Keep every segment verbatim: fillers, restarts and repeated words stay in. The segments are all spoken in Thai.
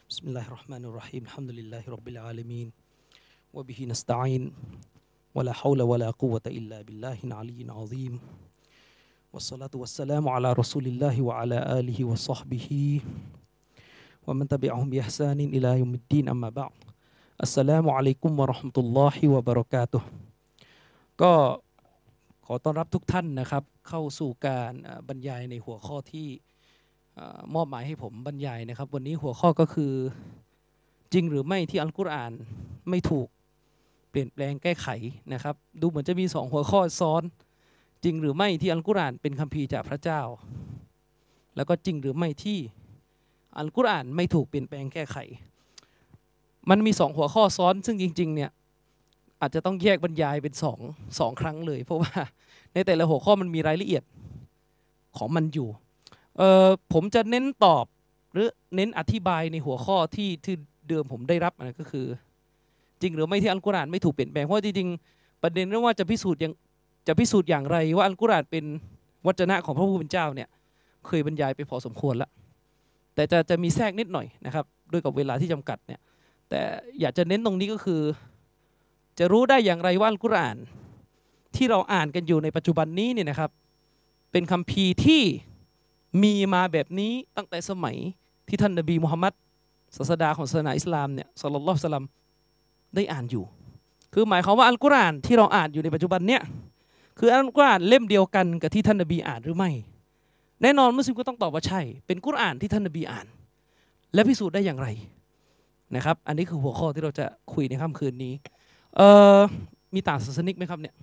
بسم الله الرحمن الرحيم الحمد لله رب العالمين وبه نستعين ولا حول ولا قوة إلا بالله العلي العظيم والصلاة والسلام على رسول الله وعلى آله وصحبه ومن تبعهم بإحسان إلى يوم الدين أما بعد السلام عليكم ورحمة الله وبركاته ก็ขอต้อนรับทุกท่านนะครับเข้าสู่การบรรยายในหัวข้อที่มอบหมายให้ผมบรรยายนะครับวันนี้หัวข้อก็คือจริงหรือไม่ที่อัลกุรอานไม่ถูกเปลี่ยนแปลงแก้ไขนะครับดูเหมือนจะมีสองหัวข้อซ้อนจริงหรือไม่ที่อัลกุรอานเป็นคัมภีร์จากพระเจ้าแล้วก็จริงหรือไม่ที่อัลกุรอานไม่ถูกเปลี่ยนแปลงแก้ไขมันมีสองหัวข้อซ้อนซึ่งจริงๆเนี่ยอาจจะต้องแยกบรรยายเป็นสองสองครั้งเลยเพราะว่าในแต่ละหัวข้อมันมีรายละเอียดของมันอยู่เอ่อผมจะเน้นตอบหรือเน้นอธิบายในหัวข้อที่ที่เดิมผมได้รับนะก็คือจริงหรือไม่ที่อัลกุรอานไม่ถูกเปลี่ยนแปลงเพราะจริงๆประเด็นเรื่องว่าจะพิสูจน์อย่างจะพิสูจน์อย่างไรว่าอัลกุรอานเป็นวจนะของพระผู้เป็นเจ้าเนี่ยเคยบรรยายไปพอสมควรแล้วแต่จะจะมีแทรกนิดหน่อยนะครับด้วยกับเวลาที่จำกัดเนี่ยแต่อยากจะเน้นตรงนี้ก็คือจะรู้ได้อย่างไรว่าอัลกุรอานที่เราอ่านกันอยู่ในปัจจุบันนี้เนี่ยนะครับเป็นคัมภีร์ที่มีมาแบบนี้ตั้งแต่สมัยที่ท่านนบีมุฮัมมัดศาสดาของศาสนาอิสลามเนี่ยศ็อลลัลลอฮุอะลัยฮิวะซัลลัมได้อ่านอยู่คือหมายความว่าอัลกุรอานที่เราอ่านอยู่ในปัจจุบันเนี่ยคืออัลกุรอานเล่มเดียวกันกับที่ท่านนบีอ่านหรือไม่แน่นอนมุสลิมก็ต้องตอบว่าใช่เป็นกุรอานที่ท่านนบีอ่านและพิสูจน์ได้อย่างไรนะครับอันนี้คือหัวข้อที่เราจะคุยในค่ำคืนนี้เอ่อมีต่างศาสนิกไหมครับเนี่ย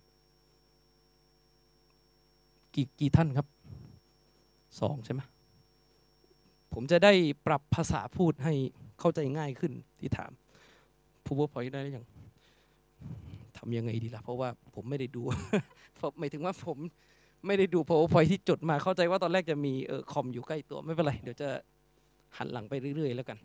กี่กี่ท่านครับสองใช่ไหมผมจะได้ปรับภาษาพูดให้เข้าใจง่ายขึ้นที่ถามพูดว่าพอยได้หรือยังทำยังไงดีล่ะเพราะว่าผมไม่ได้ดู หมายถึงว่าผมไม่ได้ดู PowerPoint ที่จดมาเข้าใจว่าตอนแรกจะมีเออคอมอยู่ใกล้ตัวไม่เป็นไรเดี๋ยวจะหันหลังไปเรื่อยๆแล้วกัน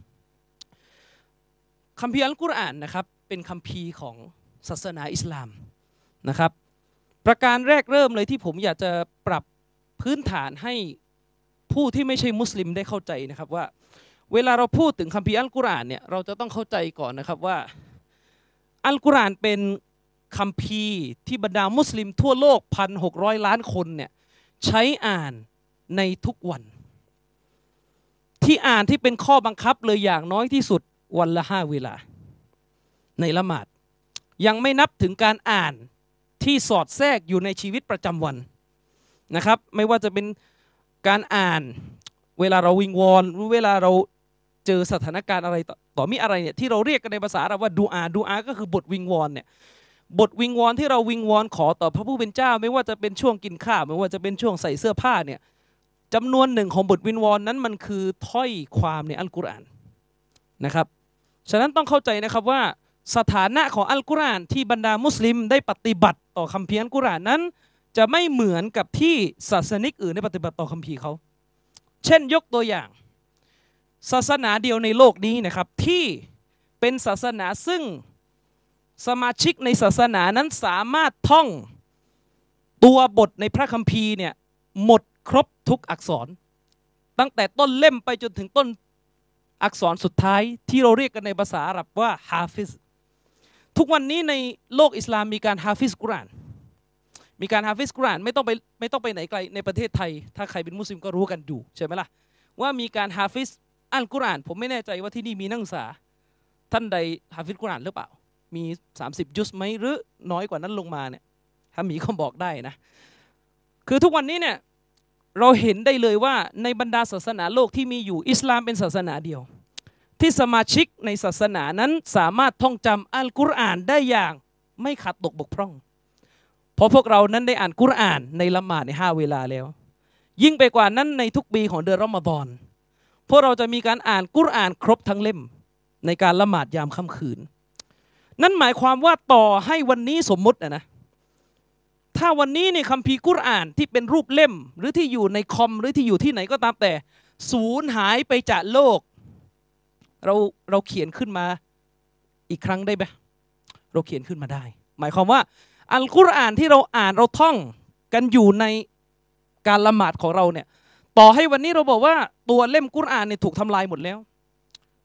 คัมภีร์อัลกุรอานนะครับเป็นคัมภีร์ของศาสนาอิสลามนะครับประการแรกเริ่มเลยที่ผมอยากจะปรับพื้นฐานให้ผู้ที่ไม่ใช่มุสลิมได้เข้าใจนะครับว่าเวลาเราพูดถึงคัมภีร์อัลกุรอานเนี่ยเราจะต้องเข้าใจก่อนนะครับว่าอัลกุรอานเป็นคัมภีร์ที่บรรดามุสลิมทั่วโลก หนึ่งพันหกร้อย ล้านคนเนี่ยใช้อ่านในทุกวันที่อ่านที่เป็นข้อบังคับเลยอย่างน้อยที่สุดวันละห้าเวลาในละหมาดยังไม่นับถึงการอ่านที่สอดแทรกอยู่ในชีวิตประจำวันนะครับไม่ว่าจะเป็นการอ่านเวลาเราวิงวอนหรือเวลาเราเจอสถานการณ์อะไรต่อมีอะไรเนี่ยที่เราเรียกกันในภาษาอาหรับว่าดูอาดูอาก็คือบทวิงวอนเนี่ยบทวิงวอนที่เราวิงวอนขอต่อพระผู้เป็นเจ้าไม่ว่าจะเป็นช่วงกินข้าวไม่ว่าจะเป็นช่วงใส่เสื้อผ้าเนี่ยจำนวนหนึ่งของบทวิงวอนนั้นมันคือถ้อยความในอัลกุรอานนะครับฉะนั้นต้องเข้าใจนะครับว่าสถานะของอัลกุรอานที่บรรดามุสลิมได้ปฏิบัติต่อคัมภีร์อัลกุรอานนั้นจะไม่เหมือนกับที่ศาสนิกอื่นได้ปฏิบัติต่อคัมภีร์เขาเช่นยกตัวอย่างศาสนาเดียวในโลกนี้นะครับที่เป็นศาสนาซึ่งสมาชิกในศาสนานั้นสามารถท่องตัวบทในพระคัมภีร์เนี่ยหมดครบทุกอักษรตั้งแต่ต้นเล่มไปจนถึงต้นอักษรสุดท้ายที่เราเรียกกันในภาษาอาหรับว่าฮาฟิซทุกวันนี้ในโลกอิสลามมีการฮาฟิซกุรอานมีการฮาฟิซกุรอานไม่ต้องไปไม่ต้องไปไหนไกลในประเทศไทยถ้าใครเป็นมุสลิมก็รู้กันอยู่ใช่ไหมล่ะว่ามีการฮาฟิซอัลกุรอานผมไม่แน่ใจว่าที่นี่มีนักศึกษาท่านใดฮาฟิซกุรอานหรือเปล่ามีสามสิบยุสไหมหรือน้อยกว่านั้นลงมาเนี่ยถ้ามีก็บอกได้นะคือทุกวันนี้เนี่ยเราเห็นได้เลยว่าในบรรดาศาสนาโลกที่มีอยู่อิสลามเป็นศาสนาเดียวที่สมาชิกในศาสนานั้นสามารถท่องจำอัลกุรอานได้อย่างไม่ขาดตกบกพร่องเพราะพวกเรานั้นได้อ่านกุรอานในละหมาดในห้าเวลาแล้วยิ่งไปกว่านั้นในทุกปีของเดือนรอมฎอนพวกเราจะมีการอ่านกุรอานครบทั้งเล่มในการละหมาดยามค่ำคืนนั่นหมายความว่าต่อให้วันนี้สมมุตินะนะถ้าวันนี้ในคัมภีร์กุรอานที่เป็นรูปเล่มหรือที่อยู่ในคอมหรือที่อยู่ที่ไหนก็ตามแต่สูญหายไปจากโลกเราเราเขียนขึ้นมาอีกครั้งได้ไหมเราเขียนขึ้นมาได้หมายความว่าอัลกุรอานที่เราอ่านเราท่องกันอยู่ในการละหมาดของเราเนี่ยต่อให้วันนี้เราบอกว่าตัวเล่มกุรอานเนี่ยถูกทำลายหมดแล้ว ตัว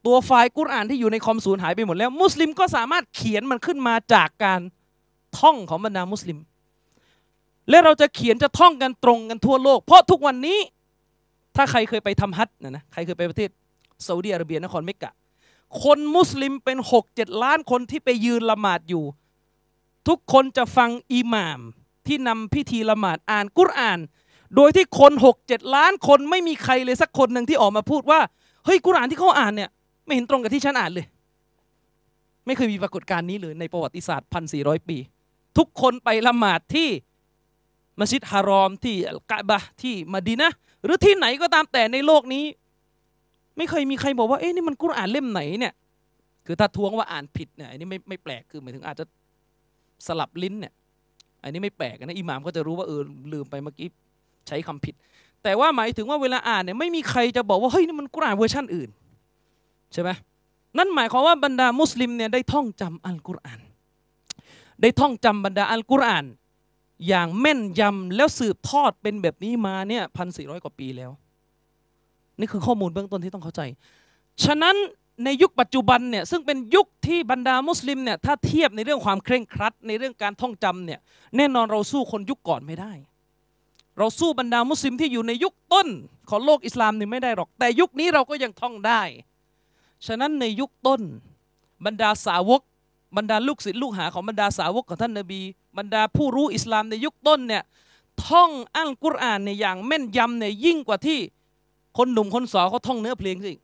ตัวไฟล์กุรอานที่อยู่ในคอมสูญหายไปหมดแล้วมุสลิมก็สามารถเขียนมันขึ้นมาจากการท่องของบรรดามุสลิมและเราจะเขียนจะท่องกันตรงกันทั่วโลกเพราะทุกวันนี้ถ้าใครเคยไปทำฮัจญ์นะนะใครเคยไปประเทศซาอุดิอาระเบียนครเมกะคนมุสลิมเป็นหกเจ็ดล้านคนที่ไปยืนละหมาดอยู่ทุกคนจะฟังอิหม่ามที่นำพิธีละหมาดอ่านกุรอานโดยที่คนหกเจ็ดล้านคนไม่มีใครเลยสักคนหนึ่งที่ออกมาพูดว่าเฮ้ยกุรอานที่เขาอ่านเนี่ยไม่เห็นตรงกับที่ฉันอ่านเลยไม่เคยมีปรากฏการณ์นี้เลยในประวัติศาสตร์พันสี่ร้อยปีทุกคนไปละหมาดที่มัสยิดฮารอมที่อัลกะบะห์ที่มะดีนะห์หรือที่ไหนก็ตามแต่ในโลกนี้ไม่เคยมีใครบอกว่าเอ๊ะนี่มันกุรอานเล่มไหนเนี่ยคือถ้าทวงว่าอ่านผิดเนี่ยอันนี้ไม่ไม่แปลกคือหมายถึงอาจจะสลับลิ้นเนี่ยอันนี้ไม่แปลกนะอิหม่ามก็จะรู้ว่าเออลืมไปเมื่อกี้ใช้คำผิดแต่ว่าหมายถึงว่าเวลาอ่านเนี่ยไม่มีใครจะบอกว่าเฮ้ยนี่มันกุรอานเวอร์ชันอื่นใช่ไหมนั่นหมายความว่าบรรดามุสลิมเนี่ยได้ท่องจำอัลกุรอานได้ท่องจำบรรดาอัลกุรอานอย่างแม่นยำแล้วสืบทอดเป็นแบบนี้มาเนี่ยพันสี่ร้อยกว่าปีแล้วนี่คือข้อมูลเบื้องต้นที่ต้องเข้าใจฉะนั้นในยุคปัจจุบันเนี่ยซึ่งเป็นยุคที่บรรดามุสลิมเนี่ยถ้าเทียบในเรื่องความเคร่งครัดในเรื่องการท่องจำเนี่ยแน่นอนเราสู้คนยุคก่อนไม่ได้เราสู้บรรดามุสลิมที่อยู่ในยุคต้นของโลกอิสลามนี่ไม่ได้หรอกแต่ยุคนี้เราก็ยังท่องได้ฉะนั้นในยุคต้นบรรดาสาวกบรรดาลูกศิษย์ลูกหาของบรรดาสาวกของท่านนบีบรรดาผู้รู้อิสลามในยุคต้นเนี่ยท่องอัลกุรอานเนี่ยอย่างแม่นยำเนี่ยยิ่งกว่าที่คนหนุ่มคนสาวเขาท่องเนื้อเพลงสิ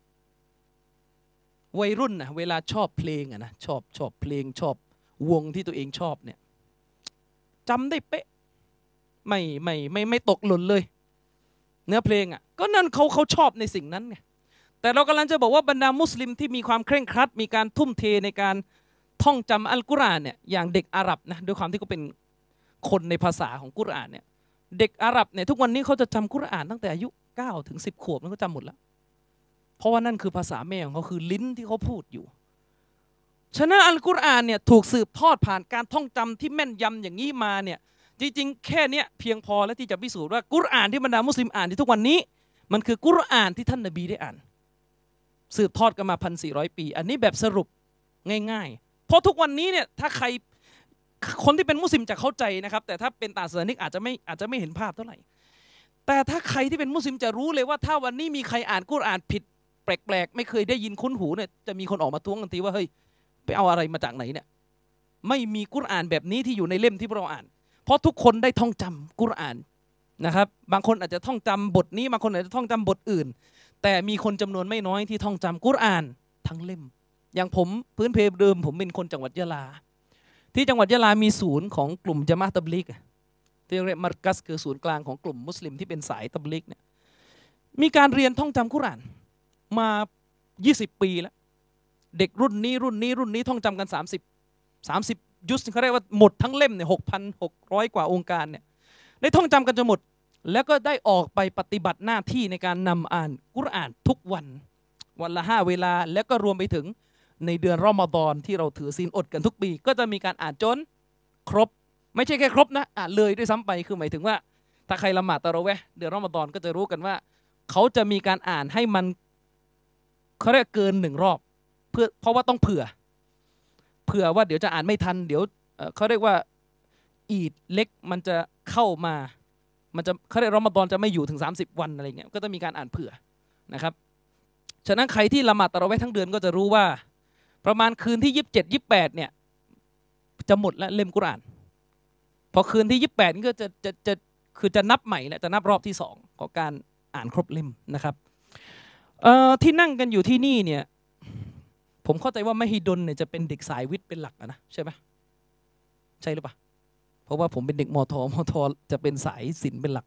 วัยรุ่นนะเวลาชอบเพลงอะนะชอบชอบเพลงชอบวงที่ตัวเองชอบเนี่ยจำได้เป๊ะไม่ไม่ไม่ไม่ตกหล่นเลยเนื้อเพลงอ่ะก็นั่นเขาเขาชอบในสิ่งนั้นไงแต่เรากำลังจะบอกว่าบรรดามุสลิมที่มีความเคร่งครัดมีการทุ่มเทในการท่องจำอัลกุรอานเนี่ยอย่างเด็กอาหรับนะด้วยความที่เขาเป็นคนในภาษาของกุรอานเนี่ยเด็กอาหรับเนี่ยทุกวันนี้เขาจะจำกุรอานตั้งแต่อายุเก้าถึงสิบขวบมันก็จำหมดแล้วเพราะว่านั่นคือภาษาแม่ของเขาคือลิ้นที่เขาพูดอยู่ฉะนั้นอัลกุรอานเนี่ยถูกสืบทอดผ่านการท่องจำที่แม่นยำอย่างนี้มาเนี่ยจริงๆแค่นี้เพียงพอแล้วที่จะพิสูจน์ว่ากุรอานที่บรรดามุสลิมอ่านที่ทุกวันนี้มันคือกุรอานที่ท่านนบีได้อ่านสืบทอดกันมาพันสี่ร้อยปีอันนี้แบบสรุปง่ายๆเพราะทุกวันนี้เนี่ยถ้าใครคนที่เป็นมุสลิมจะเข้าใจนะครับแต่ถ้าเป็นต่างศาสนิกอาจจะไม่อาจจะไม่เห็นภาพเท่าไหร่แต่ถ้าใครที่เป็นมุสลิมจะรู้เลยว่าถ้าวันนี้มีใครอ่านกุรอานผิดแปลกๆไม่เคยได้ยินคุ้นหูเนี่ยจะมีคนออกมาท้วงกันทีว่าเฮ้ยไปเอาอะไรมาจากไหนเนี่ยไม่มีกุรอานแบบนี้ที่อยู่ในเล่มที่เราอ่านเพราะทุกคนได้ท่องจำกุรอานนะครับบางคนอาจจะท่องจำบทนี้บางคนอาจจะท่องจำบทอื่นแต่มีคนจำนวนไม่น้อยที่ท่องจำกุรอานทั้งเล่มอย่างผมพื้นเพเดิมผมเป็นคนจังหวัดยะลาที่จังหวัดยะลามีศูนย์ของกลุ่มญะมาอะห์ตับลีกที่เรียกมัรกัซคือศูนย์กลางของกลุ่มมุสลิมที่เป็นสายตับลีกเนี่ยมีการเรียนท่องจำกุรอานมายี่สิบปีแล้วเด็กรุ่นนี้รุ่นนี้รุ่นนี้ท่องจำกันสามสิบ สามสิบยุสเขาเรียกว่าหมดทั้งเล่มเนี่ยหกพันหกร้อยกว่าองค์การเนี่ยได้ท่องจำกันจนหมดแล้วก็ได้ออกไปปฏิบัติหน้าที่ในการนำอ่านกุรอานทุกวันวันละห้าเวลาแล้วก็รวมไปถึงในเดือนรอมฎอนที่เราถือศีลอดกันทุกปีก็จะมีการอ่านจนครบไม่ใช่แค่ครบนะอ่านเลยด้วยซ้ำไปคือหมายถึงว่าถ้าใครละหมาดตะเราะเวห์เดือนรอมฎอนก็จะรู้กันว่าเขาจะมีการอ่านให้มันเขาเรียกเกินหนึ่งรอบเพื่อเพราะว่าต้องเผื่อเผื่อว่าเดี๋ยวจะอ่านไม่ทันเดี๋ยวเขาเรียกว่าอีดเล็กมันจะเข้ามามันจะเขาเรียกรอมฎอนจะไม่อยู่ถึงสามสิบวันอะไรเงี้ยก็ต้องมีการอ่านเผื่อนะครับฉะนั้นใครที่ละหมาดตะเราะเวห์ทั้งเดือนก็จะรู้ว่าประมาณคืนที่ยี่สิบเจ็ด ยี่สิบแปดเนี่ยจะหมดแล้วเล่มกุรอานพอคืนที่ยี่สิบแปดก็จะจะจะคือจะนับใหม่แล้วจะนับรอบที่สองของการอ่านครบเล่มนะครับที่นั่งกันอยู่ที่นี่เนี่ยผมเข้าใจว่าไม่ฮิดนเนี่ยจะเป็นเด็กสายวิทย์เป็นหลักนะใช่ไหมใช่หรือเปล่าเพราะว่าผมเป็นเด็กมทมทจะเป็นสายศิลป์เป็นหลัก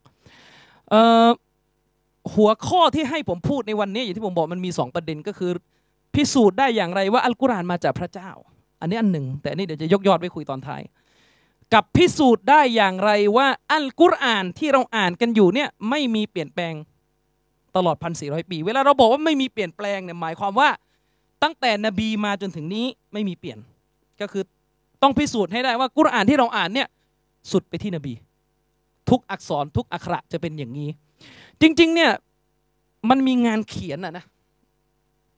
หัวข้อที่ให้ผมพูดในวันนี้อย่างที่ผมบอกมันมีสองประเด็นก็คือพิสูจน์ได้อย่างไรว่าอัลกุรอานมาจากพระเจ้าอันนี้อันหนึ่งแต่อันนี้เดี๋ยวจะยกยอดไว้คุยตอนท้ายกับพิสูจน์ได้อย่างไรว่าอัลกุรอานที่เราอ่านกันอยู่เนี่ยไม่มีเปลี่ยนแปลงตลอด พันสี่ร้อย ปีเวลาเราบอกว่าไม่มีเปลี่ยนแปลงเนี่ยหมายความว่าตั้งแต่นบีมาจนถึงนี้ไม่มีเปลี่ยนก็คือต้องพิสูจน์ให้ได้ว่ากุรอานที่เราอ่านเนี่ยสุดไปที่นบีทุกอักษรทุกอักขระจะเป็นอย่างนี้จริงๆเนี่ยมันมีงานเขียนอะนะ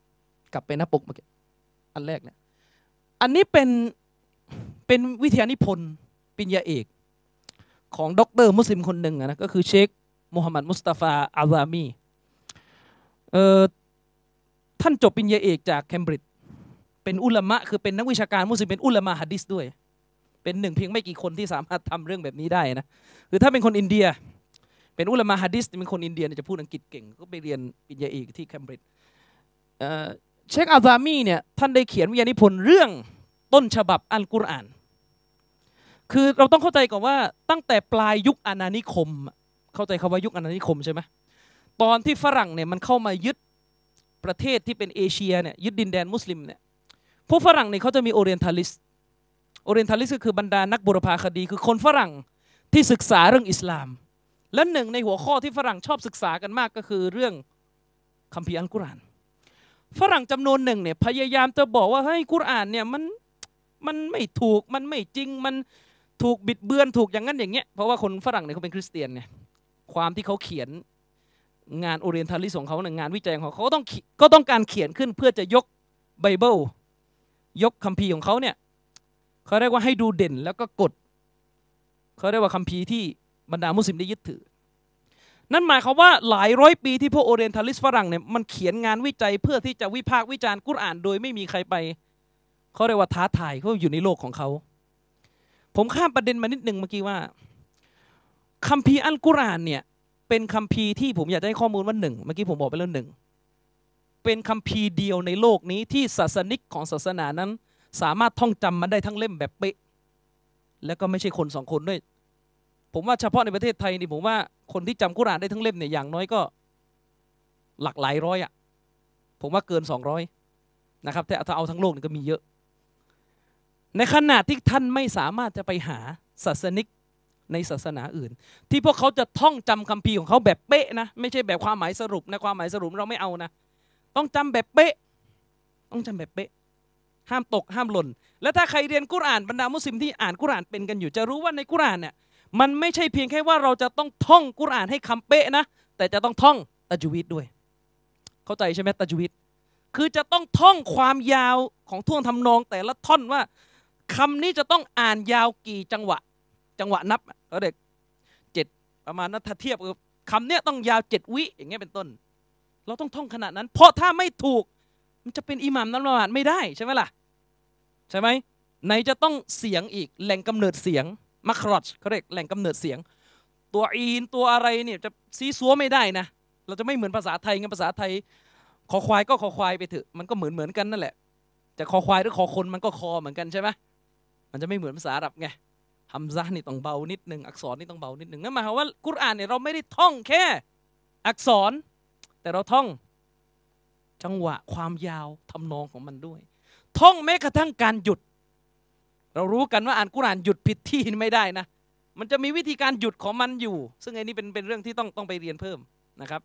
กลับไปหน้าปกเมื่อกี้อันแรกเนี่ยอันนี้เป็นเป็นวิทยานิพนธ์ปริญญาเอกของด็อกเตอร์มุสลิมคนหนึ่งนะก็คือเชคมูฮัมหมัดมุสตาฟาอาซามีเอ่อท่านจบปริญญาเอกจากเคมบริดจ์เป็นอุลามะคือเป็นนักวิชาการมุสลิมเป็นอุลามะฮะดิษด้วยเป็นหนึ่งเพียงไม่กี่คนที่สามารถทำเรื่องแบบนี้ได้นะคือถ้าเป็นคนอินเดียเป็นอุลามะฮะดิษเป็นคนอินเดียจะพูดอังกฤษเก่งก็ไปเรียนปริญญาเอกที่เคมบริดจ์เชคอาซามีเนี่ยท่านได้เขียนวิทยานิพนธ์เรื่องต้นฉบับอัลกุรอานคือเราต้องเข้าใจก่อนว่าตั้งแต่ปลายยุคอาณานิคมเข้าใจคำว่ายุคอาณานิคมใช่ไหมตอนที่ฝรั่งเนี่ยมันเข้ามายึดประเทศที่เป็นเอเชียเนี่ยยึดดินแดนมุสลิมเนี่ยพวกฝรั่งเนี่ยเขาจะมีโอเรียนทัลิสต์โอเรียนทัลิสต์ก็คือบรรดานักบุรพาคดีคือคนฝรั่งที่ศึกษาเรื่องอิสลามและหนึ่งในหัวข้อที่ฝรั่งชอบศึกษากันมากก็คือเรื่องคัมภีร์อัลกุรอานฝรั่งจำนวนหนึ่งเนี่ยพยายามจะบอกว่าให้กุรอานเนี่ยมันมันไม่ถูกมันไม่จริงมันถูกบิดเบือนถูกอย่างนั้นอย่างเงี้ยเพราะว่าคนฝรั่งเนี่ยเขาเป็นคริสเตียนไงความที่เขาเขียนงานโอเรียนทัลิสต์ของเขาเนี่ยงานวิจัยของเขาเขาก็ต้องก็ต้องการเขียนขึ้นเพื่อจะยกไบเบิลยกคัมภีร์ของเขาเนี่ยเขาเรียกว่าให้ดูเด่นแล้วก็กดเขาเรียกว่าคัมภีร์ที่บรรดามุสลิมได้ยึดถือนั่นหมายความว่าหลายร้อยปีที่พวกโอเรียนทัลิสต์ฝรั่งเนี่ยมันเขียนงานวิจัยเพื่อที่จะวิพากษ์วิจารณ์กุรอานโดยไม่มีใครไปเขาเรียกว่าท้าทายเขาอยู่ในโลกของเขาผมข้ามประเด็นมานิดนึงเมื่อกี้ว่าคัมภีร์อัลกุรอานเนี่ยเป็นคัมภีร์ที่ผมอยากให้ข้อมูลว่าหนึ่งเมื่อกี้ผมบอกไปแล้วหนึ่งเป็นคัมภีร์เดียวในโลกนี้ที่ศาสนิกของศาสนานั้นสามารถท่องจำมันได้ทั้งเล่มแบบเป๊ะแล้วก็ไม่ใช่คนสองคนด้วยผมว่าเฉพาะในประเทศไทยนี่ผมว่าคนที่จำกุรอานได้ทั้งเล่มเนี่ยอย่างน้อยก็หลักหลายร้อยอ่ะผมว่าเกินสองร้อยนะครับแต่ถ้าเอาทั้งโลกนี่ก็มีเยอะในขณะที่ท่านไม่สามารถจะไปหาศาสนิกในศาสนาอื่นที่พวกเขาจะท่องจำคัมภีร์ของเขาแบบเป๊ะนะไม่ใช่แบบความหมายสรุปนะความหมายสรุปเราไม่เอานะต้องจำแบบเป๊ะต้องจำแบบเป๊ะห้ามตกห้ามหล่นและถ้าใครเรียนกุรอานบรรดามุสลิมที่อ่านกุรอานเป็นกันอยู่จะรู้ว่าในกุรอานเนี่ยมันไม่ใช่เพียงแค่ว่าเราจะต้องท่องกุรอานให้คำเป๊ะนะแต่จะต้องท่องตัจวีดด้วยเข้าใจใช่ไหมตัจวีดคือจะต้องท่องความยาวของท่วงทำนองแต่ละท่อนว่าคำนี้จะต้องอ่านยาวกี่จังหวะจังหวะนับก็เด็กเจ็ดประมาณนั้นถ้าเทียบกับคำเนี้ยต้องยาวเจ็ดวิอย่างเงี้ยเป็นต้นเราต้องท่องขนาดนั้นเพราะถ้าไม่ถูกมันจะเป็นอิหม่ามนั้นละหมาดไม่ได้ใช่ไหมล่ะใช่ไหมไหนจะต้องเสียงอีกแหล่งกำเนิดเสียงมัครอจเขาเรียกแหล่งกำเนิดเสียงตัวอีนตัวอะไรเนี่ยจะซีซัวไม่ได้นะเราจะไม่เหมือนภาษาไทยไงภาษาไทยคอควายก็คอควายไปเถอะมันก็เหมือนเหมือนกันนั่นแหละจะคอควายหรือคอคนมันก็คอเหมือนกันใช่ไหมมันจะไม่เหมือนภาษาอาหรับไงฮัมซะห์นี่ต้องเบานิดนึงอักษรนี่ต้องเบานิดนึงนั่นหมายความว่ากุรอานเนี่ยเราไม่ได้ท่องแค่อักษรแต่เราท่องจังหวะความยาวทำนองของมันด้วยท่องแม้กระทั่งการหยุดเรารู้กันว่าอ่านกุรอานหยุดผิดที่ไม่ได้นะมันจะมีวิธีการหยุดของมันอยู่ซึ่งไอ้นี่เป็นเป็นเรื่องที่ต้องต้องไปเรียนเพิ่มนะครับ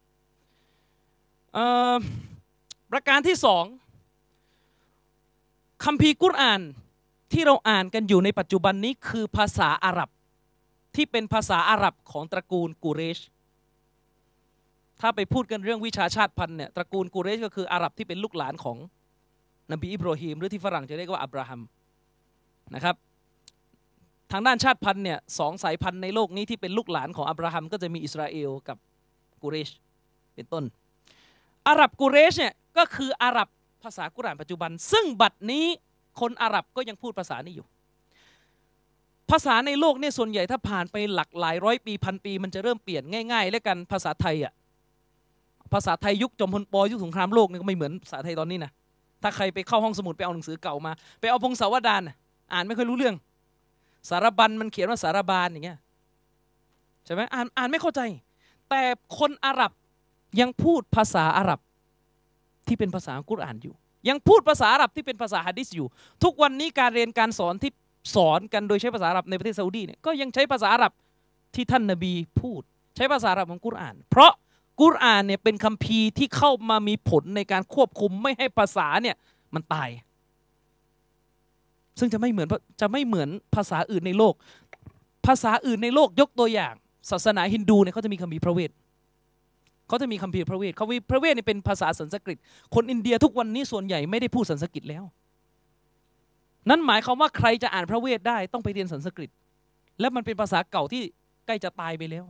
ประการที่สองคัมภีร์กุรอานที่เราอ่านกันอยู่ในปัจจุบันนี้คือภาษาอาหรับที่เป็นภาษาอาหรับของตระกูลกุเรชถ้าไปพูดกันเรื่องวิชาชาติพันธุ์เนี่ยตระกูลกุเรชก็คืออาหรับที่เป็นลูกหลานของนบีอิบราฮิมหรือที่ฝรั่งจะเรียกว่าอับราฮัมนะครับทางด้านชาติพันธุ์เนี่ยสองสายพันธุ์ในโลกนี้ที่เป็นลูกหลานของอับราฮัมก็จะมีอิสราเอลกับกุเรชเป็นต้นอาหรับกุเรชเนี่ยก็คืออาหรับภาษากุรอานปัจจุบันซึ่งบัดนี้คนอาหรับก็ยังพูดภาษานี้อยู่ภาษาในโลกเนี่ยส่วนใหญ่ถ้าผ่านไปหลักหลายร้อยปีพันปีมันจะเริ่มเปลี่ยนง่ายๆแล้วกันภาษาไทยอ่ะภาษาไทยยุคจอมพลป.ยุคสงครามโลกนี่ก็ไม่เหมือนภาษาไทยตอนนี้นะถ้าใครไปเข้าห้องสมุดไปเอาหนังสือเก่ามาไปเอาพงศาวดารอ่านไม่ค่อยรู้เรื่องสารบัญมันเขียนว่าสารบานอย่างเงี้ยใช่ไหมอ่านอ่านไม่เข้าใจแต่คนอาหรับยังพูดภาษาอาหรับที่เป็นภาษากุรอานอยู่ยังพูดภาษาอาหรับที่เป็นภาษาหะดีษอยู่ทุกวันนี้การเรียนการสอนที่สอนกันโดยใช้ภาษาอาหรับในประเทศซาอุดีเนี่ยก็ยังใช้ภาษาอาหรับที่ท่านนบีพูดใช้ภาษาอาหรับของกุรอานเพราะกุรอานเนี่ยเป็นคัมภีร์ที่เข้ามามีผลในการควบคุมไม่ให้ภาษาเนี่ยมันตายซึ่งจะไม่เหมือนจะไม่เหมือนภาษาอื่นในโลกภาษาอื่นในโลกยกตัวอย่างศาสนาฮินดูเนี่ยเขาจะมีคัมภีร์พระเวทเขาจะมีคัมภีร์พระเวทคัมภีร์พระเวทนี่เป็นภาษาสันสกฤตคนอินเดียทุกวันนี้ส่วนใหญ่ไม่ได้พูดสันสกฤตแล้วนั่นหมายความว่าใครจะอ่านพระเวทได้ต้องไปเรียนสันสกฤตและมันเป็นภาษาเก่าที่ใกล้จะตายไปแล้ว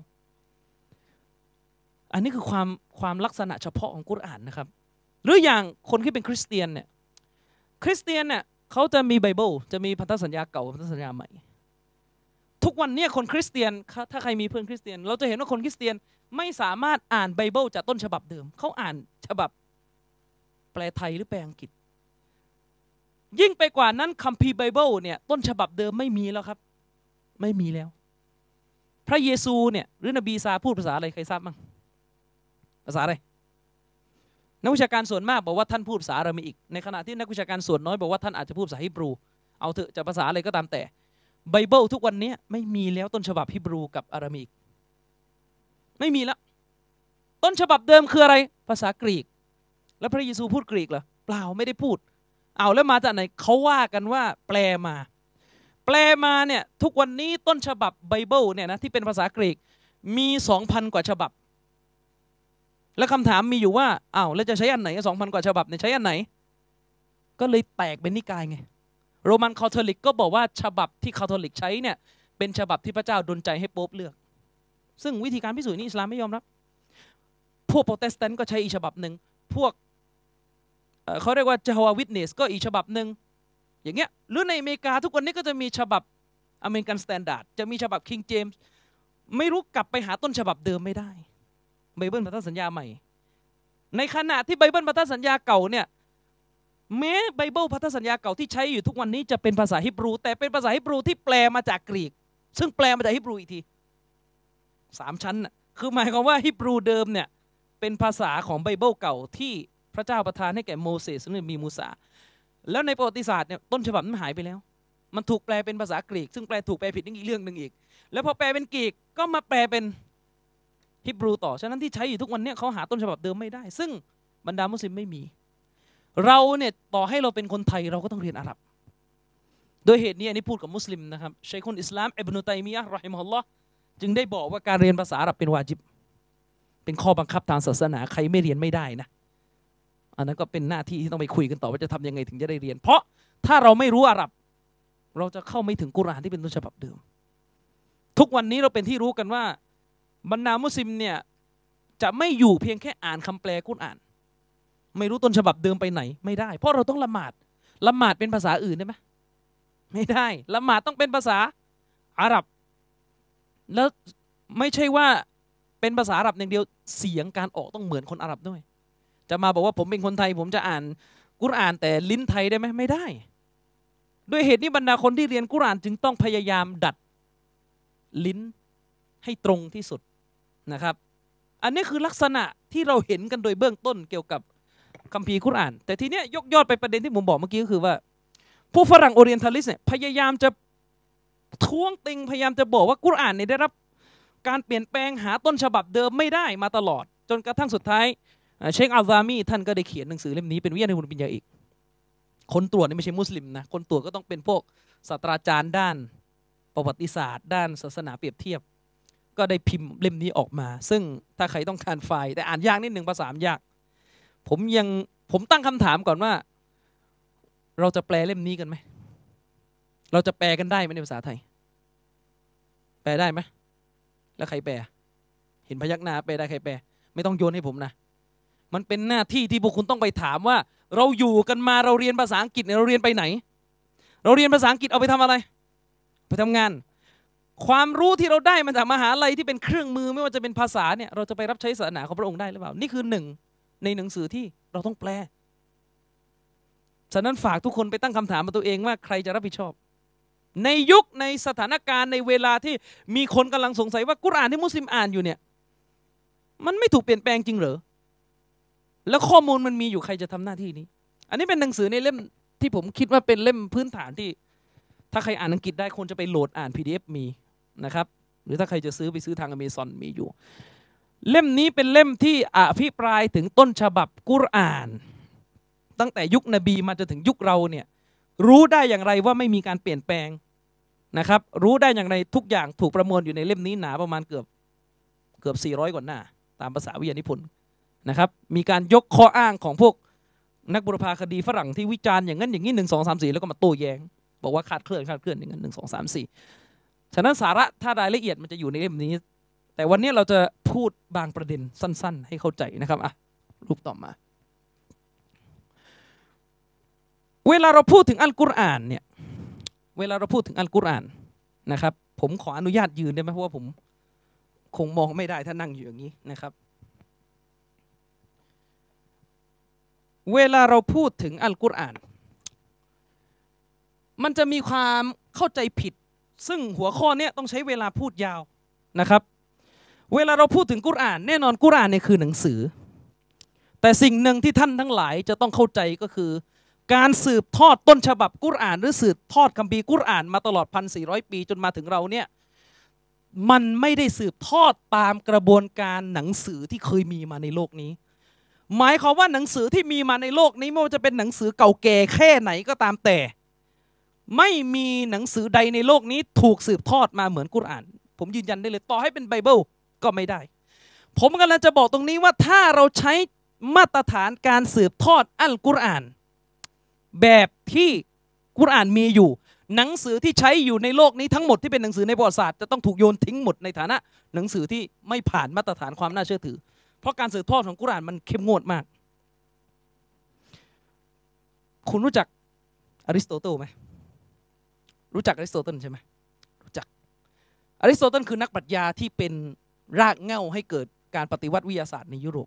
อันนี้คือความความลักษณะเฉพาะของกุรอานนะครับหรืออย่างคนที่เป็นคริสเตียนเนี่ยคริสเตียนเนี่ยเขาจะมีไบเบิลจะมีพันธสัญญาเก่าพันธสัญญาใหม่ทุกวันนี้คนคริสเตียนถ้าใครมีเพื่อนคริสเตียนเราจะเห็นว่าคนคริสเตียนไม่สามารถอ่านไบเบิลจากต้นฉบับเดิมเขาอ่านฉบับแปลไทยหรือแปลอังกฤษยิ่งไปกว่านั้นคัมภีร์ไบเบิลเนี่ยต้นฉบับเดิมไม่มีแล้วครับไม่มีแล้วพระเยซูเนี่ยหรือนบีซาพูดภาษาอะไรใครทราบบ้างภาษาอะไรนักวิชาการส่วนมากบอกว่าท่านพูดภาษาอาหรัยอีกในขณะที่นักวิชาการส่วนน้อยบอกว่าท่านอาจจะพูดภาษาฮิบรูเอาเถอะจะภาษาอะไรก็ตามแต่ไบเบิลทุกวันนี้ไม่มีแล้วต้นฉบับฮิบรูกับอาหรัยไม่มีแล้วต้นฉบับเดิมคืออะไรภาษากรีกแล้วพระเยซูพูดกรีกเหรอเปล่าไม่ได้พูดเอาแล้วมาจากไหนเขาว่ากันว่าแปลมาแปลมาเนี่ยทุกวันนี้ต้นฉบับไบเบิลเนี่ยนะที่เป็นภาษากรีกมี สองพัน กว่าฉบับแล้วคำถามมีอยู่ว่าอ้าวแล้วจะใช้อันไหน สองพัน กว่าฉบับเนี่ยใช้อันไหนก็เลยแตกเป็นนิกายไงโรมันคาทอลิกก็บอกว่าฉบับที่คาทอลิกใช้เนี่ยเป็นฉบับที่พระเจ้าดลใจให้โป๊ปเลือกซึ่งวิธีการพิสูจน์นี้อิสลามไม่ยอมรับพวกโปรเตสแตนต์ก็ใช้อีกฉบับหนึ่งพวกเขาเรียกว่า Jehovah's Witness ก็อีกฉบับหนึ่งอย่างเงี้ยหรือในอเมริกาทุกวันนี้ก็จะมีฉบับอเมริกันสแตนดาร์ดจะมีฉบับคิงเจมส์ไม่รู้กลับไปหาต้นฉบับเดิมไม่ได้ไบเบิลพันธสัญญาใหม่ในขณะที่ไบเบิลพันธสัญญาเก่าเนี่ยแม้ไบเบิลพันธสัญญาเก่าที่ใช้อยู่ทุกวันนี้จะเป็นภาษาฮิบรูแต่เป็นภาษาฮิบรูที่แปลมาจากกรีกซึ่งแปลมาจากฮิบรูอีกทีสามชั้นน่ะคือหมายความว่าฮิบรูเดิมเนี่ยเป็นภาษาของไบเบิลเก่าที่พระเจ้าประทานให้แก่โมเสสหรือมีมูซาแล้วในประวัติศาสตร์เนี่ยต้นฉบับมันหายไปแล้วมันถูกแปลเป็นภาษากรีกซึ่งแปลถูกแปลผิดนี่อีกเรื่องหนึ่งอีกแล้วพอแปลเป็นกรีกก็มาแปลเป็นฮิบรูต่อฉะนั้นที่ใช้อยู่ทุกวันนี้เขาหาต้นฉบับเดิมไม่ได้ซึ่งบรรดามุสลิมไม่มีเราเนี่ยต่อให้เราเป็นคนไทยเราก็ต้องเรียนอาหรับโดยเหตุนี้อันนี้พูดกับมุสลิมนะครับชัยคุลอิสลามอิบนุตัยมียะห์รอฮิมะฮุลลอฮ์จึงได้บอกว่าการเรียนภาษาอาหรับเป็นวาญิบเป็นข้อบังคับทางศาสนาใครไม่เรียนไม่ได้นะอันนั้นก็เป็นหน้าที่ที่ต้องไปคุยกันต่อว่าจะทำยังไงถึงจะได้เรียนเพราะถ้าเราไม่รู้อาหรับเราจะเข้าไม่ถึงกุรอานที่เป็นต้นฉบับเดิมทุกวันนี้เราเป็นที่รู้กันว่าบรรดามุสลิมเนี่ยจะไม่อยู่เพียงแค่อ่านคำแปลกุรอานไม่รู้ต้นฉบับเดิมไปไหนไม่ได้เพราะเราต้องละหมาดละหมาดเป็นภาษาอื่นได้ไหมไม่ได้ละหมาดต้องเป็นภาษาอาหรับแล้วไม่ใช่ว่าเป็นภาษาอาหรับอย่างเดียวเสียงการออกต้องเหมือนคนอาหรับด้วยจะมาบอกว่าผมเป็นคนไทยผมจะอ่านกุรอานแต่ลิ้นไทยได้ไหมไม่ได้ด้วยเหตุนี้บรรดาคนที่เรียนกุรอานจึงต้องพยายามดัดลิ้นให้ตรงที่สุดนะครับอันนี้คือลักษณะที่เราเห็นกันโดยเบื้องต้นเกี่ยวกับคัมภีร์กุรอานแต่ทีเนี้ยยกยอดไปประเด็นที่ผมบอกเมื่อกี้ก็คือว่าผู้ฝรั่งโอเรียนทัลลิสต์เนี่ยพยายามจะท้วงติงพยายามจะบอกว่ากุรอานเนี่ยได้รับการเปลี่ยนแปลงหาต้นฉบับเดิมไม่ได้มาตลอดจนกระทั่งสุดท้ายเชคอัลซามีท่านก็ได้เขียนหนังสือเล่มนี้เป็นวิทยานิพนธ์ปริญญาเอกคนตรวจนี่ไม่ใช่มุสลิมนะคนตรวจก็ต้องเป็นพวกศาสตราจารย์ด้านประวัติศาสตร์ด้านศาสนาเปรียบเทียบก็ได้พิมพ์เล่มนี้ออกมาซึ่งถ้าใครต้องการไฟล์แต่อ่านยากนิดหนึ่งภาษายากผมยังผมตั้งคำถามก่อนว่าเราจะแปลเล่มนี้กันไหมเราจะแปลกันได้ไหมในภาษาไทยแปลได้ไหมแล้วใครแปลเห็นพยักหน้าแปลได้ใครแปลไม่ต้องโยนให้ผมนะมันเป็นหน้าที่ที่พวกคุณต้องไปถามว่าเราอยู่กันมาเราเรียนภาษาอังกฤษเนี่ยเราเรียนไปไหนเราเรียนภาษาอังกฤษเอาไปทำอะไรไปทำงานความรู้ที่เราได้มาจากมหาลัยที่เป็นเครื่องมือไม่ว่าจะเป็นภาษาเนี่ยเราจะไปรับใช้ศาสนาของพระองค์ได้หรือเปล่านี่คือหนึ่งในหนังสือที่เราต้องแปลฉะนั้นฝากทุกคนไปตั้งคำถามกับตัวเองว่าใครจะรับผิดชอบในยุคในสถานการณ์ในเวลาที่มีคนกำลังสงสัยว่ากุรอานที่มุสลิมอ่านอยู่เนี่ยมันไม่ถูกเปลี่ยนแปลงจริงเหรอแล้วข้อมูลมันมีอยู่ใครจะทำหน้าที่นี้อันนี้เป็นหนังสือในเล่มที่ผมคิดว่าเป็นเล่มพื้นฐานที่ถ้าใครอ่านอังกฤษได้ควรจะไปโหลดอ่าน พี ดี เอฟ มีนะครับหรือถ้าใครจะซื้อไปซื้อทาง Amazon มีอยู่เล่มนี้เป็นเล่มที่อภิปรายถึงต้นฉบับกุรอานตั้งแต่ยุคนบีมาจนถึงยุคเราเนี่ยรู้ได้อย่างไรว่าไม่มีการเปลี่ยนแปลงนะครับรู้ได้อย่างไรทุกอย่างถูกประมวลอยู่ในเล่มนี้หนาประมาณเกือบเกือบสี่ร้อยกว่าหน้าตามภาษาวิทยานิพนธ์นะครับมีการยกข้ออ้างของพวกนักบุรพาคดีฝรั่งที่วิจารณ์อย่างนั้นอย่างนี้หนึ่งสองสามสี่แล้วก็มาโต้แย้งบอกว่าคาดเคลื่อนคาดเคลื่อนอย่างนั้นหนึ่งสองสามสี่ฉะนั้นสาระถ้ารายละเอียดมันจะอยู่ในเล่มนี้แต่วันนี้เราจะพูดบางประเด็นสั้นๆให้เข้าใจนะครับอ่ะรูปต่อมาเวลาเราพูดถึงอัลกุรอานเนี่ยเวลาเราพูดถึงอัลกุรอานนะครับผมขออนุญาตยืนได้ไหมเพราะว่าผมคงมองไม่ได้ถ้านั่งอยู่อย่างนี้นะครับเวลาเราพูดถึงอัลกุรอานมันจะมีความเข้าใจผิดซึ่งหัวข้อนี้ต้องใช้เวลาพูดยาวนะครับเวลาเราพูดถึงกุรอานแน่นอนกุรอานเนี่ยคือหนังสือแต่สิ่งหนึ่งที่ท่านทั้งหลายจะต้องเข้าใจก็คือการสืบทอดต้นฉบับกุรอานหรือสืบทอดคัมภีร์กุรอานมาตลอด หนึ่งพันสี่ร้อย ปีจนมาถึงเราเนี่ยมันไม่ได้สืบทอดตามกระบวนการหนังสือที่เคยมีมาในโลกนี้หมายความว่าหนังสือที่มีมาในโลกนี้ไม่ว่าจะเป็นหนังสือเก่าแก่แค่ไหนก็ตามแต่ไม่มีหนังสือใดในโลกนี้ถูกสืบทอดมาเหมือนกุรอานผมยืนยันได้เลยต่อให้เป็นไบเบิลก็ไม่ได้ผมกำลังจะบอกตรงนี้ว่าถ้าเราใช้มาตรฐานการสืบทอดอัลกุรอานแบบที่กุรอานมีอยู่หนังสือที่ใช้อยู่ในโลกนี้ทั้งหมดที่เป็นหนังสือในประวัติศาสตร์จะต้องถูกโยนทิ้งหมดในฐานะหนังสือที่ไม่ผ่านมาตรฐานความน่าเชื่อถือเพราะการสืบทอดของกุรอานมันเข้มงวดมากคุณรู้จักอริสโตเติลไหมรู้จักอริสโตเติลใช่ไหมรู้จักอริสโตเติลคือนักปรัชญาที่เป็นรากเหง้าให้เกิดการปฏิวัติวิทยาศาสตร์ในยุโรป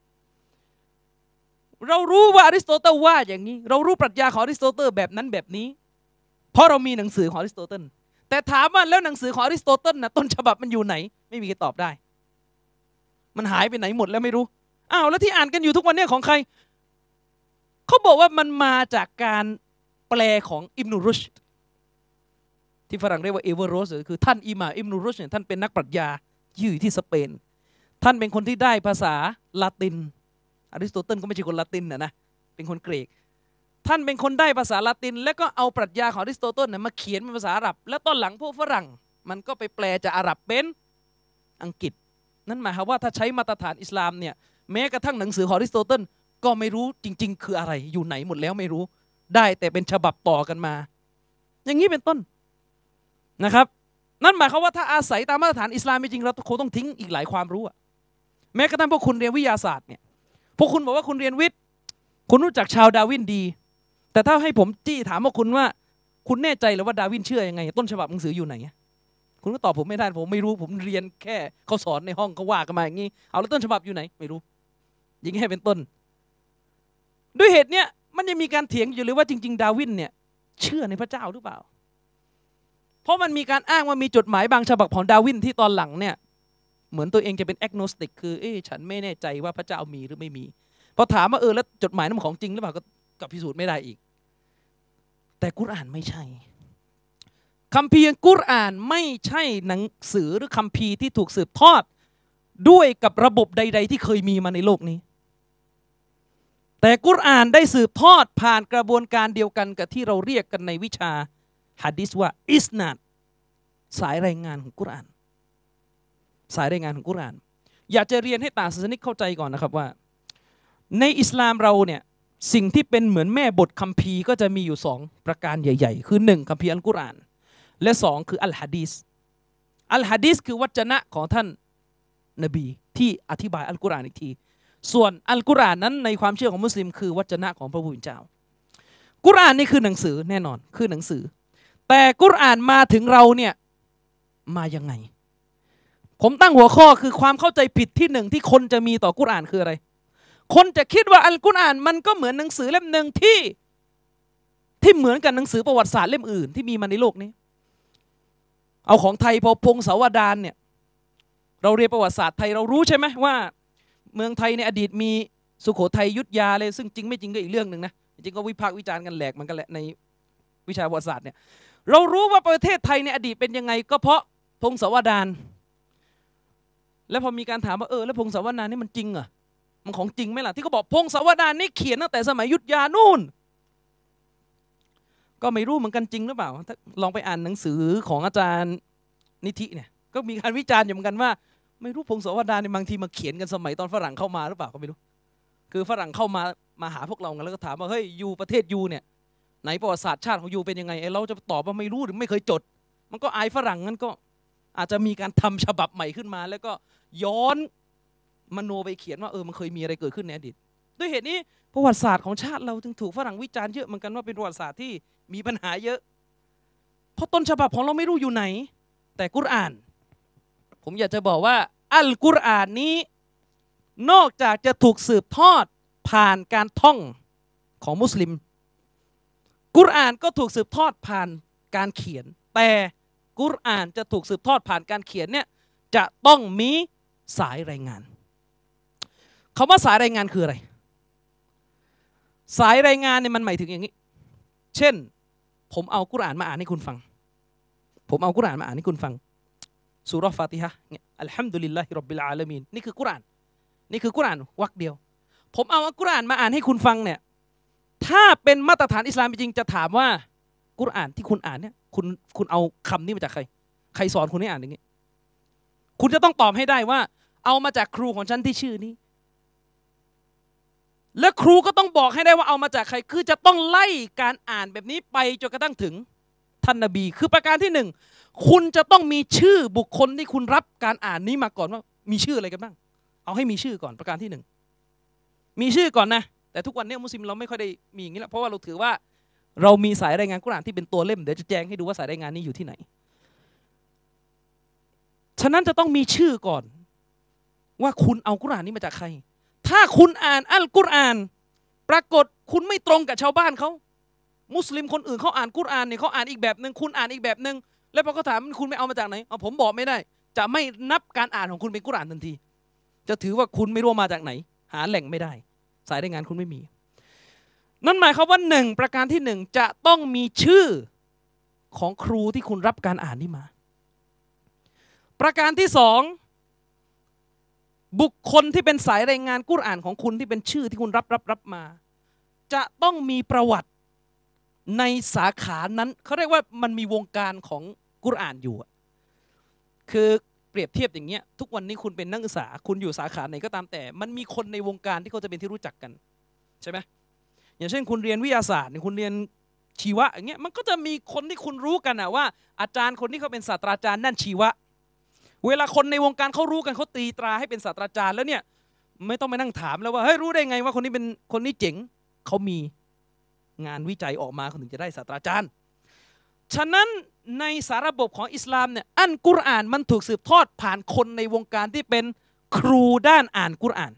เรารู้ว่าอริสโตเติลว่าอย่างนี้เรารู้ปรัชญาของอริสโตเติลแบบนั้นแบบนี้เพราะเรามีหนังสือของอริสโตเติลแต่ถามว่าแล้วหนังสือของอริสโตเติลนะต้นฉบับมันอยู่ไหนไม่มีใครตอบได้มันหายไปไหนหมดแล้วไม่รู้อ้าวแล้วที่อ่านกันอยู่ทุกวันนี้ของใครเขาบอกว่ามันมาจากการแปลของอิบนุรุชด์ที่ฝรั่งเรียกว่าเอเวอร์โรสคือท่านอิหม่ามอิบนุรุชด์เนี่ยท่านเป็นนักปรัชญาอยู่ที่สเปนท่านเป็นคนที่ได้ภาษาลาตินอริสโตเติลก็ไม่ใช่คนลาตินนะนะเป็นคนกรีกท่านเป็นคนได้ภาษาลาตินแล้วก็เอาปรัชญาของอริสโตเติลมาเขียนเป็นภาษาอาหรับแล้วตอนหลังพวกฝรั่งมันก็ไปแปลจากอาหรับเป็นอังกฤษนั่นหมายความว่าถ้าใช้มาตรฐานอิสลามเนี่ยแม้กระทั่งหนังสือของอริสโตเติลก็ไม่รู้จริงๆคืออะไรอยู่ไหนหมดแล้วไม่รู้ได้แต่เป็นฉบับต่อกันมาอย่างนี้เป็นต้นนะครับนั่นหมายความว่าถ้าอาศัยตามมาตรฐานอิสลามจริงๆเราคงต้องทิ้งอีกหลายความรู้แม้กระทั่งพวกคุณเรียนวิทยาศาสตร์เนี่ยพวกคุณบอกว่าคุณเรียนวิทย์คุณรู้จักชาวดาร์วินดีแต่ถ้าให้ผมจี้ถามว่าคุณว่าคุณแน่ใจหรือว่าดาร์วินเชื่อยังไงต้นฉบับหนังสืออยู่ไหนคุณก็ตอบผมไม่ได้ผมไม่รู้ผมเรียนแค่เขาสอนในห้องเขาว่ากันมาอย่างนี้เอาแล้วต้นฉบับอยู่ไหนไม่รู้อย่างนี้ให้เป็นต้นด้วยเหตุเนี้ยมันจะมีการเถียงอยู่เลยว่าจริงๆดาร์วินเนี่ยเชื่อในพระเจ้าหรือเปล่าเพราะมันมีการอ้างว่ามีจดหมายบางฉบับของดาร์วินที่ตอนหลังเนี่ยเหมือนตัวเองจะเป็นแอกโนสติกคือเอ๊ะฉันไม่แน่ใจว่าพระเจ้ามีหรือไม่มีพอถามว่าเออแล้วจดหมายนั้นของจริงหรือเปล่าก็กับพิสูจน์ไม่ได้อีกแต่กุรอานไม่ใช่คัมภีร์กุรอานไม่ใช่หนังสือหรือคัมภีร์ที่ถูกสืบทอดด้วยกับระบบใดๆที่เคยมีมาในโลกนี้แต่กุรอานได้สืบทอดผ่านกระบวนการเดียวกันกับที่เราเรียกกันในวิชาหะดีษว่าอิสนาดสายรายงานของกุรอานสายรายงานของกุรอานอยากจะเรียนให้ต่างศาสนิกเข้าใจก่อนนะครับว่าในอิสลามเราเนี่ยสิ่งที่เป็นเหมือนแม่บทคัมภีร์ก็จะมีอยู่สองประการใหญ่ๆคือหนึ่งคัมภีร์อัลกุรอานและสองคืออัลฮะดีษอัลฮะดีษคือวจนะของท่านนบีที่อธิบายอัลกุรอานอีกทีส่วนอัลกุรอานนั้นในความเชื่อของมุสลิมคือวจนะของพระผู้เป็นเจ้ากุรอานนี่คือหนังสือแน่นอนคือหนังสือแต่กุรอานมาถึงเราเนี่ยมายังไงผมตั้งหัวข้อคือความเข้าใจผิดที่หนึ่งที่คนจะมีต่อกุรอานคืออะไรคนจะคิดว่าอัลกุรอานมันก็เหมือนหนังสือเล่มหนึ่งที่ที่เหมือนกับหนังสือประวัติศาสตร์เล่มอื่นที่มีมาในโลกนี้เอาของไทยพอพงศาวดารเนี่ยเราเรียนประวัติศาสตร์ไทยเรารู้ใช่ไหมว่าเมืองไทยในอดีตมีสุโขทัยอยุธยาเลยซึ่งจริงไม่จริงก็อีกเรื่องหนึ่งนะจริงก็วิพากษ์วิจารณ์กันแหลกมันกันแหละในวิชาประวัติศาสตร์เนี่ยเรารู้ว่าประเทศไทยในอดีตเป็นยังไงก็เพราะพงศาวดารแล้วพอมีการถามว่าเออแล้วพงศาวดารนี่มันจริงเหรอมันของจริงไหมล่ะที่เขาบอกพงศาวดารนี่เขียนตั้งแต่สมัยอยุธยานู่นก็ไม่รู้เหมือนกันจริงหรือเปล่าลองไปอ่านหนังสือของอาจารย์นิธิเนี่ยก็มีการวิจารณ์อยู่เหมือนกันว่าไม่รู้พงศาวดารในบางทีมาเขียนกันสมัยตอนฝรั่งเข้ามาหรือเปล่าก็ไม่รู้คือฝรั่งเข้ามามาหาพวกเรากันแล้วก็ถามว่าเฮ้ยยูประเทศยูเนี่ยไหนประวัติศาสตร์ชาติของยูเป็นยังไงไอ้เราจะตอบว่าไม่รู้หรือไม่เคยจดมันก็อายฝรั่งงั้นก็อาจจะมีการทำฉบับใหม่ขึ้นมาแล้วก็ย้อนมโนไปเขียนว่าเออมันเคยมีอะไรเกิดขึ้นในอดีตด้วยเหตุนี้ประวัติศาสตร์ของชาติเราจึงถูกฝรั่งวิจารณ์เยอะเหมือนกันว่าเป็นประวัติศาสตร์ที่มีปัญหาเยอะเพราะต้นฉบับของเราไม่รู้อยู่ไหนแต่กุรอานผมอยากจะบอกว่าอัลกุรอานนี้นอกจากจะถูกสืบทอดผ่านการท่องของมุสลิมกุรอานก็ถูกสืบทอดผ่านการเขียนแต่กุรอานจะถูกสืบทอดผ่านการเขียนเนี่ยจะต้องมีสายรายงานคำว่าสายรายงานคืออะไรสายรายงานเนี่ยมันหมายถึงอย่างนี้เช่นผมเอากุรอานมาอ่านให้คุณฟังผมเอากุรอานมาอ่านให้คุณฟังซูเราะห์ฟาติฮะห์เนี่ยอัลฮัมดุลิลลาฮิร็อบบิลอาละมีนนี่คือกุรอานนี่คือกุรอานวรรคเดียวผมเอากุรอานมาอ่านให้คุณฟังเนี่ยถ้าเป็นมาตรฐานอิสลามจริงจะถามว่ากุรอานที่คุณอ่านเนี่ยคุณคุณเอาคำนี้มาจากใครใครสอนคุณให้อ่านอย่างนี้คุณจะต้องตอบให้ได้ว่าเอามาจากครูของฉันที่ชื่อนี้และครูก็ต้องบอกให้ได้ว่าเอามาจากใครคือจะต้องไล่การอ่านแบบนี้ไปจนกระทั่งถึงท่านนบีคือประการที่หนึ่งคุณจะต้องมีชื่อบุคคลที่คุณรับการอ่านนี้มาก่อนว่ามีชื่ออะไรกันบ้างเอาให้มีชื่อก่อนประการที่หนึ่งมีชื่อก่อนนะแต่ทุกวันนี้มุสลิมเราไม่ค่อยได้มีอย่างนี้แล้วเพราะว่าเราถือว่าเรามีสายรายงานกุรอานที่เป็นตัวเล่มเดี๋ยวจะแจ้งให้ดูว่าสายรายงานนี้อยู่ที่ไหนฉะนั้นจะต้องมีชื่อก่อนว่าคุณเอากุรอานนี้มาจากใครถ้าคุณอ่านอัลกุรอานปรากฏคุณไม่ตรงกับชาวบ้านเขามุสลิมคนอื่นเขาอ่านกุรอานเนี่ยเขาอ่านอีกแบบหนึ่งคุณอ่านอีกแบบหนึ่งแล้วพอเขาถามคุณไม่เอามาจากไหนเอาผมบอกไม่ได้จะไม่นับการอ่านของคุณเป็นกุรอานทันทีจะถือว่าคุณไม่รู้มาจากไหนหาแหล่งไม่ได้สายรายงานคุณไม่มีนั่นหมายความว่าหนึ่งประการที่หนึ่งจะต้องมีชื่อของครูที่คุณรับการอ่านนี้มาประการที่สองบุคคลที่เป็นสายรายงานกุรอานของคุณที่เป็นชื่อที่คุณรับรับรับมาจะต้องมีประวัติในสาขานั้นเขาเรียกว่ามันมีวงการของกุรอานอยู่คือเปรียบเทียบอย่างเงี้ยทุกวันนี้คุณเป็นนักศึกษาคุณอยู่สาขาไหนก็ตามแต่มันมีคนในวงการที่เขาจะเป็นที่รู้จักกันใช่ไหมอย่างเช่นคุณเรียนวิทยาศาสตร์คุณเรียนชีวะอย่างเงี้ยมันก็จะมีคนที่คุณรู้กันนะว่าอาจารย์คนที่เขาเป็นศาสตราจารย์ด้านชีวะเวลาคนในวงการเขารู้กันเขาตีตราให้เป็นศาสตราจารย์แล้วเนี่ยไม่ต้องไปนั่งถามแล้วว่าเฮ้ยรู้ได้ไงว่าคนนี้เป็นคนนี้เจ๋งเขามีงานวิจัยออกมาเขาถึงจะได้ศาสตราจารย์ฉะนั้นในสาระบบของอิสลามเนี่ยอันกุรอานมันถูกสืบทอดผ่านคนในวงการที่เป็นครูด้านอ่านกุรอาน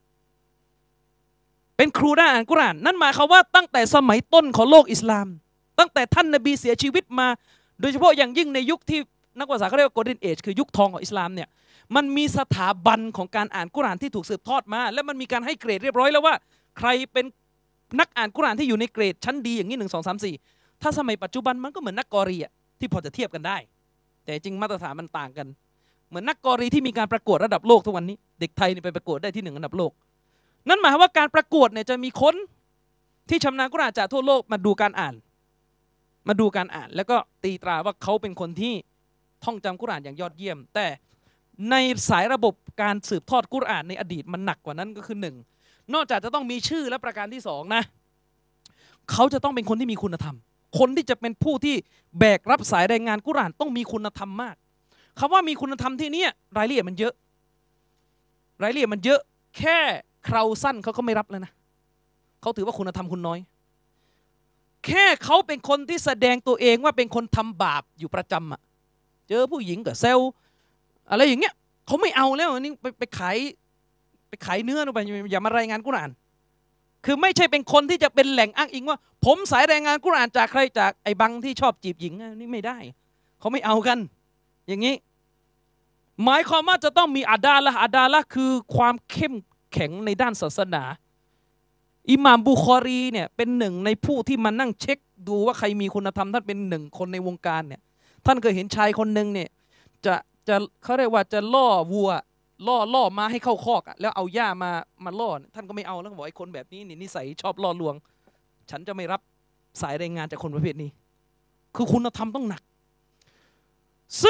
เป็นครูด้านอ่านกุรอานนั่นหมายความว่าตั้งแต่สมัยต้นของโลกอิสลามตั้งแต่ท่านนบีเสียชีวิตมาโดยเฉพาะอย่างยิ่งในยุคที่นักวิทยาศาสตร์เขาเรียกว่า Golden Age คือยุคทองของอิสลามเนี่ยมันมีสถาบันของการอ่านกุรอานที่ถูกสืบทอดมาและมันมีการให้เกรดเรียบร้อยแล้วว่าใครเป็นนักอ่านกุรอานที่อยู่ในเกรดชั้นดีอย่างนี้หนึ่งสองสามสี่ถ้าสมัยปัจจุบันมันก็เหมือนนักกอรีอะที่พอจะเทียบกันได้แต่จริงมาตรฐานมันต่างกันเหมือนนักกอรีที่มีการประกวดระดับโลกทุกวันนี้เด็กไทยนี่ไปประกวดได้ที่หนึ่งอันดับโลกนั่นหมายความว่าการประกวดเนี่ยจะมีคนที่ชำนาญกุรอานจากทั่วโลกมาดูการอ่านมาดูการอ่านแล้วก็ตีตราว่าเขาเป็นคนที่ท่องจำกุรอานอย่างยอดเยี่ยมแต่ในสายระบบการสืบทอดกุรอานในอดีตมันหนักกว่านั้นก็คือหนึ่งนอกจากจะต้องมีชื่อและประการที่สองนะเขาจะต้องเป็นคนที่มีคุณธรรมคนที่จะเป็นผู้ที่แบกรับสายรายงานกุรอานต้องมีคุณธรรมมากคำว่ามีคุณธรรมที่นี้รายละเอียดมันเยอะรายละเอียดมันเยอะแค่เคราสั้นเขาก็ไม่รับแล้วนะเขาถือว่าคุณธรรมคุณน้อยแค่เขาเป็นคนที่แสดงตัวเองว่าเป็นคนทำบาปอยู่ประจำอะเจอผู้หญิงกับเซลอะไรอย่างเงี้ยเขาไม่เอาแล้วนี่ไปไปขายไปขายเนื้อลงไปอย่ามารายงานกุรอานคือไม่ใช่เป็นคนที่จะเป็นแหล่งอ้างอิงว่าผมสายรายงานกุรอานจากใครจากไอ้บังที่ชอบจีบหญิงนี่ไม่ได้เขาไม่เอากันอย่างนี้หมายความว่าจะต้องมีอาดาละอาดาละคือความเข้มแข็งในด้านศาสนาอิหม่ามบุคอรีเนี่ยเป็นหนึ่งในผู้ที่มานั่งเช็คดูว่าใครมีคุณธรรมท่านเป็นหนึ่งคนในวงการเนี่ยท่านเคยเห็นชายคนหนึ่งเนี่ยจะจะเขาเรียกว่าจะล่อวัวล่อล่อมาให้เข้าคอกอ่ะแล้วเอาหญ้ามามาล่อท่านก็ไม่เอาแล้วบอกไอ้คนแบบนี้นี่นิสัยชอบล่อลวงฉันจะไม่รับสายรายงานจากคนประเภทนี้คือคุณธรรมต้องหนักซึ่ง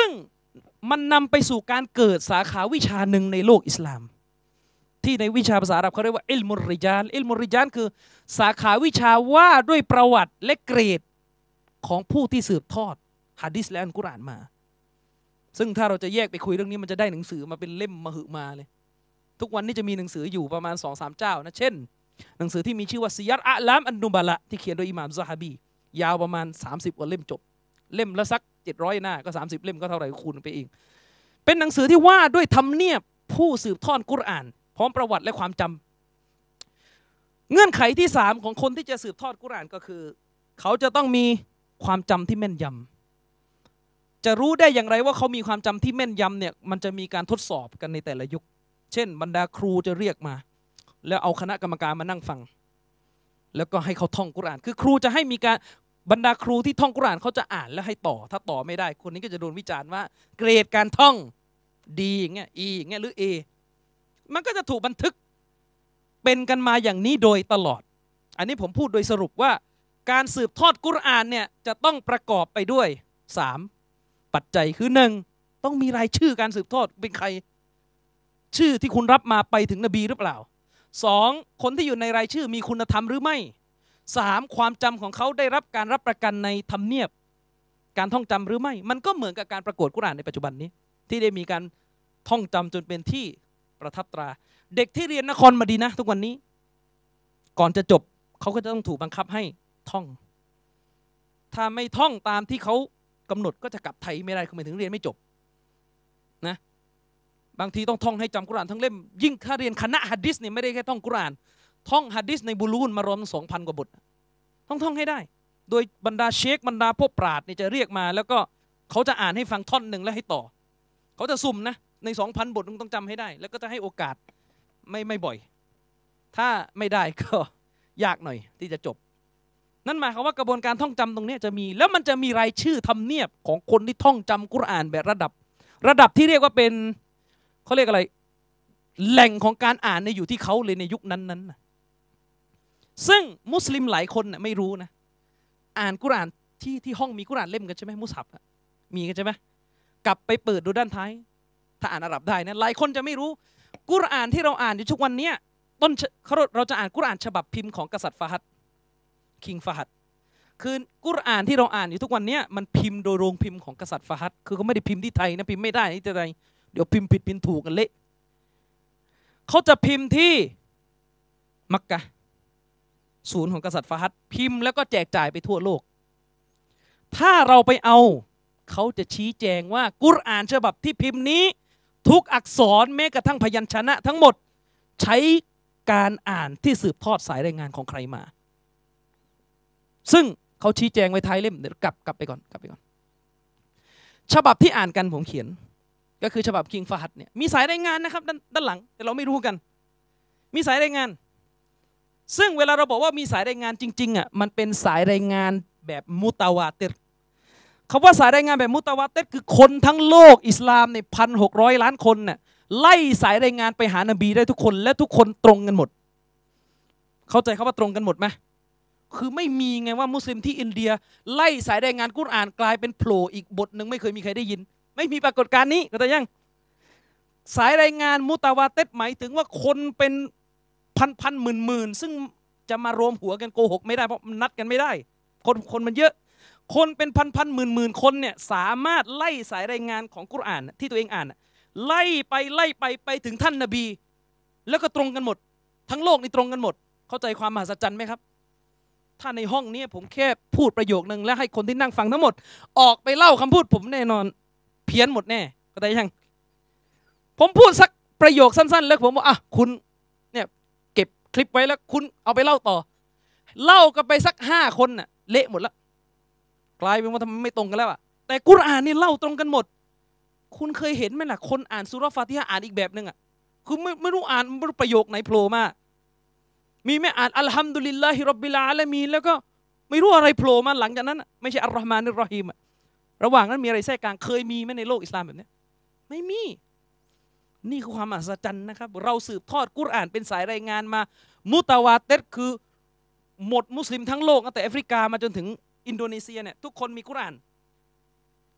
มันนำไปสู่การเกิดสาขาวิชาหนึ่งในโลกอิสลามที่ในวิชาภาษาอาหรับเขาเรียกว่าอิลมุริจาลอิลมุริจาลคือสาขาวิชาว่าด้วยประวัติและเกรดของผู้ที่สืบทอดหะดีษและอัลกุรอานมาซึ่งถ้าเราจะแยกไปคุยเรื่องนี้มันจะได้หนังสือมาเป็นเล่มมหึมาเลยทุกวันนี้จะมีหนังสืออยู่ประมาณ สองสาม เจ้านะเช่นหนังสือที่มีชื่อว่าซิยัรอะลามอันนุบะละที่เขียนโดยอิหม่ามซะฮาบียาวประมาณสามสิบกว่าเล่มจบเล่มละสักเจ็ดร้อยหน้าก็สามสิบเล่มก็เท่าไหร่คูณไปเองเป็นหนังสือที่ว่าด้วยธรรมเนียบผู้สืบทอดกุรอานพร้อมประวัติและความจำเงื่อนไขที่สามของคนที่จะสืบทอดกุรอานก็คือเขาจะต้องมีความจำที่แม่นยำจะรู้ได้อย่างไรว่าเขามีความจำที่แม่นยำเนี่ยมันจะมีการทดสอบกันในแต่ละยุคเช่นบรรดาครูจะเรียกมาแล้วเอาคณะกรรมการมานั่งฟังแล้วก็ให้เขาท่องกุรอานคือครูจะให้มีการบรรดาครูที่ท่องกุรอานเขาจะอ่านแล้วให้ต่อถ้าต่อไม่ได้คนนี้ก็จะโดนวิจารณ์ว่าเกรดการท่องดีอย่างเงี้ย E อย่างเงี้ยหรือ A มันก็จะถูกบันทึกเป็นกันมาอย่างนี้โดยตลอดอันนี้ผมพูดโดยสรุปว่าการสืบทอดกุรอานเนี่ยจะต้องประกอบไปด้วยสามปัจจัยคือหนึ่งต้องมีรายชื่อการสืบทอดเป็นใครชื่อที่คุณรับมาไปถึงนบีหรือเปล่าสองคนที่อยู่ในรายชื่อมีคุณธรรมหรือไม่สามความจำของเขาได้รับการรับประกันในทำเนียบการท่องจำหรือไม่มันก็เหมือนกับการประกวดกุรอานในปัจจุบันนี้ที่ได้มีการท่องจำจนเป็นที่ประทับตราเด็กที่เรียนนครมะดีนะห์ทุกวันนี้ก่อนจะจบเขาก็จะต้องถูกบังคับให้ท่องถ้าไม่ท่องตามที่เขากำหนดก็จะกลับไทยไม่ได้คือหมายถึงเรียนไม่จบนะบางทีต้องท่องให้จำกุรอานทั้งเล่มยิ่งถ้าเรียนคณะหะดีษเนี่ยไม่ได้แค่ท่องกุรอานท่องหะดีษในบุลูนมารวมสองพันกว่าบทต้องท่องให้ได้โดยบรรดาเชคบรรดาพวกปราชญ์เนี่ยจะเรียกมาแล้วก็เขาจะอ่านให้ฟังท่อนหนึ่งแล้วให้ต่อเขาจะสุ่มนะใน สองพัน บทต้องจำให้ได้แล้วก็จะให้โอกาสไม่ไม่บ่อยถ้าไม่ได้ก็ยากหน่อยที่จะจบนั่นหมายความว่ากระบวนการท่องจำตรงนี้จะมีแล้วมันจะมีรายชื่อทำเนียบของคนที่ท่องจำกุรอานแบบระดับระดับที่เรียกว่าเป็นเขาเรียกอะไรแหล่งของการอ่านในอยู่ที่เขาเลยในยุคนั้นๆนะซึ่งมุสลิมหลายคนนะไม่รู้นะอ่านกุรอานที่ที่ห้องมีกุรอานเล่มกันใช่ไหมมุสฮับมีกันใช่ไหมกลับไปเปิดดูด้านท้ายถ้าอ่านอาหรับได้นะหลายคนจะไม่รู้กุรอานที่เราอ่านอยู่ทุกวันนี้ต้นเราจะอ่านกุรอานฉบับพิมพ์ของกษัตริย์ฟาฮัดคิงฟาฮัดคือกุรอานที่เราอ่านอยู่ทุกวันนี้มันพิมพ์โดยโรงพิมพ์ของกษัตริย์ฟาฮัดคือเขาไม่ได้พิมพ์ที่ไทยนะพิมพ์ไม่ได้ที่ไทยเดี๋ยวพิมพ์ผิดพิมพ์ถูกกันเละเขาจะพิมพ์ที่มักกะศูนย์ของกษัตริย์ฟาฮัดพิมพ์แล้วก็แจกจ่ายไปทั่วโลกถ้าเราไปเอาเขาจะชี้แจงว่ากุรอานฉบับที่พิมพ์นี้ทุกอักษรแม้กระทั่งพยัญชนะทั้งหมดใช้การอ่านที่สืบทอดสายรายงานของใครมาซึ่งเขาชี้แจงไว้ท้ายเล่มเดี๋ยวกลับกลับไปก่อนกลับไปก่อนฉบับที่อ่านกันผมเขียนก็คือฉบับคิงฟาฮัดเนี่ยมีสายรายงานนะครับด้านด้านหลังแต่เราไม่รู้กันมีสายรายงานซึ่งเวลาเราบอกว่ามีสายรายงานจริงๆอ่ะมันเป็นสายรายงานแบบมุตาวาติรคำว่าสายรายงานแบบมุตาวาติรคือคนทั้งโลกอิสลามในพันหกร้อยล้านคนน่ะไล่สายรายงานไปหานบีได้ทุกคนและทุกคนตรงกันหมดเข้าใจคำว่าตรงกันหมดไหมคือไม่มีไงว่ามุสลิมที่อินเดียไล่สายรายงานกุรอานกลายเป็นโผล่อีกบทหนึ่งไม่เคยมีใครได้ยินไม่มีปรากฏการณ์นี้ก็แต่ยังสายรายงานมุตาวาติรหมายถึงว่าคนเป็นพันพันหมื่นหมื่นซึ่งจะมารวมหัวกันโกหกไม่ได้เพราะมันนัดกันไม่ได้คนคนมันเยอะคนเป็นพันพันหมื่นหมื่นคนเนี่ยสามารถไล่สายรายงานของกุรอานที่ตัวเองอ่านไล่ไปไล่ไปไปถึงท่านนบีแล้วก็ตรงกันหมดทั้งโลกนี่ตรงกันหมดเข้าใจความมหัศจรรย์ไหมครับถ้าในห้องนี้ผมแค่พูดประโยคนึงแล้วให้คนที่นั่งฟังทั้งหมดออกไปเล่าคำพูดผมแน่นอนเพี้ยนหมดแน่เข้าใจยังผมพูดสักประโยคสั้นๆแล้วผมบอกอ่ะคุณเนี่ยเก็บคลิปไว้แล้วคุณเอาไปเล่าต่อเล่ากันไปสักห้าคนน่ะเละหมดแล้วกลายเป็นว่าทำไมไม่ตรงกันแล้วอ่ะแต่กุรอานนี่เล่าตรงกันหมดคุณเคยเห็นไหมล่ะคนอ่านซูเราะห์ฟาติฮะห์อ่านอีกแบบนึงอ่ะคือไม่ไม่รู้อ่านไม่รู้ประโยคไหนโผล่มามีไม่อ่านอัลฮัมดุลิลลาฮิร็อบบิลอาละมีนแล้วก็ไม่รู้อะไรโผล่มาหลังจากนั้นไม่ใช่อัลเราะห์มานิรเราะฮีมระหว่างนั้นมีอะไรแทรกกลางเคยมีไหมในโลกอิสลามแบบนี้ไม่มีนี่คือความมหัศจรรย์นะครับเราสืบทอดกุรอานเป็นสายรายงานมามุตาวาติรคือหมดมุสลิมทั้งโลกตั้งแต่แอฟริกามาจนถึงอินโดนีเซียเนี่ยทุกคนมีกุรอาน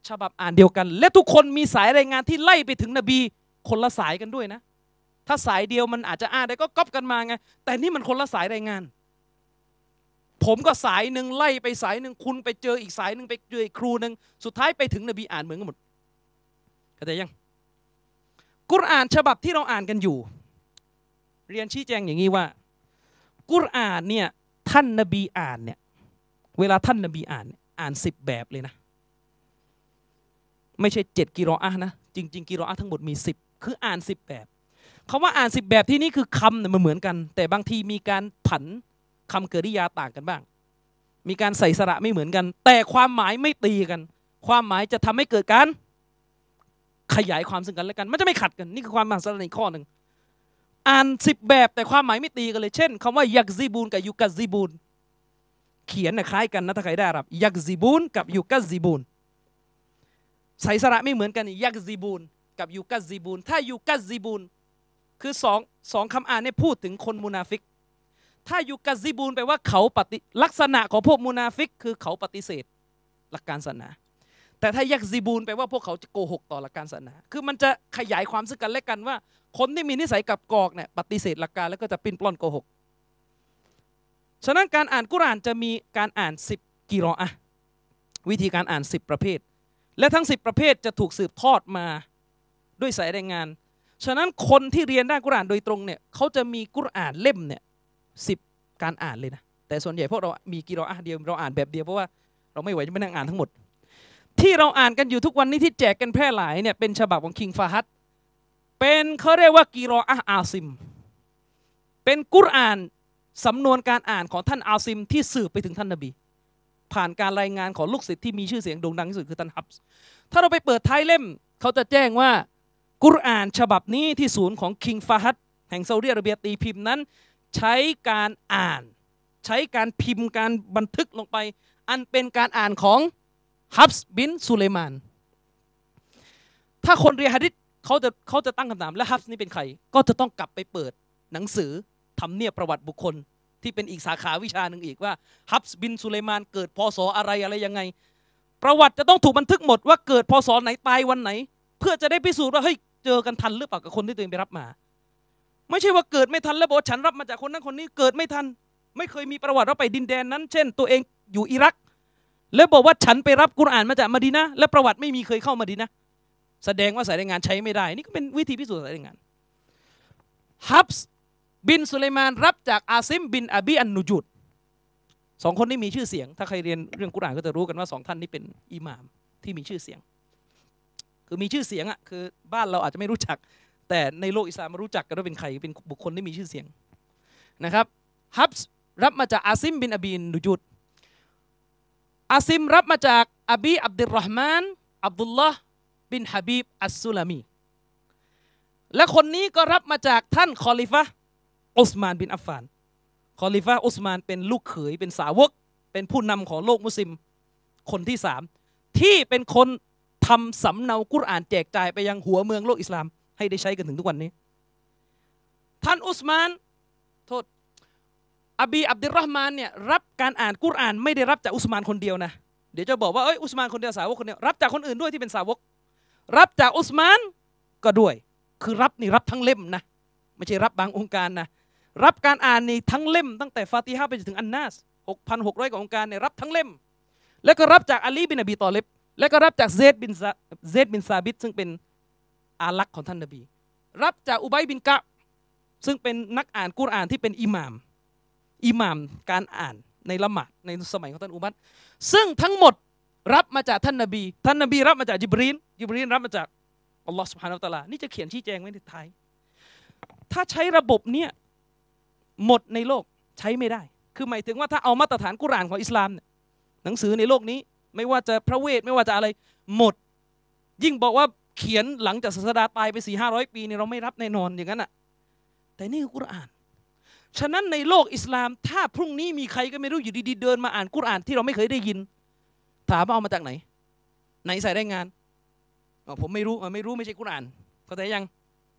ฉบับอ่านเดียวกันและทุกคนมีสายรายงานที่ไล่ไปถึงนบีคนละสายกันด้วยนะถ้าสายเดียวมันอาจจะอ่านได้ก็ก๊อปกันมาไงแต่นี่มันคนละสายรายงานผมก็สายหนึ่งไล่ไปสายหนึ่งคุณไปเจออีกสายหนึ่งไปเจออีกครูหนึ่งสุดท้ายไปถึงนบีอ่านเหมือนกันหมดเข้าใจยังกุรอานฉบับที่เราอ่านกันอยู่เรียนชี้แจงอย่างนี้ว่ากุรอานเนี่ยท่านนบีอ่านเนี่ยเวลาท่านนบีอ่านอ่านสิบแบบเลยนะไม่ใช่เจ็ดกิรออะห์นะจริงๆกิรออะห์ทั้งหมดมีสิบคืออ่านสิบแบบคำว่าอ่านสิบแบบที่นี่คือคำเนี่ยมันเหมือนกันแต่บางทีมีการผันคำกริยาต่างกันบ้างมีการใส่สระไม่เหมือนกันแต่ความหมายไม่ตีกันความหมายจะทำให้เกิดการขยายความซึ่งกันและกันมันจะไม่ขัดกันนี่คือความมหัศจรรย์ในข้อหนึ่งอ่านสิบแบบแต่ความหมายไม่ตีกันเลยเช่นคำว่ายักซิบูนกับยุกัซิบูนเขียนนะคล้ายกันนะถ้าใครได้อาหรับยักซิบูนกับยุกัซิบูนใส่สระไม่เหมือนกันยักซิบูนกับยุกัซิบูนถ้ายุกัซิบูนคือสองสองคำอ่านเนี่ยพูดถึงคนมุนาฟิกถ้ายุกัซิบูนแปลว่าเขาปฏิลักษณะของพวกมุนาฟิกคือเขาปฏิเสธหลักการศาสนาแต่ถ้ายักซิบูนแปลว่าพวกเขาจะโกหกต่อหลักการศาสนาคือมันจะขยายความซึ่งกันและกันว่าคนที่มีนิสัยกับกอกเนี่ยปฏิเสธหลักการแล้วก็จะปิ้นปล้อนโกหกฉะนั้นการอ่านกุรอานจะมีการอ่านสิบกิรออะห์วิธีการอ่านสิบประเภทและทั้งสิบประเภทจะถูกสืบทอดมาด้วยสายรายงานฉะนั้นคนที่เรียนด้านกุรอานโดยตรงเนี่ยเขาจะมีกุรอานเล่มเนี่ยสิบการอ่านเลยนะแต่ส่วนใหญ่พวกเรามีกิรออะห์เดียวเราอ่านแบบเดียวเพราะว่าเราไม่ไหวจะไปนั่งอ่านทั้งหมดที่เราอ่านกันอยู่ทุกวันนี้ที่แจกกันแพร่หลายเนี่ยเป็นฉบับของคิงฟาฮัดเป็นเขาเรียกว่ากิรออะห์อาซิมเป็นกุรอานสำนวนการอ่านของท่านอาซิมที่สืบไปถึงท่านนบีผ่านการรายงานของลูกศิษย์ที่มีชื่อเสียงโด่งดังที่สุดคือท่านฮับส์ถ้าเราไปเปิดท้ายเล่มเขาจะแจ้งว่ากุรอานฉบับนี้ที่ศูนย์ของคิงฟาฮัดแห่งซาอุดิอาระเบียตีพิมพ์นั้นใช้การอ่านใช้การพิมพ์การบันทึกลงไปอันเป็นการอ่านของฮับส์บินสุเลมานถ้าคนเรียนหะดีษเขาจะเขาจะตั้งคำถามและฮับส์นี่เป็นใครก็จะต้องกลับไปเปิดหนังสือทำเนียบประวัติบุคคลที่เป็นอีกสาขาวิชาหนึ่งอีกว่าฮับส์บินสุเลมานเกิดพศอะไรอะไรยังไงประวัติจะต้องถูกบันทึกหมดว่าเกิดพศไหนตายวันไหนเพื่อจะได้พิสูจน์ว่าเฮ้ยเจอกันทันหรือเปล่ากับคนที่ตัวเองไปรับมาไม่ใช่ว่าเกิดไม่ทันแล้วบอกฉันรับมาจากคนนั้นคนนี้เกิดไม่ทันไม่เคยมีประวัติว่าไปดินแดนนั้นเช่นตัวเองอยู่อิรักแล้วบอกว่าฉันไปรับกุรอานมาจากมะดีนะห์และประวัติไม่มีเคยเข้ามะดีนะห์แสดงว่าสายรายงานใช้ไม่ได้นี่ก็เป็นวิธีพิสูจน์สายรายงานฮับส์บินสุไลมานรับจากอาซิมบินอบีอันนูจูดสองคนนี้มีชื่อเสียงถ้าใครเรียนเรื่องกุรอานก็จะรู้กันว่าสองท่านนี้เป็นอิหม่ามที่มีชื่อเสียงคือมีชื่อเสียงอ่ะคือบ้านเราอาจจะไม่รู้จักแต่ในโลกอิสลามรู้จักกันว่าเป็นใครเป็นบุคคลที่มีชื่อเสียงนะครับฮับส์รับมาจากอาซิมบินอบีอันนูจูดอาซิมรับมาจากอบีอับดุลรอห์มานอับดุลลอฮ์บินฮะบีบอัสซุลามีและคนนี้ก็รับมาจากท่านคอลิฟะห์อุสมานบินอัฟฟานคอลิฟะห์อุสมานเป็นลูกเขยเป็นสาวกเป็นผู้นำของโลกมุสลิมคนที่สามที่เป็นคนทำสำเนากุรอานแจกจ่ายไปยังหัวเมืองโลกอิสลามให้ได้ใช้กันถึงทุกวันนี้ท่านอุสมานโทษอบีอับดุลรอห์มานเนี่ยรับการอ่านกุรอานไม่ได้รับจากอุสมานคนเดียวนะเดี๋ยวจะบอกว่าเอ้ยอุสมานคนเดียวสาวกคนเดียวรับจากคนอื่นด้วยที่เป็นสาวกรับจากอุสมานก็ด้วยคือรับนี่รับทั้งเล่มนะไม่ใช่รับบางองค์การนะรับการอ่านนี่ทั้งเล่มตั้งแต่ฟาติฮะห์ไปจนถึงอันนาส หกพันหกร้อย กว่าองค์การเนี่ยรับทั้งเล่มแล้วก็รับจากอาลีบินอบีตอเลบแล้วก็รับจากเซดบินเซดบินซาบิตซึ่งเป็นอาลักษ์ของท่านนบีรับจากอุบัยบินกะซึ่งเป็นนักอ่านกุรอานที่เป็นอิหม่ามอิหม่ามการอ่านในละหมาดในสมัยของท่านอุมัรซึ่งทั้งหมดรับมาจากท่านนบีท่านนบีรับมาจากญิบรีลญิบรีลรับมาจากอัลลอฮฺซุบฮานะฮูวะตะอาลานี่จะเขียนชี้แจงไว้ในท้ายถ้าใช้ระบบเนี้ยหมดในโลกใช้ไม่ได้คือหมายถึงว่าถ้าเอามาตรฐานกุรอานของอิสลามเนี่ยหนังสือในโลกนี้ไม่ว่าจะพระเวทไม่ว่าจะอะไรหมดยิ่งบอกว่าเขียนหลังจากศาสดาตายไปสี่ห้าร้อยปีเนี่ยเราไม่รับแน่นอนอย่างนั้นอ่ะแต่นี่คือกุรอานฉะนั้นในโลกอิสลามถ้าพรุ่งนี้มีใครก็ไม่รู้อยู่ดีๆเดินมาอ่านกุรอานที่เราไม่เคยได้ยินถามว่าเอามาจากไหนไหนใส่รายงานอ๋อผมไม่รู้ไม่รู้ไม่ใช่กุรอานเข้าใจยัง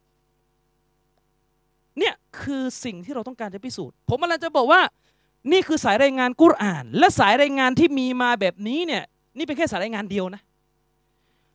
เนี่ยคือสิ่งที่เราต้องการจะพิสูจน์ผมกำลังจะบอกว่านี่คือสายรายงานกุรอานและสายรายงานที่มีมาแบบนี้เนี่ยนี่เป็นแค่สายรายงานเดียวนะ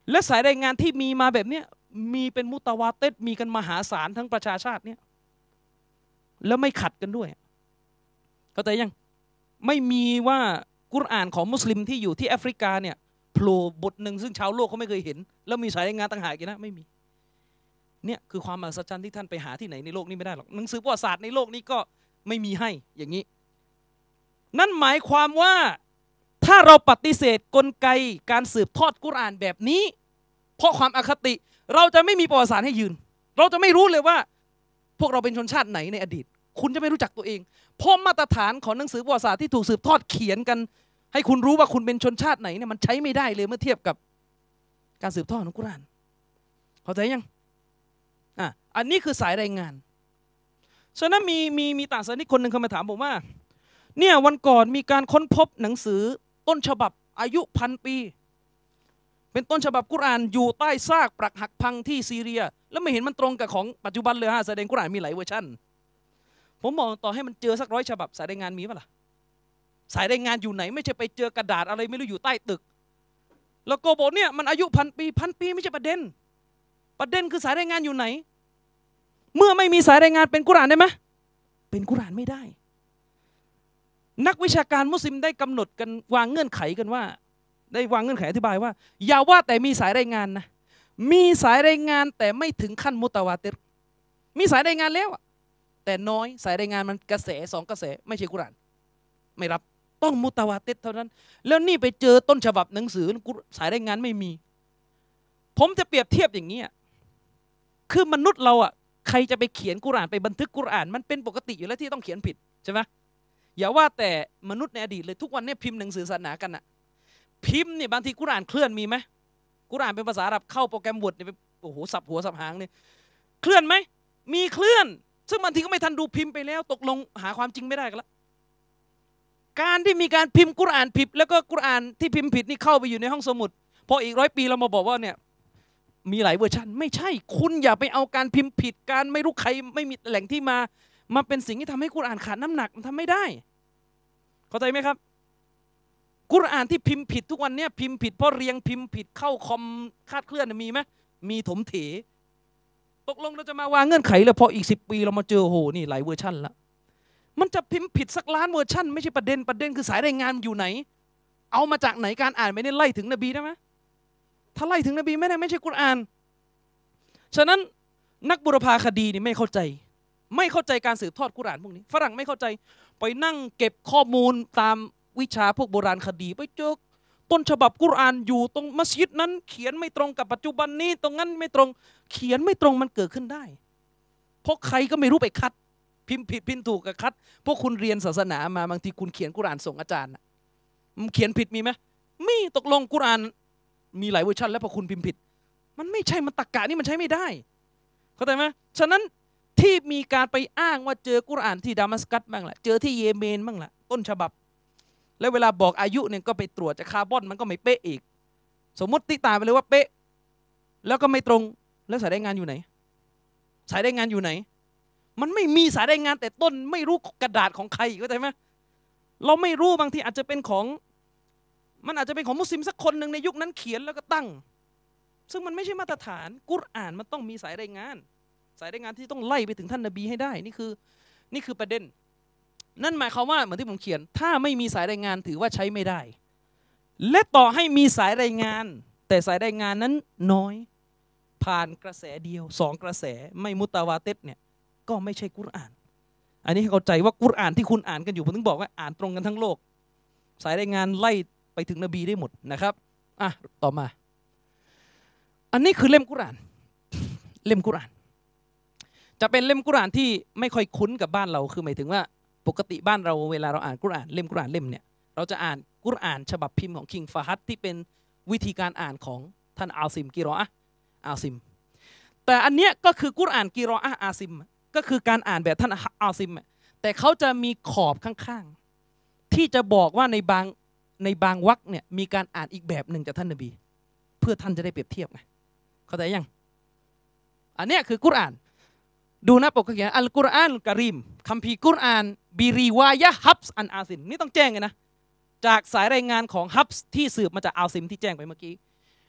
และสายรายงานที่มีมาแบบเนี้ยมีเป็นมุตาวาติรมีกันมหาศาลทั้งประชาชาติเนี่ยแล้วไม่ขัดกันด้วยเข้าใจยังไม่มีว่ากุรอานของมุสลิมที่อยู่ที่แอฟริกาเนี่ยโผล่บทหนึ่งซึ่งชาวโลกเขาไม่เคยเห็นแล้วมีสายรายงานต่างหากนะไม่มีเนี่ยคือความมหัศจรรย์ที่ท่านไปหาที่ไหนในโลกนี้ไม่ได้หรอกหนังสือประวัติศาสตร์ในโลกนี้ก็ไม่มีให้อย่างนี้นั่นหมายความว่าถ้าเราปฏิเสธกลไกการสืบทอดกุรอานแบบนี้เพราะความอคติเราจะไม่มีประวัติศาสตร์ให้ยืนเราจะไม่รู้เลยว่าพวกเราเป็นชนชาติไหนในอดีตคุณจะไม่รู้จักตัวเองเพราะมาตรฐานของหนังสือประวัติศาสตร์ที่ถูกสืบทอดเขียนกันให้คุณรู้ว่าคุณเป็นชนชาติไหนเนี่ยมันใช้ไม่ได้เลยเมื่อเทียบกับการสืบทอดของกุรอานเข้าใจยังอ่ะอันนี้คือสายรายงานฉะนั้นมีมีมีต่างศาสนิกคนหนึ่งเขามาถามผมว่าเนี่ยวันก่อนมีการค้นพบหนังสือต้นฉบับอายุพันปีเป็นต้นฉบับกุรอานอยู่ใต้ซากปรักหักพังที่ซีเรียแล้วไม่เห็นมันตรงกับของปัจจุบันเลยฮะแสดงกุรอานมีหลายเวอร์ชันผมบอกต่อให้มันเจอสักร้อยฉบับสายรายงานมีป่ะล่ะสายรายงานอยู่ไหนไม่ใช่ไปเจอกระดาษอะไรไม่รู้อยู่ใต้ตึกแล้วก็บอกเนี่ยมันอายุพันปีพันปีไม่ใช่ประเด็นประเด็นคือสายรายงานอยู่ไหนเมื่อไม่มีสายรายงานเป็นกุรอานได้ไหมเป็นกุรอานไม่ได้นักวิชาการมุสลิมได้กำหนดกันวางเงื่อนไขกันว่าได้วางเงื่อนไขอธิบายว่าอย่าว่าแต่มีสายรายงานนะมีสายรายงานแต่ไม่ถึงขั้นมุตาวาติรมีสายรายงานแล้วแต่น้อยสายรายงานมันกระแสสองกระแสไม่ใช่กุรอานไม่รับต้องมุตาวาติรเท่านั้นแล้วนี่ไปเจอต้นฉบับหนังสือสายรายงานไม่มีผมจะเปรียบเทียบอย่างนี้คือมนุษย์เราอ่ะใครจะไปเขียนกุรอานไปบันทึกกุรอานมันเป็นปกติอยู่แล้วที่ต้องเขียนผิดใช่ไหมอย่าว่าแต่มนุษย์ในอดีตเลยทุกวันนี้พิมพ์หนังสือศาสนากันอะพิมพ์เนี่ยบางทีกุรอานเคลื่อนมีไหมกุรอานเป็นภาษาอาหรับเข้าโปรแกรม Word เนี่ยโอ้โหสับหัวสับหางเนี่ยเคลื่อนไหมมีเคลื่อนซึ่งบางทีก็ไม่ทันดูพิมพ์ไปแล้วตกลงหาความจริงไม่ได้กันละการที่มีการพิมพ์กุรอานผิดแล้วก็กุรอานที่พิมพ์ผิดนี่เข้าไปอยู่ในห้องสมุดพออีกร้อยปีเรามาบอกว่าเนี่ยมีหลายเวอร์ชันไม่ใช่คุณอย่าไปเอาการพิมพ์ผิดการไม่รู้ใครไม่มีแหล่งที่มามาเป็นสิ่งที่ทำให้กุรอานขาดน้ำหนักมันทำไม่ได้เข้าใจไหมครับกุรอานที่พิมพ์ผิดทุกวันนี้พิมพ์ผิดเพราะเรียงพิมพ์ผิดเข้าคอมคาดเคลื่อนมีไหมมีถมเถตกลงเราจะมาวางเงื่อนไขแล้วพออีกสิบปีเรามาเจอโหนี่หลายเวอร์ชันละมันจะพิมพ์ผิดสักล้านเวอร์ชันไม่ใช่ประเด็นประเด็นคือสายรายงานอยู่ไหนเอามาจากไหนการอ่านไม่ได้ไล่ถึงนบีได้ไหมถ้าไล่ถึงนบีไม่ได้ไม่ใช่กุรอานฉะนั้นนักบุรพาคดีนี่ไม่เข้าใจไม่เข้าใจการสืบทอดกุรอานพวกนี้ฝรั่งไม่เข้าใจไปนั่งเก็บข้อมูลตามวิชาพวกโบราณคดีไปเจอต้นฉบับกุรอานอยู่ตรงมัสยิดนั้นเขียนไม่ตรงกับปัจจุบันนี้ตรงนั้นไม่ตรงเขียนไม่ตรงมันเกิดขึ้นได้เพราะใครก็ไม่รู้ไปคัดพิมพ์ผิดพิมพ์ถูกกับคัดพวกคุณเรียนศาสนามาบางทีคุณเขียนกุรอานส่งอาจารย์มันเขียนผิดมีไหมมีตกลงกุรอานมีหลายเวอร์ชันแล้วพอคุณพิมพ์ผิดมันไม่ใช่มันตรรกะนี่มันใช้ไม่ได้เข้าใจไหมฉะนั้นที่มีการไปอ้างว่าเจอกุรอานที่ดามัสกัสบ้างแหละเจอที่เยเมนบ้างแหละต้นฉบับแล้วเวลาบอกอายุเนี่ยก็ไปตรวจจากคาร์บอนมันก็ไม่เป๊ะอีกสมมติติตามไปเลยว่าเป๊ะแล้วก็ไม่ตรงแล้วสายรายงานอยู่ไหนสายรายงานอยู่ไหนมันไม่มีสายรายงานแต่ต้นไม่รู้กระดาษของใครเข้าใจไหมเราไม่รู้บางทีอาจจะเป็นของมันอาจจะเป็นของมุสลิมสักคนหนึ่งในยุคนั้นเขียนแล้วก็ตั้งซึ่งมันไม่ใช่มาตรฐานกุรอานมันต้องมีสายรายงานสายรายงานที่ต้องไล่ไปถึงท่านนบีให้ได้นี่คือนี่คือประเด็นนั่นหมายความว่าเหมือนที่ผมเขียนถ้าไม่มีสายรายงานถือว่าใช้ไม่ได้และต่อให้มีสายรายงานแต่สายรายงานนั้นน้อยผ่านกระแสเดียวสองกระแสไม่มุตาวาติรเนี่ยก็ไม่ใช่กุรอานอันนี้ให้เข้าใจว่ากุรอานที่คุณอ่านกันอยู่ผมถึงบอกว่าอ่านตรงกันทั้งโลกสายรายงานไล่ไปถึงนบีได้หมดนะครับอ่ะต่อมาอันนี้คือเล่มกุรอานเล่มกุรอานจะเป็นเล่มกุรอานที่ไม่ค่อยคุ้นกับบ้านเราคือหมายถึงว่าปกติบ้านเราเวลาเราอ่านกุรอานเล่มกุรอานเล่มเนี่ยเราจะอ่านกุรอานฉบับพิมพ์ของคิงฟาฮัดที่เป็นวิธีการอ่านของท่านอาซิมกิรออะห์อาซิมแต่อันเนี้ยก็คือกุรอานกิรออะห์อาซิมก็คือการอ่านแบบท่านอาซิมแต่เขาจะมีขอบข้างๆที่จะบอกว่าในบางในบางวรรคเนี่ยมีการอ่านอีกแบบหนึ่งจากท่านนบีเพื่อท่านจะได้เปรียบเทียบไงเข้าใจยังอันเนี้ยคือกุรอานดูนะปกติอัลกุรอานกะรีมคัมภีร์กุรอานบิริวายะฮับส์อันอาซิมนี่ต้องแจ้งกันนะจากสายรายงานของฮับส์ที่สืบมาจากอาซิมที่แจ้งไปเมื่อกี้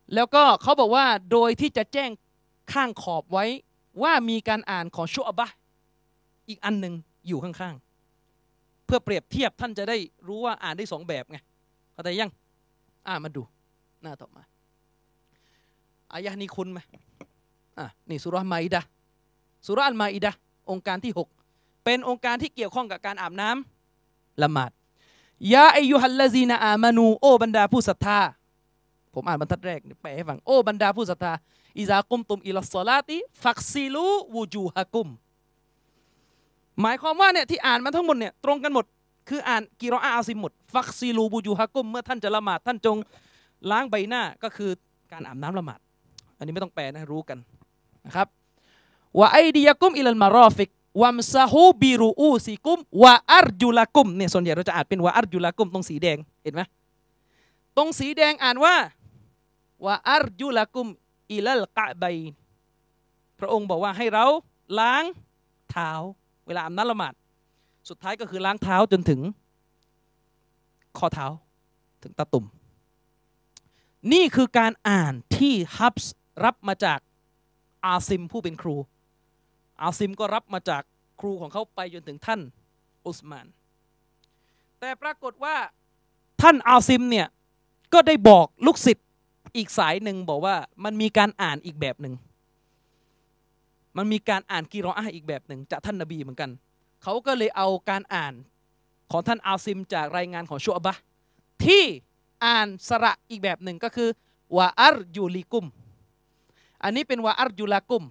แล้วก็เขาบอกว่าโดยที่จะแจ้งข้างขอบไว้ว่ามีการอ่านของชุอะบะห์อีกอันหนึ่งอยู่ข้างๆเพื่อเปรียบเทียบท่านจะได้รู้ว่าอ่านได้สองแบบไงเข้าใจยังอ่ามาดูหน้าต่อมาอายะนี้คุ้นไหมอ่ะนี่สุเราะห์มาอิดะห์สุเราะห์อัลมาอิดะห์องค์การที่หกเป็นองค์การที่เกี่ยวข้องกับการอาบน้ำละหมาดยาอัยยูฮัลลซีนาอามานูโอบรรดาผู้ศรัทธาผมอ่านบรรทัดแรกแปลให้ฟังโอบรรดาผู้ศรัทธาอิซากุมตุมอิลัสศอลาติฟักซิลูวูจูฮะกุมหมายความว่าเนี่ยที่อ่านมาทั้งหมดเนี่ยตรงกันหมดคืออ่านกิรออะห์อาซิมหมดฟักซิลูวูจูฮะกุมเมื่อท่านจะละหมาดท่านจงล้างใบหน้าก็คือการอาบน้ำละหมาดอันนี้ไม่ต้องแปลนะรู้กันนะครับวะไอดียะกุมอิลัลมารอฟิกวัมซาฮูบิรูอูซิกุมวะอัรจุลากุมเนี่ยส่วนใหญ่เราจะอ่านเป็นวะอัรจุลากุมตรงสีแดงเห็นไหมตรงสีแดงอ่านว่าวะอัรจุลากุมอิลัลกะบัยพระองค์บอกว่าให้เราล้างเท้าเวลาอาบน้ำละหมาดสุดท้ายก็คือล้างเท้าจนถึงข้อเท้าถึงตะตุ่มนี่คือการอ่านที่ฮับส์รับมาจากอาซิมผู้เป็นครูอาซิมก็รับมาจากครูของเขาไปจนถึงท่านอุสมานแต่ปรากฏว่าท่านอาซิมเนี่ยก็ได้บอกลูกศิษย์อีกสายหนึ่งบอกว่ามันมีการอ่านอีกแบบหนึ่งมันมีการอ่านกิรออะห์อีกแบบหนึ่งจากท่านนบีเหมือนกันเขาก็เลยเอาการอ่านของท่านอาซิมจากรายงานของชุอะบะห์ที่อ่านสระอีกแบบหนึ่งก็คือวะอัรจุลิกุมอันนี้เป็นวะอัรจุลากุม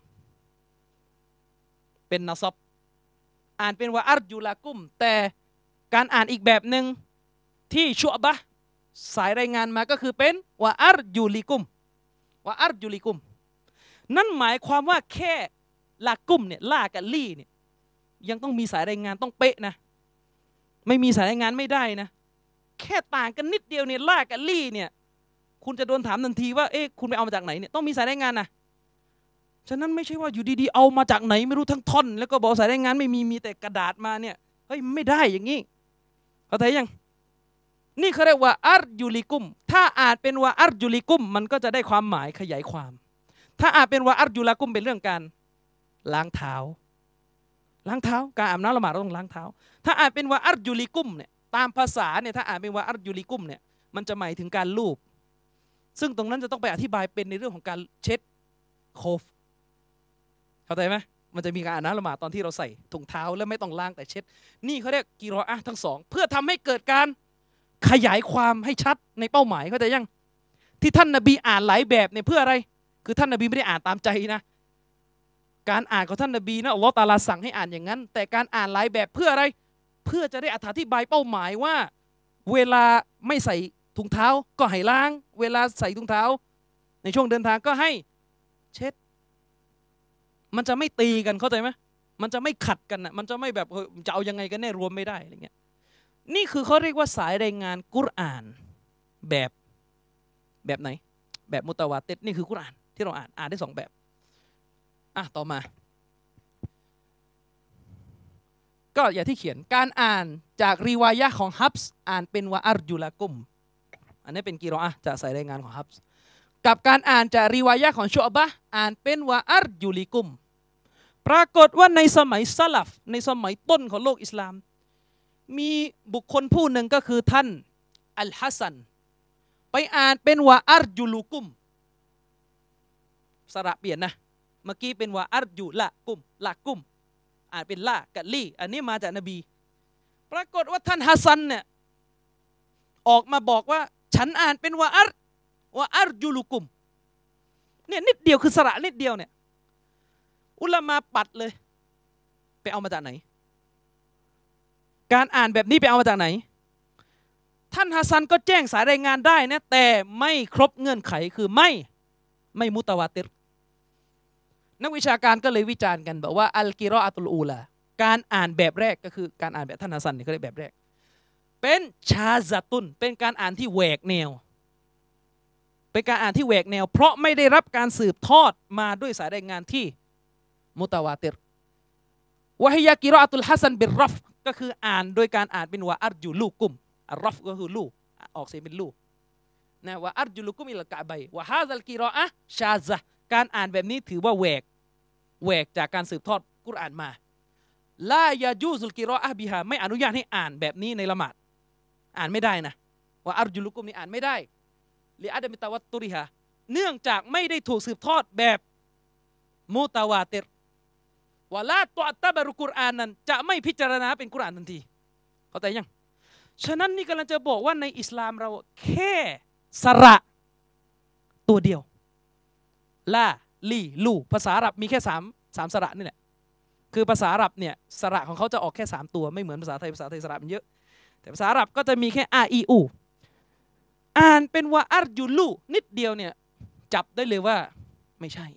เป็นนะซอบอ่านเป็นวะอัรจุลากุมแต่การอ่านอีกแบบหนึ่งที่ชุอะบะห์สายรายงานมาก็คือเป็นวะอัรจุลิกุมวะอัรจุลิกุมนั่นหมายความว่าแค่ลากุมเนี่ยลากับลี่เนี่ยยังต้องมีสายรายงานต้องเป๊ะนะไม่มีสายรายงานไม่ได้นะแค่ต่างกันนิดเดียวเนี่ยลากับลี่เนี่ยคุณจะโดนถามทันทีว่าเอ๊ะคุณไปเอามาจากไหนเนี่ยต้องมีสายรายงานนะฉะนั้นไม่ใช่ว่าอยู่ดีๆเอามาจากไหนไม่รู้ทั้งท่อนแล้วก็บอกสายรายงานไม่มีมีแต่กระดาษมาเนี่ยเฮ้ยไม่ได้อย่างนี้เข้าใจยังนี่เขาเรียกว่าอัรจุลิกุมถ้าอ่านเป็นว่าอัรจุลิกุมมันก็จะได้ความหมายขยายความถ้าอ่านเป็นว่าอัรจุลากุมเป็นเรื่องการล้างเท้าล้างเท้าการอาบน้ำละหมาดเราต้องล้างเท้าถ้าอ่านเป็นว่าอัรจุลิกุมเนี่ยตามภาษาเนี่ยถ้าอ่านเป็นว่าอัรจุลิกุมเนี่ยมันจะหมายถึงการลูบซึ่งตรงนั้นจะต้องไปอธิบายเป็นในเรื่องของการเช็ดโคฟเข้าใจไหมมันจะมีการอ่านน้ำละหมาดตอนที่เราใส่ถุงเท้าแล้วไม่ต้องล้างแต่เช็ดนี่เขาเรียกกิรออะห์ทั้งสองเพื่อทำให้เกิดการขยายความให้ชัดในเป้าหมายเข้าใจยังที่ท่านนบีอ่านหลายแบบเนี่ยเพื่ออะไรคือท่านนบีไม่ได้อ่านตามใจนะการอ่านของท่านนบีนะอัลลอฮฺตะอาลาสั่งให้อ่านอย่างนั้นแต่การอ่านหลายแบบเพื่ออะไรเพื่อจะได้อธิบายเป้าหมายว่าเวลาไม่ใส่ถุงเท้าก็ให้ล้างเวลาใส่ถุงเท้าในช่วงเดินทางก็ให้เช็ดมันจะไม่ตีกันเข้าใจไหมมันจะไม่ขัดกันนะมันจะไม่แบบจะเอายังไงกันแน่รวมไม่ได้อะไรเงี้ยนี่คือเขาเรียกว่าสายรายงานกุรอานแบบแบบไหนแบบมุตะวาติรนี่คือกุรอานที่เราอ่านอ่านได้สองแบบอ่ะต่อมาก็อย่างที่เขียนการอ่านจากรีวายะของฮับส์อ่านเป็นวะอัรจุลากุมอันนี้เป็นกิรออะห์จากสายรายงานของฮับส์กับการอ่านจากรีวายะของชุอะบะห์อ่านเป็นวะอัรจุลิกุมปรากฏว่าในสมัยซะลัฟในสมัยต้นของโลกอิสลามมีบุคคลผู้หนึ่งก็คือท่านอัลฮัสซันไปอ่านเป็นวะอัรจุลุกุมสระเปลี่ยนนะเมื่อกี้เป็นวะอัรจุละกุมละกุมอ่านเป็นละกับลี่อันนี้มาจากนบีปรากฏว่าท่านฮัสซันเนี่ยออกมาบอกว่าฉันอ่านเป็นวะอัรวะอัรจุลุกุมเนี่ยนิดเดียวคือสระนิดเดียวเนี่ยอุลามาปัดเลยไปเอามาจากไหนการอ่านแบบนี้ไปเอามาจากไหนท่านฮัสซันก็แจ้งสายรายงานได้นะแต่ไม่ครบเงื่อนไขคือไม่ไม่มุตะวาติรนักวิชาการก็เลยวิจารณ์กันบอกว่าอัลกิรออะตุลอูลาการอ่านแบบแรกก็คือการอ่านแบบท่านฮัสซันนี่เขาเรียกแบบแรกเป็นชาซะตุนเป็นการอ่านที่แหวกแนวเป็นการอ่านที่แหวกแนวเพราะไม่ได้รับการสืบทอดมาด้วยสายรายงานที่มุตะวาติรวะฮิยะกิรออะตุลฮัสซันบิรรฟก็คืออ่านโดยการอ่านเป็นวะอัรจุลูกุมอัรรฟก็คือลูออกเสียงเป็นลูนะว่าอัรจุลุกุมิลกะใบว่าฮาซัลกิรออะชาซะการอ่านแบบนี้ถือว่าแหวกแหวกจากการสืบทอดกุรอานมาลายาจูซุลกิรออะบิฮาไม่อนุญาตให้อ่านแบบนี้ในละหมาดอ่านไม่ได้นะว่าอัรจุลุกุมนี่อ่านไม่ได้ลิอัดมิตะวัตตุริฮาเนื่องจากไม่ได้ถูกสืบทอดแบบมุตาวาติรวะลาตุอัตตะบรุกุรอานนั้นจะไม่พิจารณาเป็นกุรอานทันทีเข้าใจยังฉะนั้นนี่กำลังจะบอกว่าในอิสลามเราแค่สระตัวเดียวลาลีลูภาษาอาหรับมีแค่สามสามสระนี่แหละคือภาษาอาหรับเนี่ยสระของเขาจะออกแค่สามตัวไม่เหมือนภาษาไทยภาษาไทยสระมันเยอะแต่ภาษาอาหรับก็จะมีแค่อาอีอูอ่านเป็นว่าอัรจุลูนิดเดียวเนี่ยจับได้เลยว่าไม่ใช่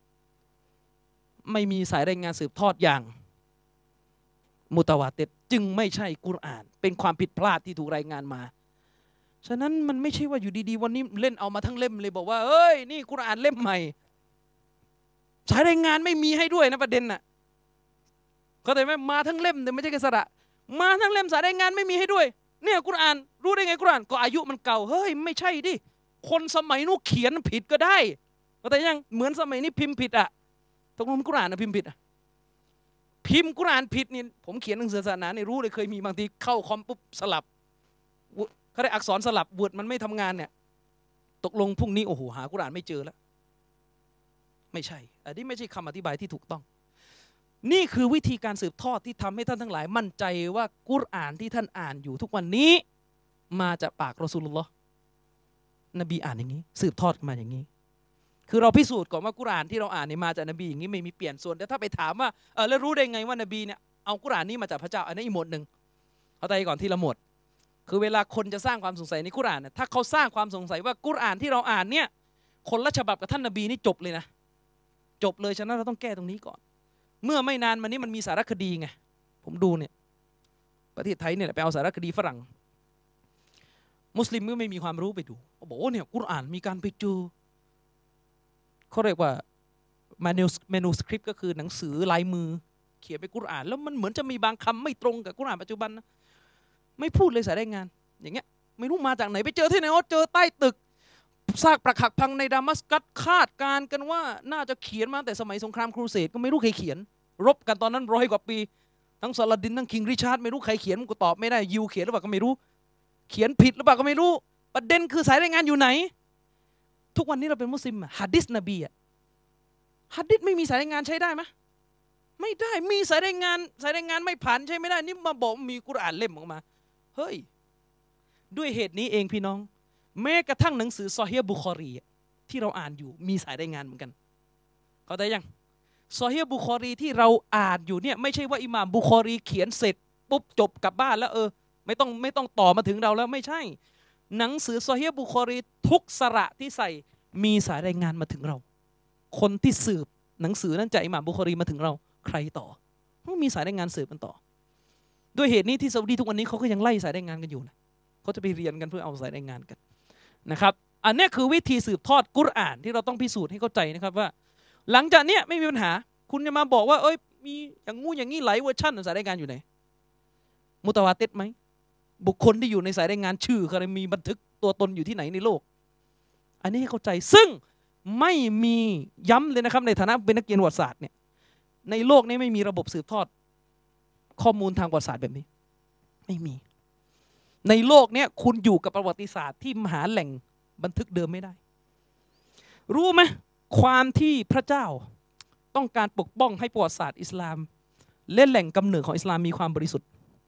ไม่มีสายรายงานสืบทอดอย่างมุตาวาติรจึงไม่ใช่กุรอานเป็นความผิดพลาดที่ถูกรายงานมาฉะนั้นมันไม่ใช่ว่าอยู่ดีๆวันนี้เล่นเอามาทั้งเล่มเลยบอกว่าเอ้ยนี่กุรอานเล่มใหม่สายรายงานไม่มีให้ด้วยนะประเด็นน่ะเข้าใจไหมมาทั้งเล่มแต่ไม่ใช่แค่สระมาทั้งเล่มสายรายงานไม่มีให้ด้วยเนี่ยกุรอานรู้ได้ไงกุรอานก็อายุมันเก่าเฮ้ยไม่ใช่ดิคนสมัยนู้นเขียนผิดก็ได้เข้าใจยังเหมือนสมัยนี้พิมพ์ผิดอ่ะตกลงกุรอานนะพิมพ์ผิดอ่ะพิมพ์กุรอานผิดนี่ผมเขียนหนังสือศาสนาเนี่ยรู้เลยเคยมีบางทีเข้าคอมปุ๊บสลับเขาได้อักษรสลับวอร์ดมันไม่ทำงานเนี่ยตกลงพรุ่งนี้โอ้โหหากุรอานไม่เจอแล้วไม่ใช่อันนี้ไม่ใช่คำอธิบายที่ถูกต้องนี่คือวิธีการสืบทอดที่ทำให้ท่านทั้งหลายมั่นใจว่ากุรอานที่ท่านอ่านอยู่ทุกวันนี้มาจากปากรอซูลุลลอฮ์นบีอ่านอย่างนี้สืบทอดมาอย่างนี้คือเราพิสูจน์ก่อนว่ากุรอานที่เราอ่านเนี่ยมาจากนบีอย่างนี้ไม่มีเปลี่ยนส่วนแต่ถ้าไปถามว่าเออแล้วรู้ได้ไงว่านบีเนี่ยเอากุรอานนี้มาจากพระเจ้าอันนี้อีกหมวดหนึ่งเข้าใจก่อนที่ละหมวดคือเวลาคนจะสร้างความสงสัยในกุรอานเนี่ยถ้าเขาสร้างความสงสัยว่ากุรอานที่เราอ่านเนี่ยคนละฉบับกับท่านนบีนี่จบเลยนะจบเลยฉะนั้นเราต้องแก้ตรงนี้ก่อนเมื่อไม่นานมานี้มันมีสารคดีไงผมดูเนี่ยประเทศไทยเนี่ยไปเอาสารคดีฝรั่งมุสลิมก็ไม่มีความรู้ไปดูเขาบอกว่าเนี่ยกุรอานมีการไปเจอเขาเรียกว่าเมนูสคริปต์ก็คือหนังสือลายมือเขียนเป็นกุรอานแล้วมันเหมือนจะมีบางคำไม่ตรงกับกุรอานปัจจุบันนะไม่พูดเลยสายรายงานอย่างเงี้ยไม่รู้มาจากไหนไปเจอที่ไหนอ๋อเจอใต้ตึกซากปรักหักพังในดามัสกัสคาดการกันว่าน่าจะเขียนมาแต่สมัยสงครามครูเสดก็ไม่รู้ใครเขียนรบกันตอนนั้นร้อยกว่าปีทั้งซาลาดินทั้งคิงริชาร์ดไม่รู้ใครเขียนก็ตอบไม่ได้ยิวเขียนหรือเปล่าก็ไม่รู้เขียนผิดหรือเปล่าก็ไม่รู้ประเด็นคือสายรายงานอยู่ไหนทุกวันนี้เราเป็นมุสลิมหะดีษนบีอะหะดีษไม่มีสายรายงานใช้ได้ไหมไม่ได้มีสายรายงานสายรายงานไม่ผ่านใช้ไม่ได้นี่มาบอกมีกุรอานเล่มออกมาเฮ้ยด้วยเหตุนี้เองพี่น้องแม้กระทั่งหนังสือซอฮีฮ์บุคอรีที่เราอ่านอยู่มีสายรายงานเหมือนกันเข้าใจยังซอฮีฮ์บุคอรีที่เราอ่านอยู่เนี่ยไม่ใช่ว่าอิหม่ามบุคอรีเขียนเสร็จปุ๊บจบกลับบ้านแล้วเออไม่ต้องไม่ต้องต่อมาถึงเราแล้วไม่ใช่หนังสือซอฮีฮ์บุคอรีทุกสระที่ใส่มีสายรายงานมาถึงเราคนที่สืบหนังสือนั้นจากอิหม่ามบุคอรีมาถึงเราใครต่อต้องมีสายรายงานสืบกันต่อด้วยเหตุนี้ที่ซาอุดีทุกวันนี้เขาก็ยังไล่สายรายงานกันอยู่นะเขาจะไปเรียนกันเพื่อเอาสายรายงานกันนะครับอันนี้คือวิธีสืบทอดกุรอานที่เราต้องพิสูจน์ให้เข้าใจนะครับว่าหลังจากนี้ไม่มีปัญหาคุณจะมาบอกว่าเอ้ยมีอย่างงูอย่างงี้หลายเวอร์ชันสายรายงานอยู่ไหนมุตาวาติรไหมบุคคลที่อยู่ในสายรายงานชื่อใครมีบันทึกตัวตนอยู่ที่ไหนในโลกอันนี้ให้เข้าใจซึ่งไม่มีย้ำเลยนะครับในฐานะเป็นนักเรียนประวัติศาสตร์เนี่ยในโลกนี้ไม่มีระบบสืบทอดข้อมูลทางประวัติศาสตร์แบบนี้ไม่มีในโลกนี้คุณอยู่กับประวัติศาสตร์ที่มหาแหล่งบันทึกเดิมไม่ได้รู้ไหมความที่พระเจ้าต้องการปกป้องให้ประวัติศาสตร์อิสลามและแหล่งกำเนิดของอิสลามมีความบริสุทธิ์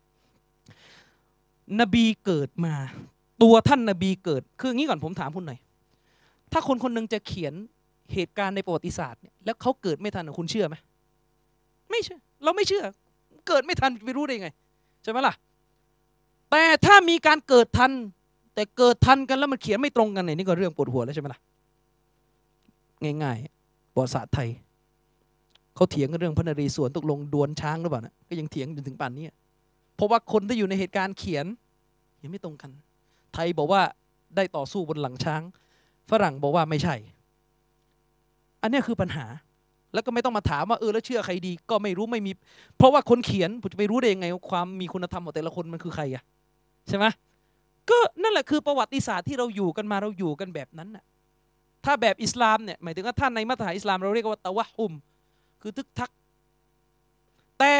นบีเกิดมาตัวท่านนบีเกิดคืออย่างนี้ก่อนผมถามคุณหน่อยถ้าคนคนหนึ่งจะเขียนเหตุการณ์ในประวัติศาสตร์เนี่ยแล้วเขาเกิดไม่ทันคุณเชื่อไหมไม่เชื่อเราไม่เชื่อเกิดไม่ทันไปรู้ได้ไงใช่ไหมล่ะแต่ถ้ามีการเกิดทันแต่เกิดทันกันแล้วมันเขียนไม่ตรงกันเนี่ยนี่ก็เรื่องปวดหัวแล้วใช่ไหมล่ะง่ายๆประวัติศาสตร์ไทยเขาเถียงกันเรื่องพระนเรศวรตกลงดวลช้างหรือเปล่านะก็ยังเถียงจนถึงป่านนี้เพราะว่าคนที่อยู่ในเหตุการณ์เขียนยังไม่ตรงกันไทยบอกว่าได้ต่อสู้บนหลังช้างฝรั่งบอกว่าไม่ใช่อันนี้คือปัญหาแล้วก็ไม่ต้องมาถามว่าเออแล้วเชื่อใครดีก็ไม่รู้ไม่มีเพราะว่าคนเขียนผมจะไปรู้ได้ยังไงความมีคุณธรรมของแต่ละคนมันคือใครอะใช่ไหมก็นั่นแหละคือประวัติศาสตร์ที่เราอยู่กันมาเราอยู่กันแบบนั้นน่ะถ้าแบบอิสลามเนี่ยหมายถึงว่าท่านในมัธยมอิสลามเราเรียกว่าตะวะฮุมคือทึกทักแต่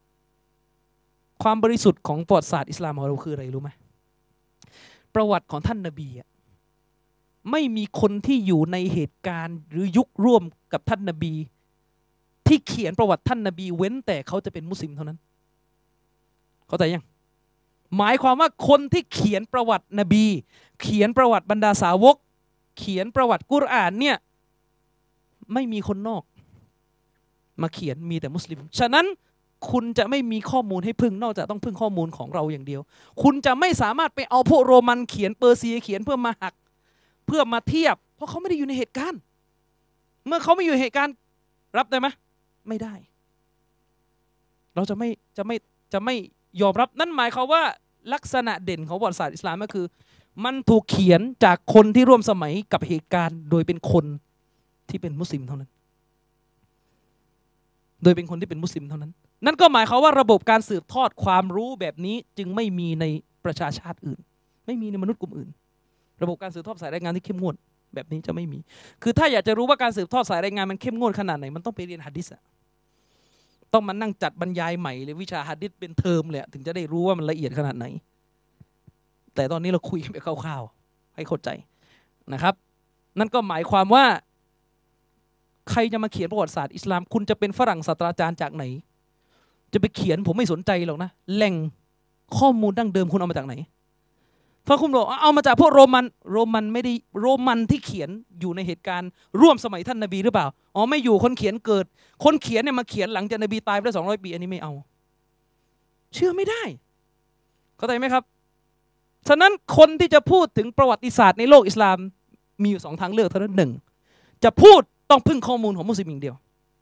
ความบริสุทธิ์ของประวัติศาสตร์อิสลามของเราคืออะไรรู้ไหมประวัติของท่านนบีอ่ะไม่มีคนที่อยู่ในเหตุการณ์หรือยุคร่วมกับท่านนบีที่เขียนประวัติท่านนบีเว้นแต่เขาจะเป็นมุสลิมเท่านั้นเข้าใจยังหมายความว่าคนที่เขียนประวัตินบีเขียนประวัติบรรดาสาวกเขียนประวัติกุรอานเนี่ยไม่มีคนนอกมาเขียนมีแต่มุสลิมฉะนั้นคุณจะไม่มีข้อมูลให้พึ่งนอกจากต้องพึ่งข้อมูลของเราอย่างเดียวคุณจะไม่สามารถไปเอาพวกโรมันเขียนเปอร์เซียเขียนเพื่อมาหักเพื่อมาเทียบเพราะเขาไม่ได้อยู่ในเหตุการณ์เมื่อเขาไม่อยู่ในเหตุการณ์รับได้ไหมไม่ได้เราจะไม่จะไม่จะไม่ยอมรับนั่นหมายความว่าลักษณะเด่นของประวัติศาสตร์อิสลามก็คือมันถูกเขียนจากคนที่ร่วมสมัยกับเหตุการณ์โดยเป็นคนที่เป็นมุสลิมเท่านั้นโดยเป็นคนที่เป็นมุสลิมเท่านั้นนั่นก็หมายความว่าระบบการสืบทอดความรู้แบบนี้จึงไม่มีในประชาชาติอื่นไม่มีในมนุษย์กลุ่มอื่นระบบการสืบทอดสายรายงานที่เข้มงวดแบบนี้จะไม่มีคือถ้าอยากจะรู้ว่าการสืบทอดสายรายงานมันเข้มงวดขนาดไหนมันต้องไปเรียนหะดีษอะต้องมานั่งจัดบรรยายใหม่เลยวิชาหะดีษเป็นเทอมเลยถึงจะได้รู้ว่ามันละเอียดขนาดไหนแต่ตอนนี้เราคุยกันไปคร่าวๆให้เข้าใจนะครับนั่นก็หมายความว่าใครจะมาเขียนประวัติศาสตร์อิสลามคุณจะเป็นฝรั่งศาสตราจารย์จากไหนจะไปเขียนผมไม่สนใจหรอกนะแหล่งข้อมูลดั้งเดิมคุณเอามาจากไหนถ้าคุณบอกเอามาจากพวกโรมันโรมันไม่ได้โรมันที่เขียนอยู่ในเหตุการณ์ร่วมสมัยท่านนบีหรือเปล่าอ๋อไม่อยู่คนเขียนเกิดคนเขียนเนี่ยมาเขียนหลังจากนบีตายไปได้สองร้อยปีอันนี้ไม่เอาเชื่อไม่ได้เข้าใจไหมครับฉะนั้นคนที่จะพูดถึงประวัติศาสตร์ในโลกอิสลามมีอยู่สองทางเลือกเท่านั้นหนึ่งจะพูดต้องพึ่งข้อมูลของมุสลิมอย่างเดียว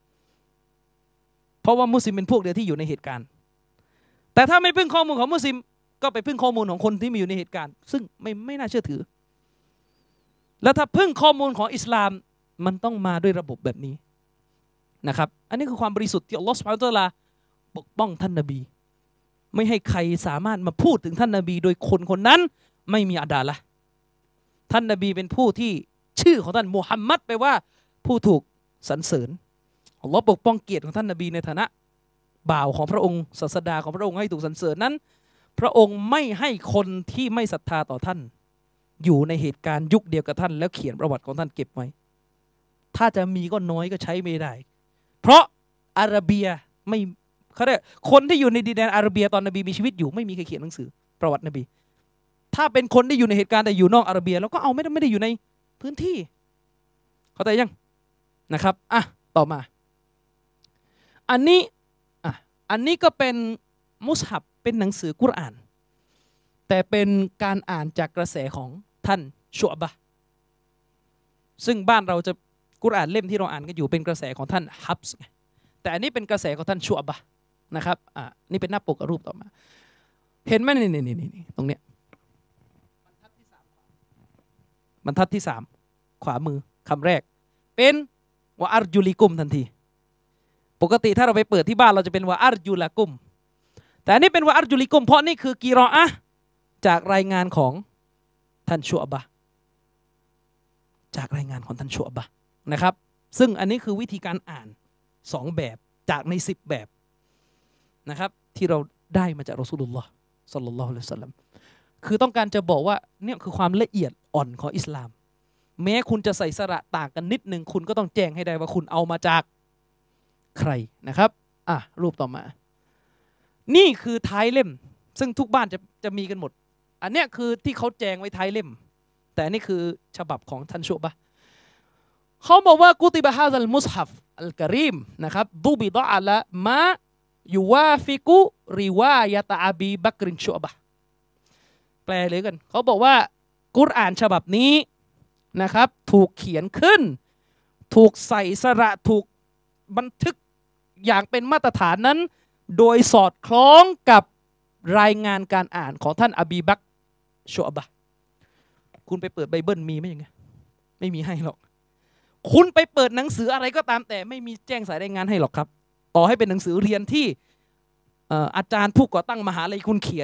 เพราะว่ามุสลิมเป็นพวกเดียวที่อยู่ในเหตุการณ์แต่ถ้าไม่พึ่งข้อมูลของมุสลิมก็ไปพึ่งข้อมูลของคนที่มีอยู่ในเหตุการณ์ซึ่งไม่ไม่น่าเชื่อถือแล้วถ้าพึ่งข้อมูลของอิสลามมันต้องมาด้วยระบบแบบนี้นะครับอันนี้คือความบริสุทธิ์ที่อัลลอฮฺซุบฮานะฮูวะตะอาลาปกป้องท่านนบีไม่ให้ใครสามารถมาพูดถึงท่านนบีโดยคนคนนั้นไม่มีอาดาละห์ท่านนบีเป็นผู้ที่ชื่อของท่านมุฮัมมัดแปลว่าผู้ถูกสรรเสริญอัลลอฮ์ปกป้องเกียรติของท่านนบีในฐานะบ่าวของพระองค์ศาสดาของพระองค์ให้ถูกสรรเสริญนั้นพระองค์ไม่ให้คนที่ไม่ศรัทธาต่อท่านอยู่ในเหตุการณ์ยุคเดียวกับท่านแล้วเขียนประวัติของท่านเก็บไว้ถ้าจะมีก็น้อยก็ใช้ไม่ได้เพราะอาระเบียไม่เขาเรียกคนที่อยู่ในดินแดนอาระเบียตอนนบีมีชีวิตอยู่ไม่มีใครเขียนหนังสือประวัตินบีถ้าเป็นคนที่อยู่ในเหตุการณ์แต่อยู่นอกอาระเบียเราก็เอาไม่ได้ไม่ได้อยู่ในพื้นที่เข้าใจยังนะครับอ่ะต่อมาอันนี้อ่ะอันนี้ก็เป็นมุสฮับเป็นหนังสือกุรอานแต่เป็นการอ่านจากกระแสของท่านชุอบะห์ซึ่งบ้านเราจะกุรอานเล่มที่เราอ่านกันอยู่เป็นกระแสของท่านฮับส์แต่อันนี้เป็นกระแสของท่านชุอบะห์นะครับอ่ะนี่เป็นหน้าปกรูปต่อมาเห็นไหมนี่นี่นี่นี่ตรงเนี้ยบรรทัดที่สามบรรทัดที่สามขวามือคำแรกเป็นวะอัรจุลิกุมทันทีปกติถ้าเราไปเปิดที่บ้านเราจะเป็นวะอัรจุลกุมแต่อันนี้เป็นวะอัรจุลิกุมเพราะนี่คือกีรออะห์จากรายงานของท่านชุอบะห์จากรายงานของท่านชุอบะห์นะครับซึ่งอันนี้คือวิธีการอ่านสองแบบจากในสิบแบบนะครับที่เราได้มาจากรอซูลุลลอฮ์ศ็อลลัลลอฮุอะลัยฮิวะซัลลัมคือต้องการจะบอกว่าเนี่ยคือความละเอียดอ่อนของอิสลามแม้คุณจะใส่สระต่างกันนิดนึงคุณก็ต้องแจ้งให้ได้ว่าคุณเอามาจากใครนะครับอ่ะรูปต่อมานี่คือท้ายเล่มซึ่งทุกบ้านจะจะมีกันหมดอันเนี้ยคือที่เขาแจงไว้ท้ายเล่มแต่อันนี้คือฉบับของท่านชุบะห์เขาบอกว่ากุติบะฮาซัลมุสฮัฟอัลกะรีมนะครับดุบิดะอะละมายูวาฟิกุริวายะตะอบีบักรินชุบะห์แปลเลยกันเขาบอกว่ากุรอานฉบับนี้นะครับถูกเขียนขึ้นถูกใส่สระถูกบันทึกอย่างเป็นมาตรฐานนั้นโดยสอดคล้องกับรายงานการอ่านของท่านอบีบักรชุอบะห์คุณไปเปิดไบเบิลมีไหมยังไงไม่มีให้หรอกคุณไปเปิดหนังสืออะไรก็ตามแต่ไม่มีแจ้งสายรายงานให้หรอกครับต่อให้เป็นหนังสือเรียนที่อาจารย์ผู้ก่อตั้งมหาลัยคุณเขียนเนี่ย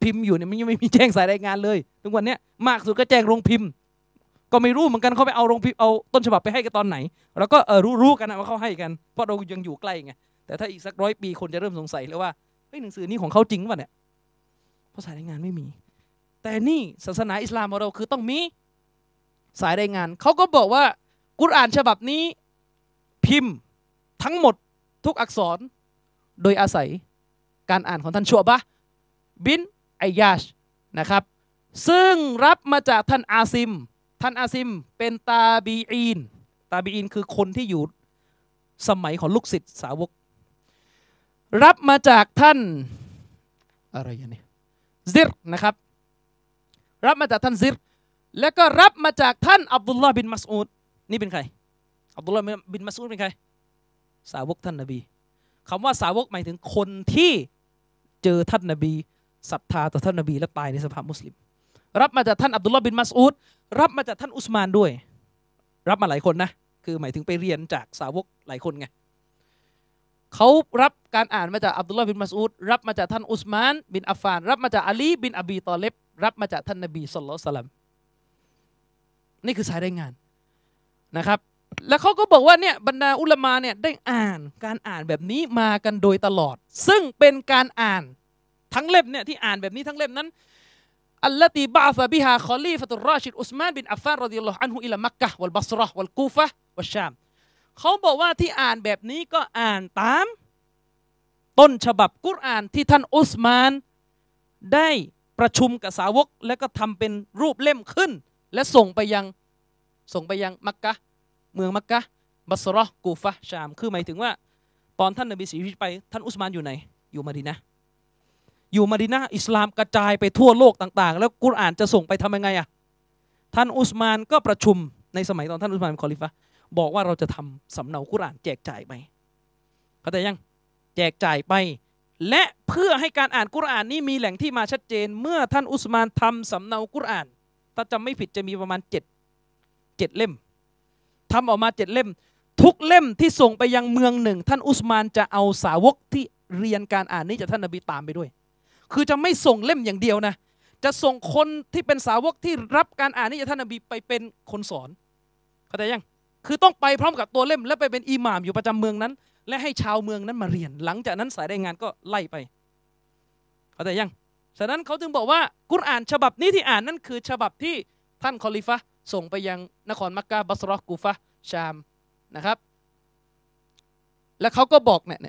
พิมพ์อยู่เนี่ยมันยังไม่มีแจ้งสายรายงานเลยทุกวันเนี้ยมากสุดก็แจ้งโรงพิมพ์ก็ไม่รู้เหมือนกันเขาไปเอาโรงพิมพ์เอาต้นฉบับไปให้กันตอนไหนแล้วก็เออรู้รู้กันนะว่าเขาให้กันเพราะเรายังอยู่ใกล้ไงแต่ถ้าอีกสักร้อยปีคนจะเริ่มสงสัยแล้วว่าเฮ้ยหนังสือนี้ของเขาจริงป่ะเนี่ยเพราะสายรายงานไม่มีแต่นี่ศาสนาอิสลามของเราคือต้องมีสายรายงานเขาก็บอกว่ากุรอานฉบับนี้พิมพ์ทั้งหมดทุกอักษรโดยอาศัยการอ่านของท่านชัวบะห์บินอัยยาชนะครับซึ่งรับมาจากท่านอาซิมท่านอาซิมเป็นตาบีอีนตาบีอีนคือคนที่อยู่สมัยของลูกศิษย์สาวกรับมาจากท่านอะไรอย่างนี้ซิรนะครับรับมาจากท่านซิรแล้วก็รับมาจากท่านอับดุลลอฮ์บินมัสอูดนี่เป็นใครอับดุลลอฮ์บินมัสอูดเป็นใครสาวกท่านนบีคำว่าสาวกหมายถึงคนที่เจอท่านนบีศรัทธาต่อท่านนบีและตายในสภาพมุสลิมรับมาจากท่านอับดุลลอฮ์บินมัสอูดรับมาจากท่านอุสมานด้วยรับมาหลายคนนะคือหมายถึงไปเรียนจากสาวกหลายคนไงเขารับการอ่านมาจากอับดุลลอฮ์บินมัสอูดรับมาจากท่านอุสมานบินอัฟฟานรับมาจากอาลีบินอบีตอเลบรับมาจากท่านนบีศ็อลลัลลอฮุอะลัยฮิวะซัลลัมนี่คือสายรายงานนะครับแล้วเขาก็บอกว่าเนี่ยบรรดาอุลามะเนี่ยได้อ่านการอ่านแบบนี้มากันโดยตลอดซึ่งเป็นการอ่านทั้งเล่มเนี่ยที่อ่านแบบนี้ทั้งเล่มนั้นอัลลตีบะอซะบิฮาคอลีฟะตุรรอชิดอุสมานบินอัฟฟานรอฎิยัลลอฮุอันฮุอิลามักกะฮ์วัลบัศเราะฮ์วัลกูฟะฮ์วัชชามเขาบอกว่าที่อ่านแบบนี้ก็อ่านตามต้นฉบับกุรอานที่ท่านอุสมานได้ประชุมกับสาวกแล้วก็ทำเป็นรูปเล่มขึ้นและส่งไปยังส่งไปยังมักกะฮ์เมืองมักกะฮ์บัศเราะฮ์กูฟะฮ์ชามคือหมายถึงว่าตอนท่านนบีเสียชีวิตไปท่านอุสมานอยู่ไหนอยู่มะดีนะห์อยู่มะดีนะห์อิสลามกระจายไปทั่วโลกต่างๆแล้วกุรอานจะส่งไปทำยังไงอ่ะท่านอุสมานก็ประชุมในสมัยตอนท่านอุสมานเป็นคอลิฟะห์บอกว่าเราจะทำสำเนากุรอานแจกจ่ายไปเข้าใจยังแจกจ่ายไปและเพื่อให้การอ่านกุรอานนี้มีแหล่งที่มาชัดเจนเมื่อท่านอุสมานทำสำเนากุรอานถ้าจำไม่ผิดจะมีประมาณเจ็ดเจ็ดเล่มทำออกมาเจ็ดเล่มทุกเล่มที่ส่งไปยังเมืองหนึ่งท่านอุสมานจะเอาสาวกที่เรียนการอ่านนี้จากท่านนบีตามไปด้วยคือจะไม่ส่งเล่มอย่างเดียวนะจะส่งคนที่เป็นสาวกที่รับการอ่านนี้จากท่านนบีไปเป็นคนสอนเข้าใจยังคือต้องไปพร้อมกับตัวเล่มและไปเป็นอิหม่ามอยู่ประจำเมืองนั้นและให้ชาวเมืองนั้นมาเรียนหลังจากนั้นสายรายงานก็ไล่ไปเข้าใจยังฉะนั้นเขาจึงบอกว่ากุรอานฉบับนี้ที่อ่านนั่นคือฉบับที่ท่านคอลิฟะห์ส่งไปยังนครมักกะฮ์บัศเราะฮ์กูฟะฮ์ชามนะครับแล้วเขาก็บอกเนี่ย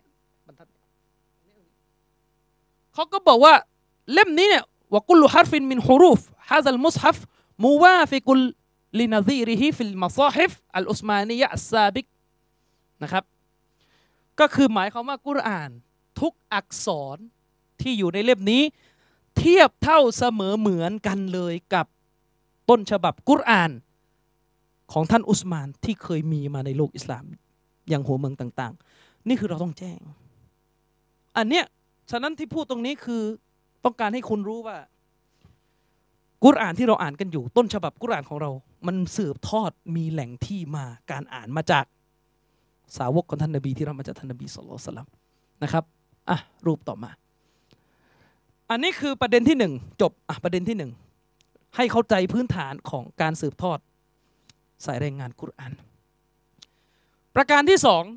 เขาก็บอกว่าเล่มนี้เนี่ยวะกุลลุฮาร์ฟินมินฮุรูฟฮาซัลมุศฮัฟมุวาฟิกุลลินะซีริฮิฟิลมะซอฮิฟอัลอุสมานียะอัสซาบิกนะครับก็คือหมายความว่ากุรอานทุกอักษรที่อยู่ในเล่มนี้เทียบเท่าเสมอเหมือนกันเลยกับต้นฉบับกุรอานของท่านอุสมานที่เคยมีมาในโลกอิสลามอย่างหัวเมืองต่างๆนี่คือเราต้องแจ้งอันเนี้ยฉะนั้นที่พูดตรงนี้คือต้องการให้คุณรู้ว่ากุรอานที่เราอ่านกันอยู่ต้นฉบับกุรอานของเรามันสืบทอดมีแหล่งที่มาการอ่านมาจากสาวกของท่านนบีที่รับมาจากท่านนบีศ็อลลัลลอฮุอะลัยฮิวะซัลลัมนะครับอ่ะรูปต่อมาอันนี้คือประเด็นที่หนึ่งจบอ่ะประเด็นที่หนึ่งให้เข้าใจพื้นฐานของการสืบทอดสายรายงานกุรอานประการที่สอง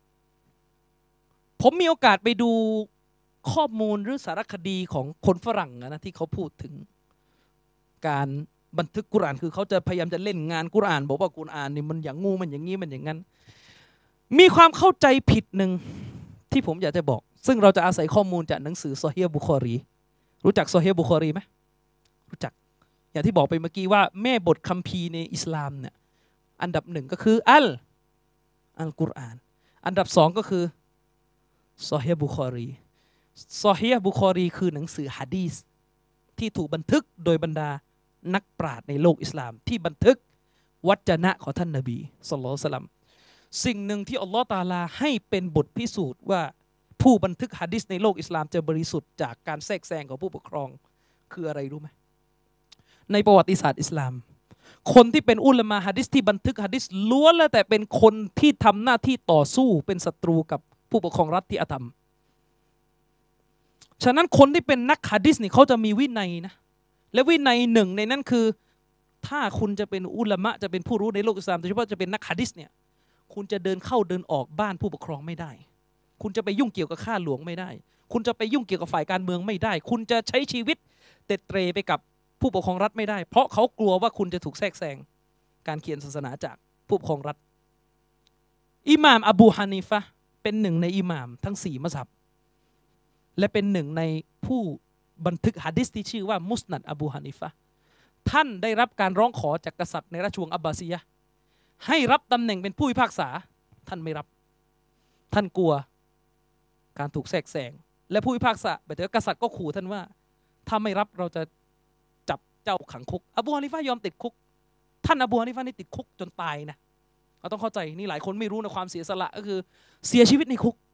ผมมีโอกาสไปดูข้อมูลหรือสารคดีของคนฝรั่งนะที่เขาพูดถึงการบันทึกกุรอานคือเขาจะพยายามจะเล่นงานกุรอานบอกว่ากุรอานนี่มันอย่างงูมันอย่างงี้มันอย่างนั้นมีความเข้าใจผิดหนึ่งที่ผมอยากจะบอกซึ่งเราจะอาศัยข้อมูลจากหนังสือซอฮีฮ์บุคอรีรู้จักซอฮีฮ์บุคอรีไหมรู้จักอย่างที่บอกไปเมื่อกี้ว่าแม่บทคัมภีร์ในอิสลามเนี่ยอันดับหนึ่งก็คืออัลอัลกุรอานอันดับสองก็คือซอฮีฮ์บุคอรีซอฮีฮ์บุคอรีคือหนังสือหะดีษที่ถูกบันทึกโดยบรรดานักปราชญ์ในโลกอิสลามที่บันทึกวจนะของท่านนบีศ็อลลัลลอฮุอะลัยฮิวะซัลลัมสิ่งหนึ่งที่อัลลอฮ์ตะอาลาให้เป็นบทพิสูจน์ว่าผู้บันทึกหะดีษในโลกอิสลามจะบริสุทธิ์จากการแทรกแซงของผู้ปกครองคืออะไรรู้ไหมในประวัติศาสตร์อิสลามคนที่เป็นอุลามะฮะดิษที่บันทึกหะดีษล้วนแล้วแต่เป็นคนที่ทำหน้าที่ต่อสู้เป็นศัตรูกับผู้ปกครองรัฐที่อาธรรมฉะนั้นคนที่เป็นนักหะดีษนี่เขาจะมีวินัยนะและวินัยหนึ่งในนั้นคือถ้าคุณจะเป็นอุลามะจะเป็นผู้รู้ในโลกอิสลามโดยเฉพาะจะเป็นนักหะดีษเนี่ยคุณจะเดินเข้าเดินออกบ้านผู้ปกครองไม่ได้คุณจะไปยุ่งเกี่ยวกับข้าหลวงไม่ได้คุณจะไปยุ่งเกี่ยวกับฝ่ายการเมืองไม่ได้คุณจะใช้ชีวิตเตะเตรไปกับผู้ปกครองรัฐไม่ได้เพราะเขากลัวว่าคุณจะถูกแทรกแซงการเขียนศาสนาจากผู้ปกครองรัฐอิหม่ามอบูฮานีฟะห์เป็นหนึ่งในอิหม่ามทั้งสี่มัซฮับและเป็นหนึ่งในผู้บันทึกหะดีษที่ชื่อว่ามุสนัดอบูฮานีฟะห์ท่านได้รับการร้องขอจากกษัตริย์ในราชวงศ์อับบาซียะห์ให้รับตำแหน่งเป็นผู้พิพากษาท่านไม่รับท่านกลัวการถูกแทรกแซงและผู้พิพากษาแต่กษัตริย์ก็ขู่ท่านว่าถ้าไม่รับเราจะจับเจ้าขังคุกอบูฮานีฟะห์ยอมติดคุกท่านอบูฮานีฟะห์นี่ติดคุกจนตายนะเราต้องเข้าใจนี่หลายคนไม่รู้นะความเสียสละก็คือเสียชีวิตในคุก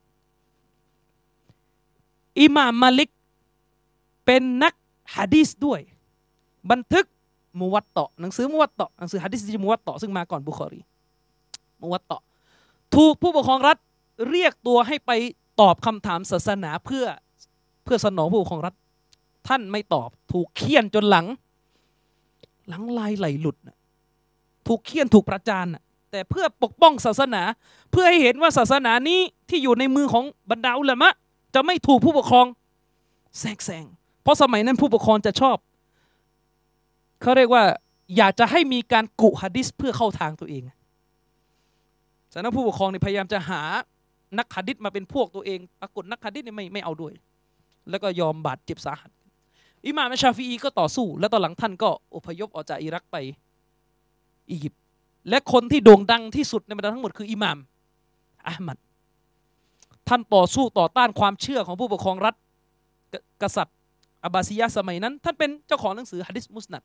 อิหม่ามมาลิกเป็นนักหะดีษด้วยบันทึกมุวัตตะหนังสือมุวัตตะหนังสือหะดีษที่มุวัตตะซึ่งมาก่อนบุคอรีมุวัตตะถูกผู้ปกครองรัฐเรียกตัวให้ไปตอบคำถามศาสนาเพื่อเพื่อสนองผู้ปกครองรัฐท่านไม่ตอบถูกเคี่ยนจนหลังหลังลายไหลหลุดถูกเคี่ยนถูกประจานแต่เพื่อปกป้องศาสนาเพื่อให้เห็นว่าศาสนานี้ที่อยู่ในมือของบรรดาอุลามะจะไม่ถูกผู้ปกครองแทรกแซงเพราะสมัยนั้นผู้ปกครองจะชอบเขาเรียกว่าอยากจะให้มีการกุหะดีษเพื่อเข้าทางตัวเองฉะนั้นผู้ปกครองเนี่ยพยายามจะหานักหะดีษมาเป็นพวกตัวเองปรากฏนักหะดีษเนี่ยไม่ไม่เอาด้วยแล้วก็ยอมบาดเจ็บสาหัสอิหม่ามชาฟีอีก็ต่อสู้แล้วตอนหลังท่านก็อพยพออกจากอิรักไปอียิปต์และคนที่โด่งดังที่สุดในบรรดาทั้งหมดคืออิหม่ามอะห์มัดท่านต่อสู้ต่อต้านความเชื่อของผู้ปกครองรัฐกษัตริย์อับบาซียะห์สมัยนั้นท่านเป็นเจ้าของหนังสือหะดีษมุสนัด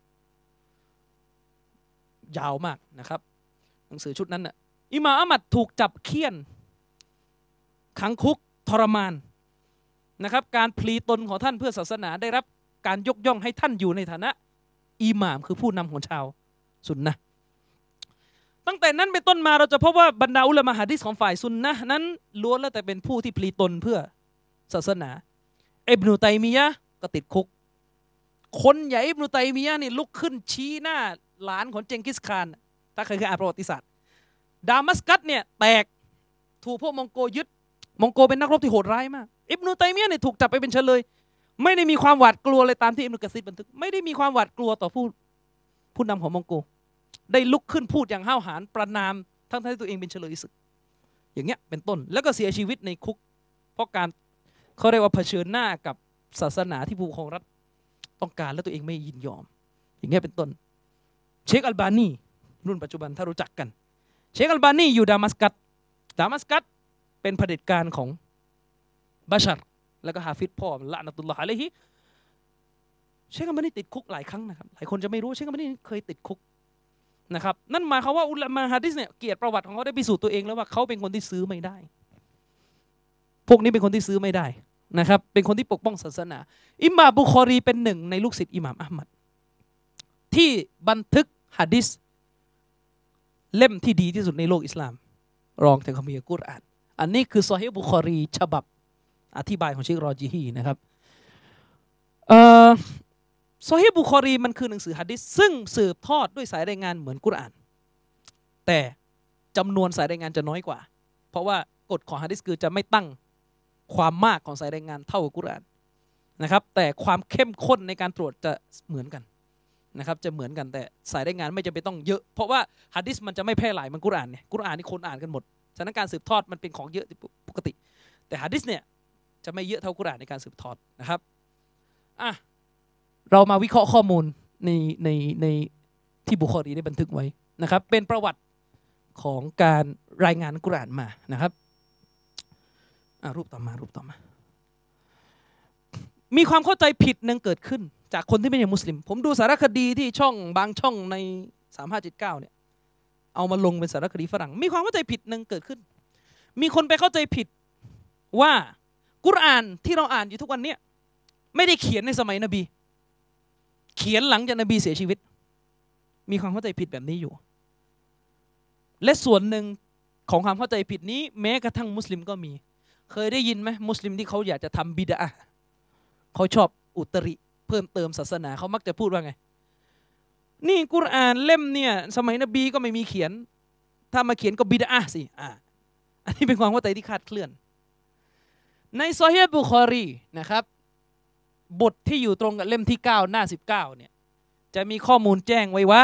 ยาวมากนะครับหนังสือชุดนั้นน่ะอิหม่ามอะห์มัดถูกจับเฆี่ยนขังคุกทรมานนะครับการพลีตนของท่านเพื่อศาสนาได้รับการยกย่องให้ท่านอยู่ในฐานะอิหม่ามคือผู้นำของชาวซุนนะห์ตั้งแต่นั้นเป็นต้นมาเราจะพบว่าบรรดาอุลามะหะดีษของฝ่ายซุนนะห์นั้นล้วนแล้วแต่เป็นผู้ที่พลีตนเพื่อศาสนาอิบนุตัยมียะห์ก็ติดคุกคนใหญ่อิบนุตัยมียะห์นี่ลุกขึ้นชี้หน้าหลานของเจงกิสข่านถ้าเคยอ่านประวัติศาสตร์ดามัสกัสเนี่ยแตกถูกพวกมองโกยึดมองโกเป็นนักรบที่โหดร้ายมากอิบนุตัยมียะห์เนี่ยถูกจับไปเป็นเฉลยไม่ได้มีความหวาดกลัวเลยตามที่อิบนุกะซีรบันทึกไม่ได้มีความหวาดกลัวต่อผู้ผู้นำของมองโกได้ลุกขึ้นพูดอย่างห้าวหาญประนามทั้งที่ตัวเองเป็นเฉลยศึกอย่างเงี้ยเป็นต้นแล้วก็เสียชีวิตในคุกเพราะการเขาเรียกว่าเผชิญหน้ากับศาสนาที่ผู้ปกครองรัฐต้องการและตัวเองไม่ยินยอมอย่างเงี้ยเป็นต้นเชคอัลบานีรุ่นปัจจุบันถ้ารู้จักกันเชคอัลบานีอยู่ดามัสกัสดามัสกัสเป็นเผด็จการของบาชัรแล้วก็ฮาฟิซพ่อละนะตุลลอฮ์อะลัยฮิเชคอัลบานีติดคุกหลายครั้งนะครับหลายคนจะไม่รู้เชคอัลบานีเคยติดคุกนะครับนั่นหมายความว่าอุลามะหะดีษเนี่ยเกียรติประวัติของเขาได้พิสูจน์ตัวเองแล้วว่าเขาเป็นคนที่ซื้อไม่ได้พวกนี้เป็นคนที่ซื้อไม่ได้นะครับเป็นคนที่ปกป้องศาสนาอิหม่ามบุคอรีเป็นหนึ่งในลูกศิษย์อิหม่ามอะห์มัดที่บันทึกหะดีษเล่มที่ดีที่สุดในโลกอิสลามรองจากคัมภีร์กุรอานอันนี้คือซอฮีฮ์บุคอรีฉบับอธิบายของเชครอจิฮีนะครับเอ่อซอฮีฮ์บุคอรีมันคือหนังสือหะดีษซึ่งสืบทอดด้วยสายรายงานเหมือนกุรอานแต่จำนวนสายรายงานจะน้อยกว่าเพราะว่ากฎของหะดีษคือจะไม่ตั้งความมากของสายรายงานเท่ากับกุรอานนะครับแต่ความเข้มข้นในการตรวจจะเหมือนกันนะครับจะเหมือนกันแต่สายรายงานไม่จำเป็นต้องเยอะเพราะว่าหะดีษมันจะไม่แพร่หลายเหมือนกุรอานเนี่ยกุรอานนี่คนอ่านกันหมดฉะนั้นการสืบทอดมันเป็นของเยอะปกติแต่หะดีษเนี่ยจะไม่เยอะเท่ากุรอานในการสืบทอดนะครับอ่ะเรามาวิเคราะห์ข้อมูลในในในที่บุคอรีได้บันทึกไว้นะครับเป็นประวัติของการรายงานกุรอานมานะครับรูปต่อมารูปต่อมามีความเข้าใจผิดนึงเกิดขึ้นจากคนที่ไม่ใช่มุสลิมผมดูสารคดีที่ช่องบางช่องในสามห้าเจ็ดเก้าเนี่ยเอามาลงเป็นสารคดีฝรั่งมีความเข้าใจผิดนึงเกิดขึ้นมีคนไปเข้าใจผิดว่ากุรอานที่เราอ่านอยู่ทุกวันนี้ไม่ได้เขียนในสมัยนบีเขียนหลังจากนบีเสียชีวิตมีความเข้าใจผิดแบบนี้อยู่และส่วนหนึ่งของความเข้าใจผิดนี้แม้กระทั่งมุสลิมก็มีเคยได้ยินไหมมุสลิมที่เขาอยากจะทำบิดอะห์เขาชอบอุตริเพิ่มเติมศาสนาเขามักจะพูดว่าไงนี่กุรอานเล่มเนี่ยสมัยนบีก็ไม่มีเขียนถ้ามาเขียนก็บิดอะห์สิอ่าอันนี้เป็นความเข้าใจที่คลาดเคลื่อนในซอฮีฮ์บุคอรีนะครับบทที่อยู่ตรงกับเล่มที่เก้าหน้าสิบเก้าเนี่ยจะมีข้อมูลแจ้งไว้ว่า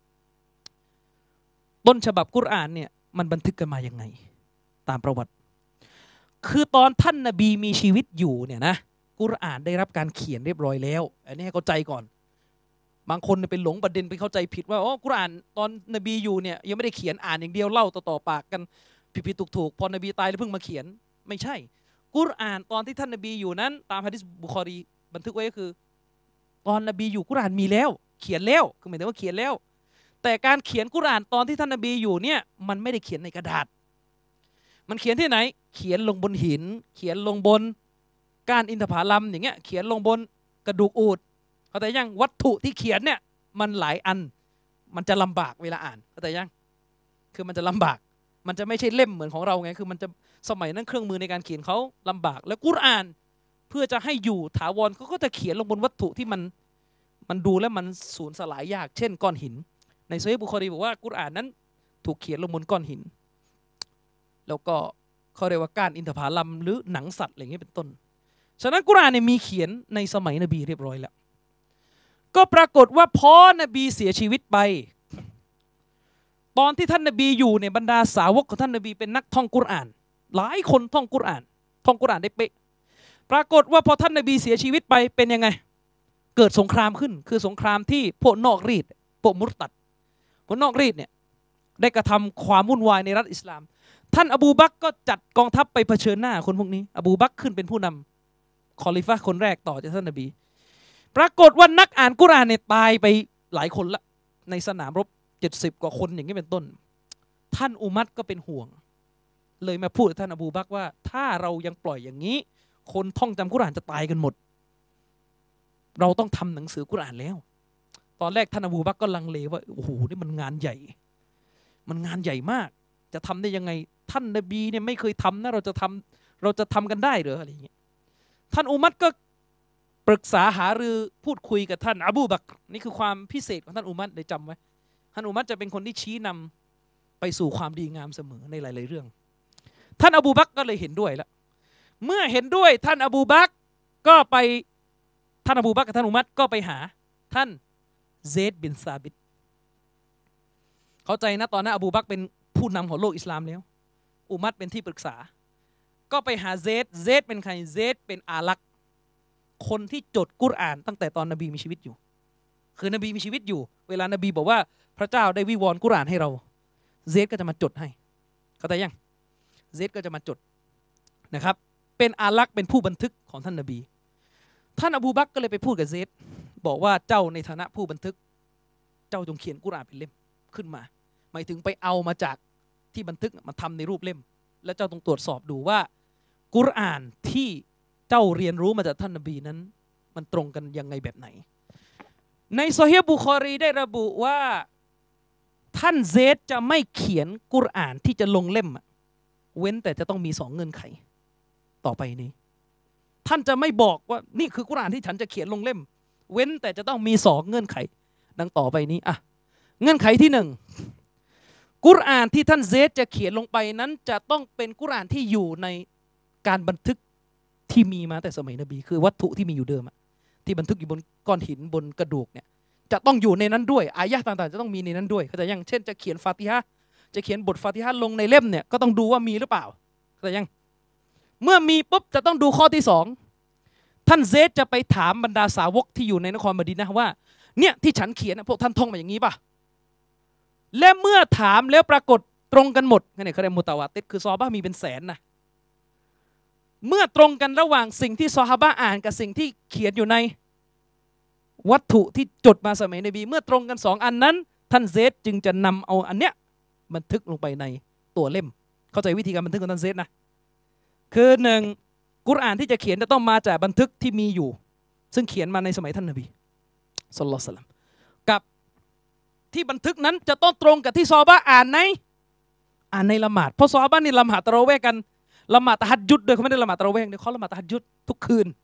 ต้นฉบับกุรอานเนี่ยมันบันทึกกันมายังไงตามประวัติคือตอนท่านนบีมีชีวิตอยู่เนี่ยนะกุรอานได้รับการเขียนเรียบร้อยแล้วอันนี้ให้เข้าใจก่อนบางคนเป็นหลงประเด็นไปเข้าใจผิดว่าอ๋อกุรอานตอนนบีอยู่เนี่ยยังไม่ได้เขียนอ่านอย่างเดียวเล่าต่อๆปากกันผิดๆถูกๆพอนบีตายแล้วเพิ่งมาเขียนไม่ใช่กุรอานตอนที่ท่านนบีอยู่นั้นตามหะดีษบุคอรีบันทึกไว้ก็คือตอนนบีอยู่กุรอานมีแล้วเขียนแล้วคือหมายถึงว่าเขียนแล้วแต่การเขียนกุรอานตอนที่ท่านนบีอยู่เนี่ยมันไม่ได้เขียนในกระดาษมันเขียนที่ไหนเขียนลงบนหินเขียนลงบนก้านอินทผลัมอย่างเงี้ยเขียนลงบนกระดูกอูฐเข้าใจยังวัตถุที่เขียนเนี่ยมันหลายอันมันจะลำบากเวลาอ่านเข้าใจยังคือมันจะลำบากมันจะไม่ใช่เล่มเหมือนของเราไงคือมันจะสมัยนั้นเครื่องมือในการเขียนเขาลำบากแล้วกุรอานเพื่อจะให้อยู่ถาวรเขาก็จะเขียนลงบนวัตถุที่มันมันดูแล้วมันสูญสลายยากเช่นก้อนหินในซอฮีฮ์บุคอรีบอกว่ากุรอานนั้นถูกเขียนลงบนก้อนหินแล้วก็เขาเรียกว่าก้านอินทผลัมหรือหนังสัตว์อะไรอย่างเงี้ยเป็นต้นฉะนั้นกุรอานเนี่ยมีเขียนในสมัยนบีเรียบร้อยแล้วก็ปรากฏว่าพอนบีเสียชีวิตไปตอนที่ท่านนบีอยู่เนี่ยบรรดาสาวกของท่านนบีเป็นนักท่องกุรอานหลายคนท่องกุรอานท่องกุรอานได้เป๊ะปรากฏว่าพอท่านนบีเสียชีวิตไปเป็นยังไงเกิดสงครามขึ้นคือสงครามที่พวกนอกรีดพวกมุรตัดพวกนอกรีดเนี่ยได้กระทำความวุ่นวายในรัฐอิสลามท่านอบูบักรก็จัดกองทัพไปเผชิญหน้าคนพวกนี้อบูบักรขึ้นเป็นผู้นำคอลิฟะห์คนแรกต่อจากท่านนบีปรากฏว่านักอ่านกุรอานเนี่ยตายไปหลายคนละในสนามรบเจ็ดสิบกว่าคนอย่างนี้เป็นต้นท่านอุมัรก็เป็นห่วงเลยมาพูดกับท่านอบูบักรว่าถ้าเรายังปล่อยอย่างนี้คนท่องจำกุรอานจะตายกันหมดเราต้องทำหนังสือกุรอานแล้วตอนแรกท่านอบูบักรก็ลังเลว่าโอ้โหนี่มันงานใหญ่มันงานใหญ่มากจะทำได้ยังไงท่านนบีเนี่ยไม่เคยทำนะเราจะทำเราจะทำกันได้หรืออะไรอย่างเงี้ยท่านอุมัรก็ปรึกษาหารือพูดคุยกับท่านอบูบักรนี่คือความพิเศษของท่านอุมัรได้จำไว้ท่านอุมัรจะเป็นคนที่ชี้นำไปสู่ความดีงามเสมอในหลายๆเรื่องท่านอบูบักรก็เลยเห็นด้วยแล้วเมื่อเห็นด้วยท่านอบูบักรก็ไปท่านอบูบักรกับท่านอุมัรก็ไปหาท่านเซดบินซาบิตเข้าใจนะตอนนั้นอบูบักรเป็นผู้นำของโลกอิสลามแล้วอุมัรเป็นที่ปรึกษาก็ไปหาเซดเซดเป็นใครเซดเป็นอาลักษ์คนที่จดกุรอานตั้งแต่ตอนนบีมีชีวิตอยู่คือนบีมีชีวิตอยู่เวลานบีบอกว่าพระเจ้าได้วิวรณ์กุรอานให้เราเซดก็จะมาจดให้เข้าใจยังเซดก็จะมาจดนะครับเป็นอาลักษ์เป็นผู้บันทึกของท่านนบีท่านอบูบักรก็เลยไปพูดกับเซดบอกว่าเจ้าในฐานะผู้บันทึกเจ้าจงเขียนกุรอานเป็นเล่มขึ้นมาหมายถึงไปเอามาจากที่บันทึกมาทำในรูปเล่มและเจ้าต้องตรวจสอบดูว่ากุรอานที่เจ้าเรียนรู้มาจากท่านนบีนั้นมันตรงกันยังไงแบบไหนในซอฮีฮ์บุคอรีได้ระบุว่าท่านเซดจะไม่เขียนกุรอานที่จะลงเล่มเว้นแต่จะต้องมีสองเงื่อนไขต่อไปนี้ท่านจะไม่บอกว่านี่คือกุรอานที่ฉันจะเขียนลงเล่มเว้นแต่จะต้องมีสองเงื่อนไขดังต่อไปนี้อ่ะเงื่อนไขที่หนึ่งกุรอานที่ท่านเซดจะเขียนลงไปนั้นจะต้องเป็นกุรอานที่อยู่ในการบันทึกที่มีมาแต่สมัยนบีคือวัตถุที่มีอยู่เดิมที่บันทึกอยู่บนก้อนหินบนกระดูกเนี่ยจะต้องอยู่ในนั้นด้วยอายะห์ต่างๆจะต้องมีในนั้นด้วยเข้าใจยังเช่นจะเขียนฟาติฮะห์จะเขียนบทฟาติฮะห์ลงในเล่มเนี่ยก็ต้องดูว่ามีหรือเปล่าเข้าใจยังเมื่อมีปุ๊บจะต้องดูข้อที่สองท่านเซดจะไปถามบรรดาสาวกที่อยู่ในนครมะดีนะห์ว่าเนี่ยที่ฉันเขียนพวกท่านท่องมาอย่างนี้ป่ะและเมื่อถามแล้วปรากฏตรงกันหมดนี่เขาเรียกมุตะวาติรคือซอฮาบะห์มีเป็นแสนนะเมื่อตรงกันระหว่างสิ่งที่ซอฮาบะห์อ่านกับสิ่งที่เขียนอยู่ในวัตถุที่จดมาสมัยนบีเมื่อตรงกันสองอันนั้นท่านเซดจึงจะนำเอาอันเนี้ยบันทึกลงไปในตัวเล่มเข้าใจวิธีการบันทึกของท่านเซดนะคือหนึ่งกุรอานที่จะเขียนจะต้องมาจากบันทึกที่มีอยู่ซึ่งเขียนมาในสมัยท่านนบีศ็อลลัลลอฮุอะลัยฮิวะซัลลัมกับที่บันทึกนั้นจะต้องตรงกับที่ซอฮาบะห์อ่านในอ่านในละหมาดเพราะซอฮาบะห์นี่ละหมาดตะเราะเวห์กันละหมาดตะฮัจญุดโดยเขาไม่ได้ละหมาดตะเราะเวห์เขาละหมาดตะฮัจญุดทุกคืน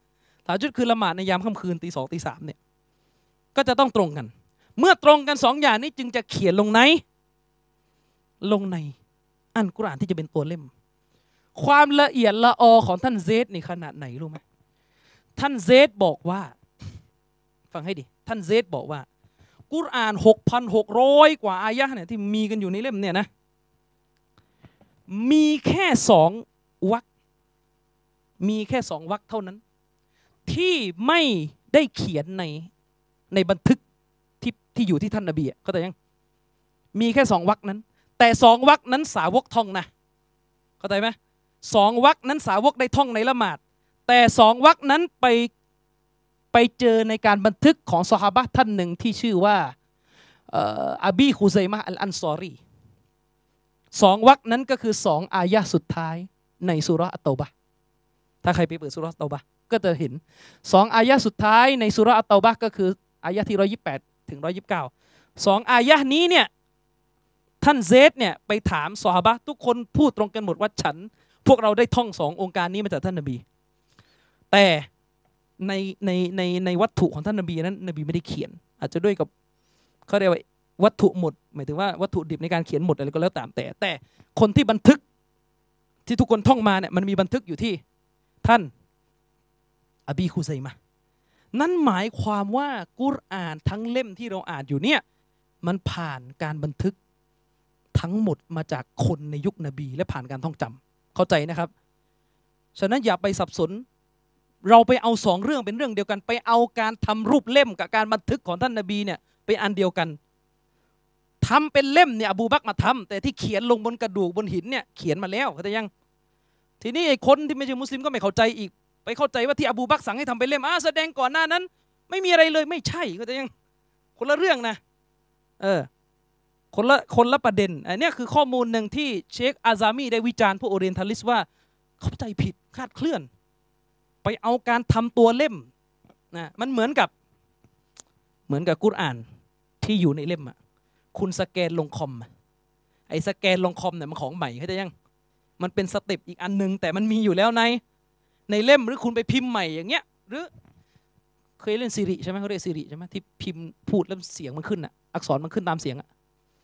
ตะฮัจญุดคือละหมาดในยามค่ำคืนตีสองตีสามเนี่ยก็จะต้องตรงกันเมื่อตรงกันสองอย่างนี้จึงจะเขียนลงในลงในอัลกุรอานที่จะเป็นตัวเล่มความละเอียดละออของท่านเซดนี่ขนาดไหนรู้ไหมท่านเซดบอกว่าฟังให้ดีท่านเซดบอกว่ากุรอาน หกพันหกร้อย กว่าอายะห์เนี่ยที่มีกันอยู่ในเล่มเนี่ยนะมีแค่สองวรรคมีแค่สองวรรคเท่านั้นที่ไม่ได้เขียนในในบันทึกที่ที่อยู่ที่ท่านนบีก็แต่ยังมีแค่สองวรรคนั้นแต่สองวรรคนั้นสาวกท่องนะเข้าใจไหมสองวรรคนั้นสาวกได้ท่องในละหมาดแต่สองวรรคนั้นไปไปเจอในการบันทึกของซอฮาบะห์ท่านหนึ่งที่ชื่อว่าอบีคุซัยมะห์อัลอันซอรีสองวรรคนั้นก็คือสองอายะห์สุดท้ายในซูเราะห์อัตเตาบะห์ถ้าใครไปเปิดซูเราะห์อัตเตาบะห์ก็จะเห็นสองอายะห์สุดท้ายในซูเราะห์อัตเตาบะห์ก็คืออายะห์ที่หนึ่งร้อยยี่สิบแปดถึงหนึ่งร้อยยี่สิบเก้าสองอายะห์นี้เนี่ยท่านเซดเนี่ยไปถามซอฮาบะห์ทุกคนพูดตรงกันหมดว่าฉันพวกเราได้ท่องสององค์การนี้มาจากท่านนบีแต่ในในในในวัตถุของท่านนบีนั้นนบีไม่ได้เขียนอาจจะด้วยกับเขาเรียกว่าวัตถุหมดหมายถึงว่าวัตถุดิบในการเขียนหมดอะไรก็แล้วตามแต่แต่คนที่บันทึกที่ทุกคนท่องมาเนี่ยมันมีบันทึกอยู่ที่ท่านอบีคุซัยมะห์นั่นหมายความว่ากุรอานทั้งเล่มที่เราอ่านอยู่เนี่ยมันผ่านการบันทึกทั้งหมดมาจากคนในยุคนบีและผ่านการท่องจำเข้าใจนะครับฉะนั้นอย่าไปสับสนเราไปเอาสองเรื่องเป็นเรื่องเดียวกันไปเอาการทำรูปเล่มกับการบันทึกของท่านนบีเนี่ยเป็นอันเดียวกันทำเป็นเล่มเนี่ยอบูบักรมาทำแต่ที่เขียนลงบนกระดูกบนหินเนี่ยเขียนมาแล้วเข้าใจยังทีนี้ไอ้คนที่ไม่ใช่มุสลิมก็ไม่เข้าใจอีกไปเข้าใจว่าที่อบูบักรสั่งให้ทำเป็นเล่มอ่าแสดงก่อนหน้านั้นไม่มีอะไรเลยไม่ใช่เข้าใจยังคนละเรื่องนะเออคนละคนละประเด็นอันนี้คือข้อมูลหนึ่งที่เชคอาซามีได้วิจารณ์พวกโอเรียนทัลลิสว่าเข้าใจผิดคลาดเคลื่อนไปเอาการทำตัวเล่มนะมันเหมือนกับเหมือนกับกุรอานที่อยู่ในเล่มอ่ะคุณสแกนลงคอมไอ้สแกนลงคอมเนี่ยมันของใหม่เข้าใจยังมันเป็นสเต็ปอีกอันนึงแต่มันมีอยู่แล้วในในเล่มหรือคุณไปพิมพ์ใหม่อย่างเงี้ยหรือเคยเล่นซีรีใช่ไหมเขาเรียกซีรีใช่ไหมที่พิมพ์พูดแล้วเสียงมันขึ้นอ่ะอักษรมันขึ้นตามเสียงอ่ะ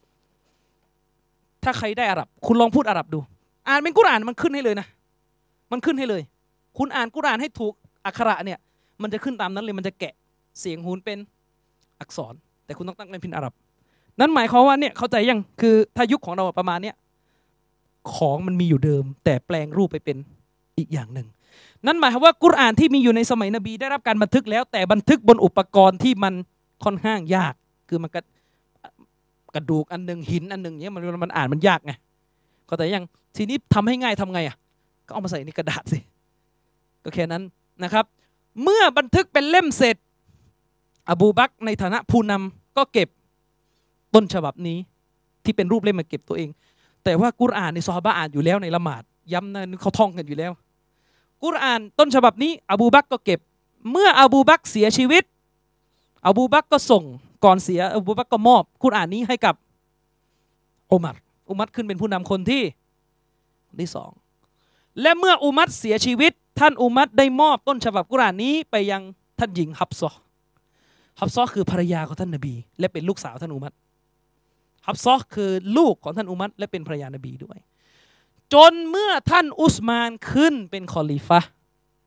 ถ้าใครได้อาหรับคุณลองพูดอาหรับดูอ่านเป็นกุรอานมันขึ้นให้เลยนะมันขึ้นให้เลยคุณอ่านกุรอานให้ถูกอักขระเนี่ยมันจะขึ้นตามนั้นเลยมันจะแกะเสียงหูนเป็นอักษรแต่คุณต้องตั้งเป็นพิมพ์อาหรับนั่นหมายความว่าเนี่ยเข้าใจยังคือถ้ายุคของเราประมาณเนี้ยของมันมีอยู่เดิมแต่แปลงรูปไปเป็นอีกอย่างหนึ่งนั่นหมายความว่ากุรอานที่มีอยู่ในสมัยนบีได้รับการบันทึกแล้วแต่บันทึกบนอุปกรณ์ที่มันค่อนข้างยากคือมันกระกระดูกอันหนึ่งหินอันหนึ่งเนี้ยมันมันอ่านมันยากไงเข้าใจยังทีนี้ทำให้ง่ายทำไงอ่ะก็เอามาใส่ในกระดาษสิก็แค่นั้นนะครับเมื่อบันทึกเป็นเล่มเสร็จอบูบักรในฐานะผู้นำก็เก็บต้นฉบับนี้ที่เป็นรูปเล่มมาเก็บตัวเองแต่ว่ากุรอานในซอฮาบะห์อ่านอยู่แล้วในละหมาดย้ำนะเขาท่องกันอยู่แล้วกุรอานต้นฉบับนี้อบูบักรก็เก็บเมื่ออบูบักรเสียชีวิตอบูบักรก็ส่งก่อนเสียอบูบักรก็มอบกุรอานนี้ให้กับอุมัรอุมัรขึ้นเป็นผู้นำคนที่ที่สองและเมื่ออุมัรเสียชีวิตท่านอุมัรได้มอบต้นฉบับกุรอานนี้ไปยังท่านหญิงฮับซอฮับซอคือภรรยาของท่านนบีและเป็นลูกสาวท่านอุมัรฮับซอคือลูกของท่านอุมัรและเป็นภรรยานบีด้วยจนเมื่อท่านอุสมานขึ้นเป็นคอลิฟะห์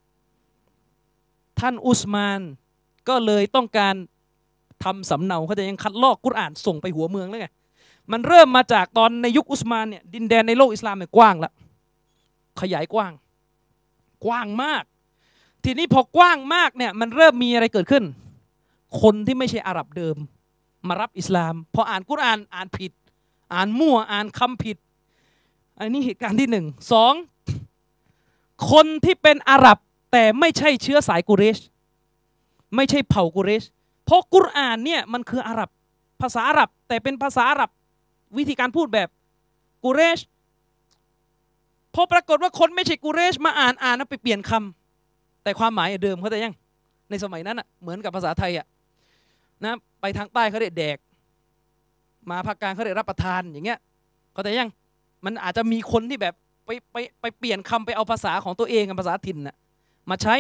ท่านอุสมานก็เลยต้องการทำสำเนาเขาจะยังคัดลอกกุรอานส่งไปหัวเมืองแล้วไงมันเริ่มมาจากตอนในยุคอุสมานเนี่ยดินแดนในโลกอิสลามเนี่ยกว้างแล้วขยายกว้างกว้างมากทีนี้พอกว้างมากเนี่ยมันเริ่มมีอะไรเกิดขึ้นคนที่ไม่ใช่อาหรับเดิมมารับอิสลามพออ่านกุรอานอ่านผิดอ่านมั่วอ่านคำผิดอันนี้เหตุการณ์ที่หนึ่งสองคนที่เป็นอาหรับแต่ไม่ใช่เชื้อสายกุเรชไม่ใช่เผ่ากุเรชเพราะกุรอานเนี่ยมันคืออาหรับภาษาอาหรับแต่เป็นภาษาอาหรับวิธีการพูดแบบกุเรชพอปรากฏว่าคนไม่ใช่กุเรชมาอ่านอ่านแล้วไปเปลี่ยนคำแต่ความหมายเดิมเขาแต่ยังในสมัยนั้นอ่ะเหมือนกับภาษาไทยอ่ะนะไปทางใต้เขาเรียกแดกมาภาคกลางเขาเรียกรับประทานอย่างเงี้ยเขาแต่ยังมันอาจจะมีคนที่แบบไปไปไปเปลี่ยนคำไปเอาภาษาของตัวเองกับภาษาถิ่นน่ะมาใช้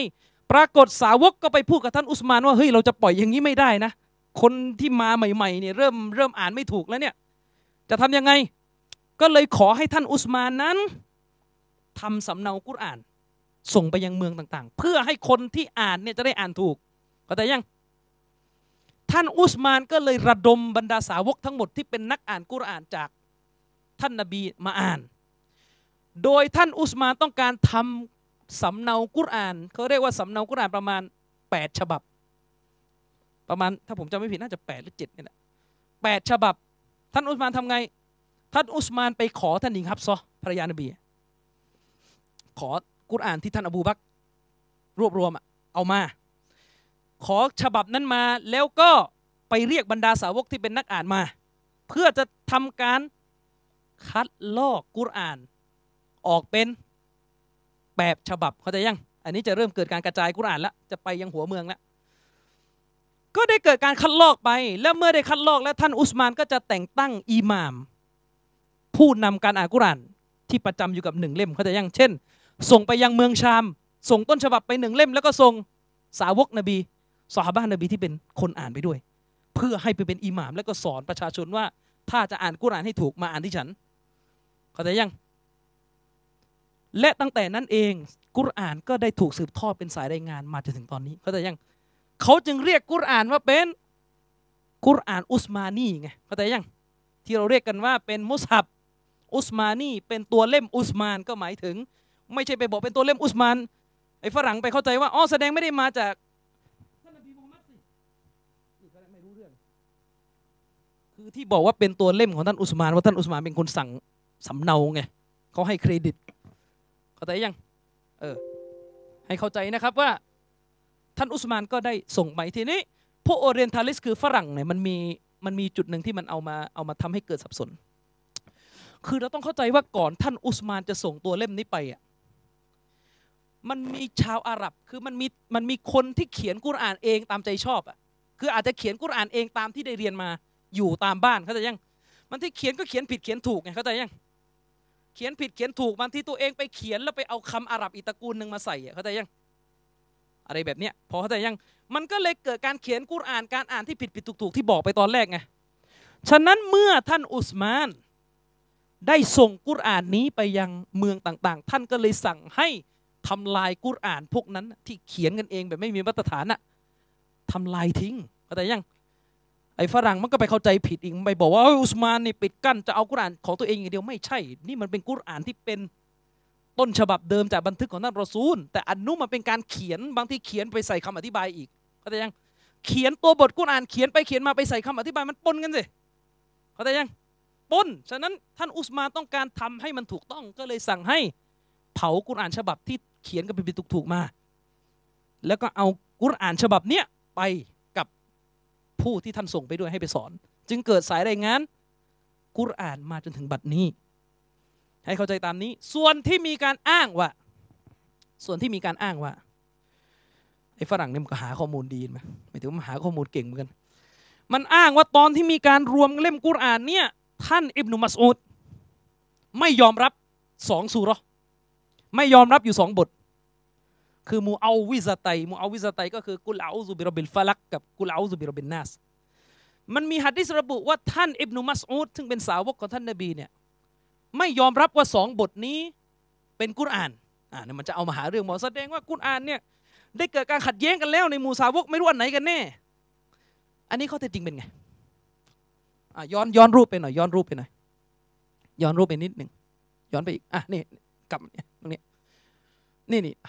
ปรากฏสาวกก็ไปพูดกับท่านอุสมานว่าเฮ้ยเราจะปล่อยอย่างนี้ไม่ได้นะคนที่มาใหม่ๆเนี่ยเริ่มเริ่มอ่านไม่ถูกแล้วเนี่ยจะทำยังไงก็เลยขอให้ท่านอุสมานนั้นทำสำเนากุรอานส่งไปยังเมืองต่างๆเพื่อให้คนที่อ่านเนี่ยจะได้อ่านถูกเข้าใจยังท่านอุสมานก็เลยระดมบรรดาสาวกทั้งหมดที่เป็นนักอ่านกุรอานจากท่านนบีมาอ่านโดยท่านอุสมานต้องการทำสำเนากุรอานเขาเรียกว่าสำเนากุรอานประมาณแปดฉบับประมาณถ้าผมจำไม่ผิดน่าจะแปดหรือเจ็ดนี่แหละแปดฉบับท่านอุสมานทำไงท่านอุสมานไปขอท่านหญิงฮับซอภรรยานบีขอกุรอานที่ท่านอบูบักรรวบรวมเอามาขอฉบับนั้นมาแล้วก็ไปเรียกบรรดาสาวกที่เป็นนักอ่านมาเพื่อจะทำการคัดลอกกุรอานออกเป็นแบบฉบับเข้าใจยังอันนี้จะเริ่มเกิดการกระจายกุรอานแล้วจะไปยังหัวเมืองแล้วก็ได้เกิดการคัดลอกไปแล้วเมื่อได้คัดลอกแล้วท่านอุสมานก็จะแต่งตั้งอิหม่ามผู้นำการอ่านกุรอานที่ประจำอยู่กับหนึ่งเล่มเข้าใจยังเช่นส่งไปยังเมืองชามส่งต้นฉบับไปหนึ่งเล่มแล้วก็ส่งสาวกนบีซอฮาบะห์นบีที่เป็นคนอ่านไปด้วยเพื่อให้ไปเป็นอิหม่ามแล้วก็สอนประชาชนว่าถ้าจะอ่านกุรอานให้ถูกมาอ่านที่ฉันเข้าใจยังและตั้งแต่นั้นเองกุรอานก็ได้ถูกสืบทอดเป็นสายรายงานมาจนถึงตอนนี้เข้าใจยังเขาจึงเรียกกุรอานว่าเป็นกุรอานอุสมานีไงเข้าใจยังที่เราเรียกกันว่าเป็นมุสฮับอุสมานีเป็นตัวเล่มอุสมานก็หมายถึงไม่ใช่ไปบอกเป็นตัวเล่มอุสมานไอ้ฝรั่งไปเข้าใจว่าอ๋อแสดงไม่ได้มาจากท่านนบีมูฮัมมัดสินี่ก็ไม่รู้เรื่องคือที่บอกว่าเป็นตัวเล่มของท่านอุสมานว่าท่านอุสมานเป็นคนสั่งสำเนาไงเขาให้เครดิตเข้าใจยังเออให้เข้าใจนะครับว่าท่านอุสมานก็ได้ส่งไปทีนี้พวกโอเรียนทัลิสคือฝรั่งเนี่ยมันมีมันมีจุดหนึ่งที่มันเอามาเอามาทำให้เกิดสับสนคือเราต้องเข้าใจว่าก่อนท่านอุสมานจะส่งตัวเล่มนี้ไปอ่ะมันมีชาวอาหรับคือมันมีมันมีคนที่เขียนกุรอานเองตามใจชอบอ่ะคืออาจจะเขียนกุรอานเองตามที่ได้เรียนมาอยู่ตามบ้านเข้าใจยังมันที่เขียนก็เขียนผิดเขียนถูกไงเข้าใจยังเขียนผิดเขียนถูกบางทีตัวเองไปเขียนแล้วไปเอาคำอาหรับอีกตระกูลหนึ่งมาใส่อ่ะเข้าใจยังอะไรแบบเนี้ยพอเข้าใจยังมันก็เลยเกิดการเขียนกุรอานการอ่านที่ผิดผิดถูกถูกที่บอกไปตอนแรกไงฉะนั้นเมื่อท่านอุสมานได้ส่งกุรอานนี้ไปยังเมืองต่างๆท่านก็เลยสั่งให้ทำลายกุรอานพวกนั้นที่เขียนกันเองแบบไม่มีมาตรฐานน่ะทำลายทิ้งเข้าใจยังไอ้ฝรั่งมันก็ไปเข้าใจผิดอีกไปบอกว่าอุสมานนี่ปิดกั้นจะเอากุรอานของตัวเองอย่างเดียวไม่ใช่นี่มันเป็นกุรอานที่เป็นต้นฉบับเดิมจากบันทึกของท่านรอซูลแต่อันนู้นมันเป็นการเขียนบางที่เขียนไปใส่คำอธิบายอีกเข้าใจยังเขียนตัวบทกุรอานเขียนไปเขียนมาไปใส่คำอธิบายมันปนกันสิเข้าใจยังปนฉะนั้นท่านอุสมานต้องการทำให้มันถูกต้องก็เลยสั่งให้เผากุรอานฉบับที่เขียนกันเป็นถูกๆมาแล้วก็เอากุรอานฉบับเนี้ยไปกับผู้ที่ท่านส่งไปด้วยให้ไปสอนจึงเกิดสายรายงานกุรอานมาจนถึงบัดนี้ให้เข้าใจตามนี้ส่วนที่มีการอ้างว่าส่วนที่มีการอ้างว่าไอ้ฝรั่งเนี่ยมันก็หาข้อมูลดีมั้ยหมายถึงมันหาข้อมูลเก่งเหมือนกันมันอ้างว่าตอนที่มีการรวมเล่มกุรอานเนี่ยท่านอิบนุมัสอูดไม่ยอมรับสองซูเราะห์ไม่ยอมรับอยู่สองบทคือมูเอาวิซะตัยมูเอาวิซะตัยก็คือกุลอาอูซุบิร็อบบิลฟะลักกับกุลอาอูซุบิร็อบบินนัสมันมีหะดีษระบุว่าท่านอิบนุมัสอูดซึ่งเป็นสาวกของท่านนบีเนี่ยไม่ยอมรับว่าสองบทนี้เป็นกุรอานอ่าเนี่ยมันจะเอามาหาเรื่องหมอแสดงว่ากุรอานเนี่ยได้เกิดการขัดแย้งกันแล้วในหมู่สาวกไม่รู้อันไหนกันแน่อันนี้ข้อเท็จจริงเป็นไงอ่ะย้อนย้อนรูปไปหน่อยย้อนรูปไปหน่อยย้อนรูปไปนิดหนึ่งย้อนไปอีกอ่ะนี่กลับเนี่ยตรงนี้นี่นี่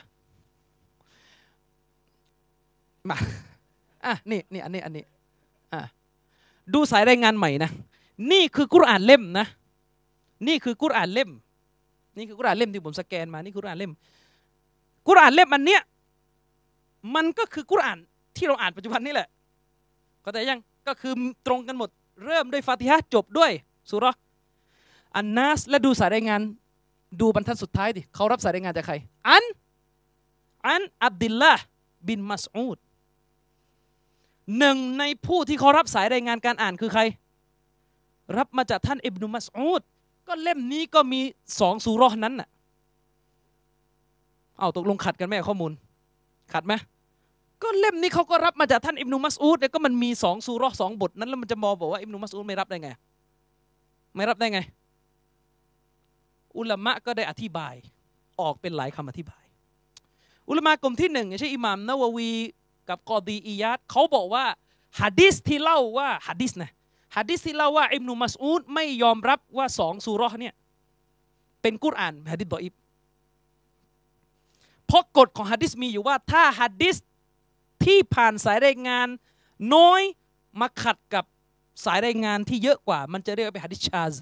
มาอ่ะนี่นี่อันนี้อันนี้อ่ะดูสายรายงานใหม่นะนี่คือกุรอานเล่มนะนี่คือกุรอานเล่มนี่คือกุรอานเล่มที่ผมสแกนมานี่คือกุรอานเล่มกุรอานเล่มอันเนี้ยมันก็คือกุรอานที่เราอ่านปัจจุบันนี่แหละเข้าใจยังก็คือตรงกันหมดเริ่มด้วยฟาติฮะห์จบด้วยซูเราะห์อันนัสและดูสายรายงานดูบรรทัดสุดท้ายดิเขารับสายรายงานจากใครอันอันอับดุลลาห์บินมัสอูดหนึ่งในผู้ที่เขารับสายรายงานการอ่านคือใครรับมาจากท่านอิบนุมัสอูดก็เล่มนี้ก็มีสองซูเราะห์นั้นน่ะเอาตกลงขัดกันไหมข้อมูลขัดไหมก็เล่มนี้เขาก็รับมาจากท่านอิบนุมัสอูดเนี่ยก็มันมีสองซูเราะห์สองบทนั้นแล้วมันจะมองบอกว่าอิบนุมัสอูดไม่รับได้ไงไม่รับได้ไงอุลามะก็ได้อธิบายออกเป็นหลายคำอธิบายอุลามะกลุ่มที่หนึ่งอย่างเช่นอิหม่ามนะวะวีกับกอดีอียาดเขาบอกว่าหะดีษที่เล่าว่าหะดีษนะหะดีษที่เล่าว่าอิบนุมัสอูดไม่ยอมรับว่าสองซูเราะห์เนี่ยเป็นกุรอานหะดีษฎออีฟเพราะกฎของหะดีษมีอยู่ว่าถ้าหะดีษที่ผ่านสายรายงานน้อยมาขัดกับสายรายงานที่เยอะกว่ามันจะเรียกว่าเป็นหะดีษชาซ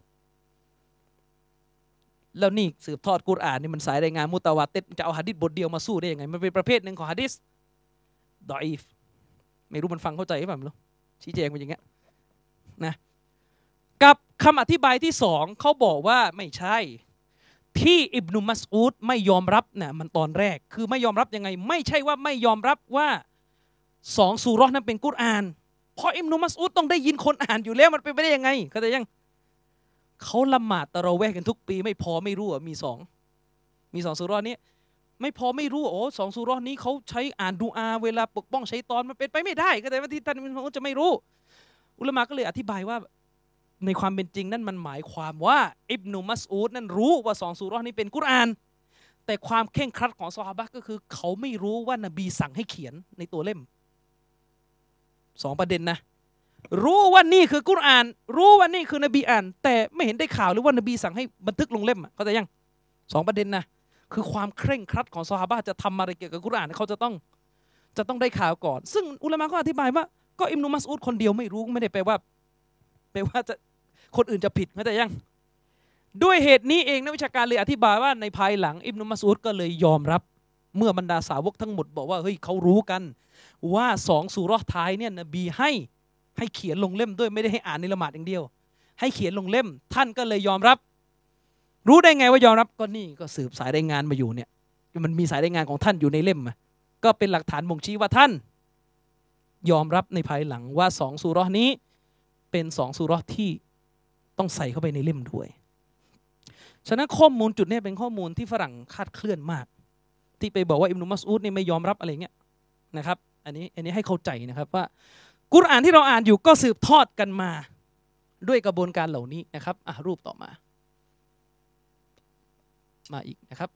แล้วนี่สืบทอดกุรอานนี่มันสายรายงานมุตะวาติรจะเอาหะดีษบทเดียวมาสู้ได้ยังไงมันเป็นประเภทหนึ่งของหะดีษฎออีฟไม่รู้มันฟังเข้าใจหรือเปล่าไม่รู้ชี้แจงเป็นอย่างเงี้ยนะกับคำอธิบายที่สองเขาบอกว่าไม่ใช่ที่อิบนุมัสอูดไม่ยอมรับเนี่ยมันตอนแรกคือไม่ยอมรับยังไงไม่ใช่ว่าไม่ยอมรับว่าสองซูเราะห์นั้นเป็นกุรอานเพราะอิบนุมัสอูดต้องได้ยินคนอ่านอยู่แล้วมันเป็นไปได้ยังไงเข้าใจยังเขาละหมาดตะเราะเวห์กันทุกปีไม่พอไม่รู้อ่ะมีสองมีสองซูเราะห์นี้ไม่พอไม่รู้โอ้สองซูเราะห์นี้เขาใช้อ่านดูอาเวลาปกป้องชัยฏอนมันเป็นไปไม่ได้ก็แต่ว่าที่ท่านอิบนุมัสอูดจะไม่รู้อุลามะก็เลยอธิบายว่าในความเป็นจริงนั่นมันหมายความว่าอิบนุมัสอูดนั้นรู้ว่าสองซูเราะห์นี้เป็นกุรอานแต่ความเคร่งครัดของซอฮาบะห์ก็คือเขาไม่รู้ว่านบีสั่งให้เขียนในตัวเล่มสองประเด็นนะรู้ว่านี่คือกุรอานรู้ว่านี่คือนบีอ่านแต่ไม่เห็นได้ข่าวหรือว่านบีสั่งให้บันทึกลงเล่มเข้าใจยังสองประเด็นนะคือความเคร่งครัดของซอฮาบะห์จะทำอะไรเกี่ยวกับกุรอานเขาจะต้องจะต้องได้ข่าวก่อนซึ่งอุลามะก็อธิบายว่าก็อิบนุมัสอูดคนเดียวไม่รู้ไม่ได้แปลว่าแปลว่าจะคนอื่นจะผิดเข้าใจยังด้วยเหตุนี้เองนักวิชาการเลยอธิบายว่าในภายหลังอิบนุมัสอูดก็เลยยอมรับเมื่อบรรดาสาวกทั้งหมดบอกว่าเฮ้ยเขารู้กันว่าสองซูเราะห์ท้ายเนี่ยนบีให้ให้เขียนลงเล่มด้วยไม่ได้ให้อ่านในละหมาดอย่างเดียวให้เขียนลงเล่มท่านก็เลยยอมรับรู้ได้ไงว่ายอมรับก็นี่ก็สืบสายรายงานมาอยู่เนี่ยมันมีสายรายงานของท่านอยู่ในเล่มก็เป็นหลักฐานบ่งชี้ว่าท่านยอมรับในภายหลังว่าสองซูเราะห์นี้เป็นสองซูเราะห์ที่ต้องใส่เข้าไปในเล่มด้วยฉะนั้นข้อมูลจุดนี้เป็นข้อมูลที่ฝรั่งคาดเคลื่อนมากที่ไปบอกว่าอิบนุมัสอูดนี่ไม่ยอมรับอะไรเงี้ยนะครับอันนี้อันนี้ให้เข้าใจนะครับว่ากุรอานที่เราอ่านอยู่ก็สืบทอดกันมาด้วยกระบวนการเหล่านี้นะครับอ่ะรูปต่อมามาอีกนะครับ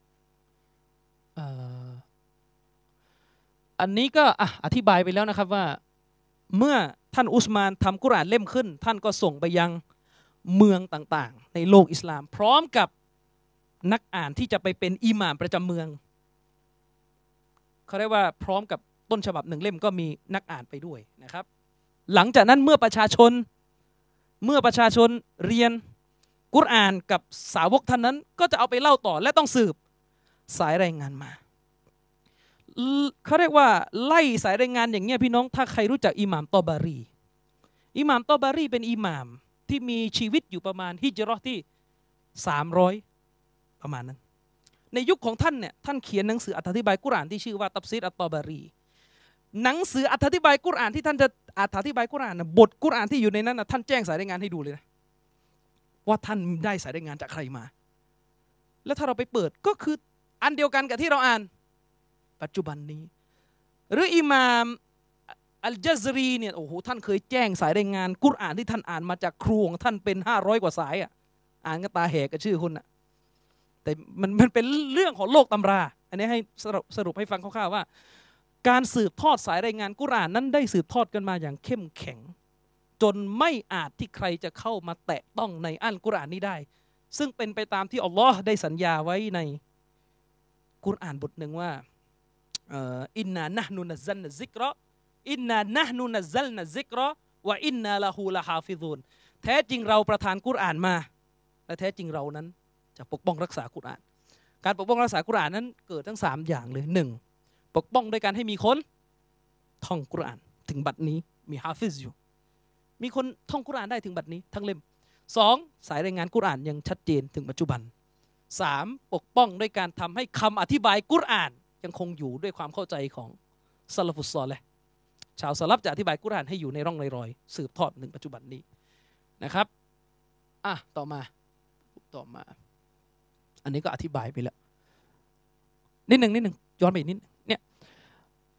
อันนี้ก็อ่ะอธิบายไปแล้วนะครับว่าเมื่อท่านอุสมานทำกุรอานเล่มขึ้นท่านก็ส่งไปยังเมืองต่างๆในโลกอิสลามพร้อมกับนักอ่านที่จะไปเป็นอิหม่ามประจำเมืองเขาเรียกว่าพร้อมกับต้นฉบับหนึ่งเล่มก็มีนักอ่านไปด้วยนะครับหลังจากนั้นเมื่อประชาชนเมื่อประชาชนเรียนกุรอานกับสาวกท่านนั้นก็จะเอาไปเล่าต่อและต้องสืบสายรายงานมาเขาเรียกว่าไล่สายรายงานอย่างเงี้ยพี่น้องถ้าใครรู้จักอิหม่ามตอบารีอิหม่ามตอบารีเป็นอิหม่ามที่มีชีวิตอยู่ประมาณฮิจเราะห์ที่สามร้อยประมาณนั้นในยุคของท่านเนี่ยท่านเขียนหนังสืออธิบายกุรอานที่ชื่อว่าตัฟซีรอัตตอบารีหนังสืออธิบายกุรอานที่ท่านจะอธิบายกุรอานบทกุรอานที่อยู่ในนั้นท่านแจ้งสายรายงานให้ดูเลยนะว่าท่านได้สายรายงานจากใครมาแล้วถ้าเราไปเปิดก็คืออันเดียวกันกับที่เราอ่านปัจจุบันนี้หรืออิหม่ามอัลจัซรีเนี่ยโอ้โหท่านเคยแจ้งสายรายงานกุรอานที่ท่านอ่านมาจากครูของท่านเป็นห้าร้อยกว่าสายอ่ะอ่านก็ตาแหกกับชื่อคุณอ่ะแต่มันมันเป็นเรื่องของโลกตำราอันนี้ให้สรุปสรุปให้ฟังคร่าวๆว่าการสืบทอดสายรายงานกุรอานนั้นได้สืบทอดกันมาอย่างเข้มแข็งจนไม่อาจที่ใครจะเข้ามาแตะต้องในอัลกุรอานนี้ได้ซึ่งเป็นไปตามที่อัลลอฮ์ได้สัญญาไว้ในกุรอานบทหนึ่งว่าอินนานะห์นุนัซซัลนะซิกรออินนานะห์นุนัซซัลนะซิกรอวะอินนาละฮูละฮาฟิซูนแท้จริงเราประทานกุรอานมาและแท้จริงเรานั้นจะปกป้องรักษากุรอานการปกป้องรักษากุรอานนั้นเกิดทั้งสามอย่างเลยหนึ่งปกป้องโดยการให้มีคนท่องกุรอานถึงบัดนี้มีฮาฟิซอยู่มีคนท่องกุรอานได้ถึงบัดนี้ทั้งเล่มสองสายรายงานกุรอานยังชัดเจนถึงปัจจุบันสามปกป้องด้วยการทำให้คำอธิบายกุรอานยังคงอยู่ด้วยความเข้าใจของซะละฟุสซอลิห์ชาวสลับจะอธิบายกุรอานให้อยู่ในร่องรอยสืบทอดถึงปัจจุบันนี้นะครับอ่ะต่อมาต่อมาอันนี้ก็อธิบายไปแล้วนิดหนึ่งนิดหนึ่งย้อนไปอีกนิดเนี่ย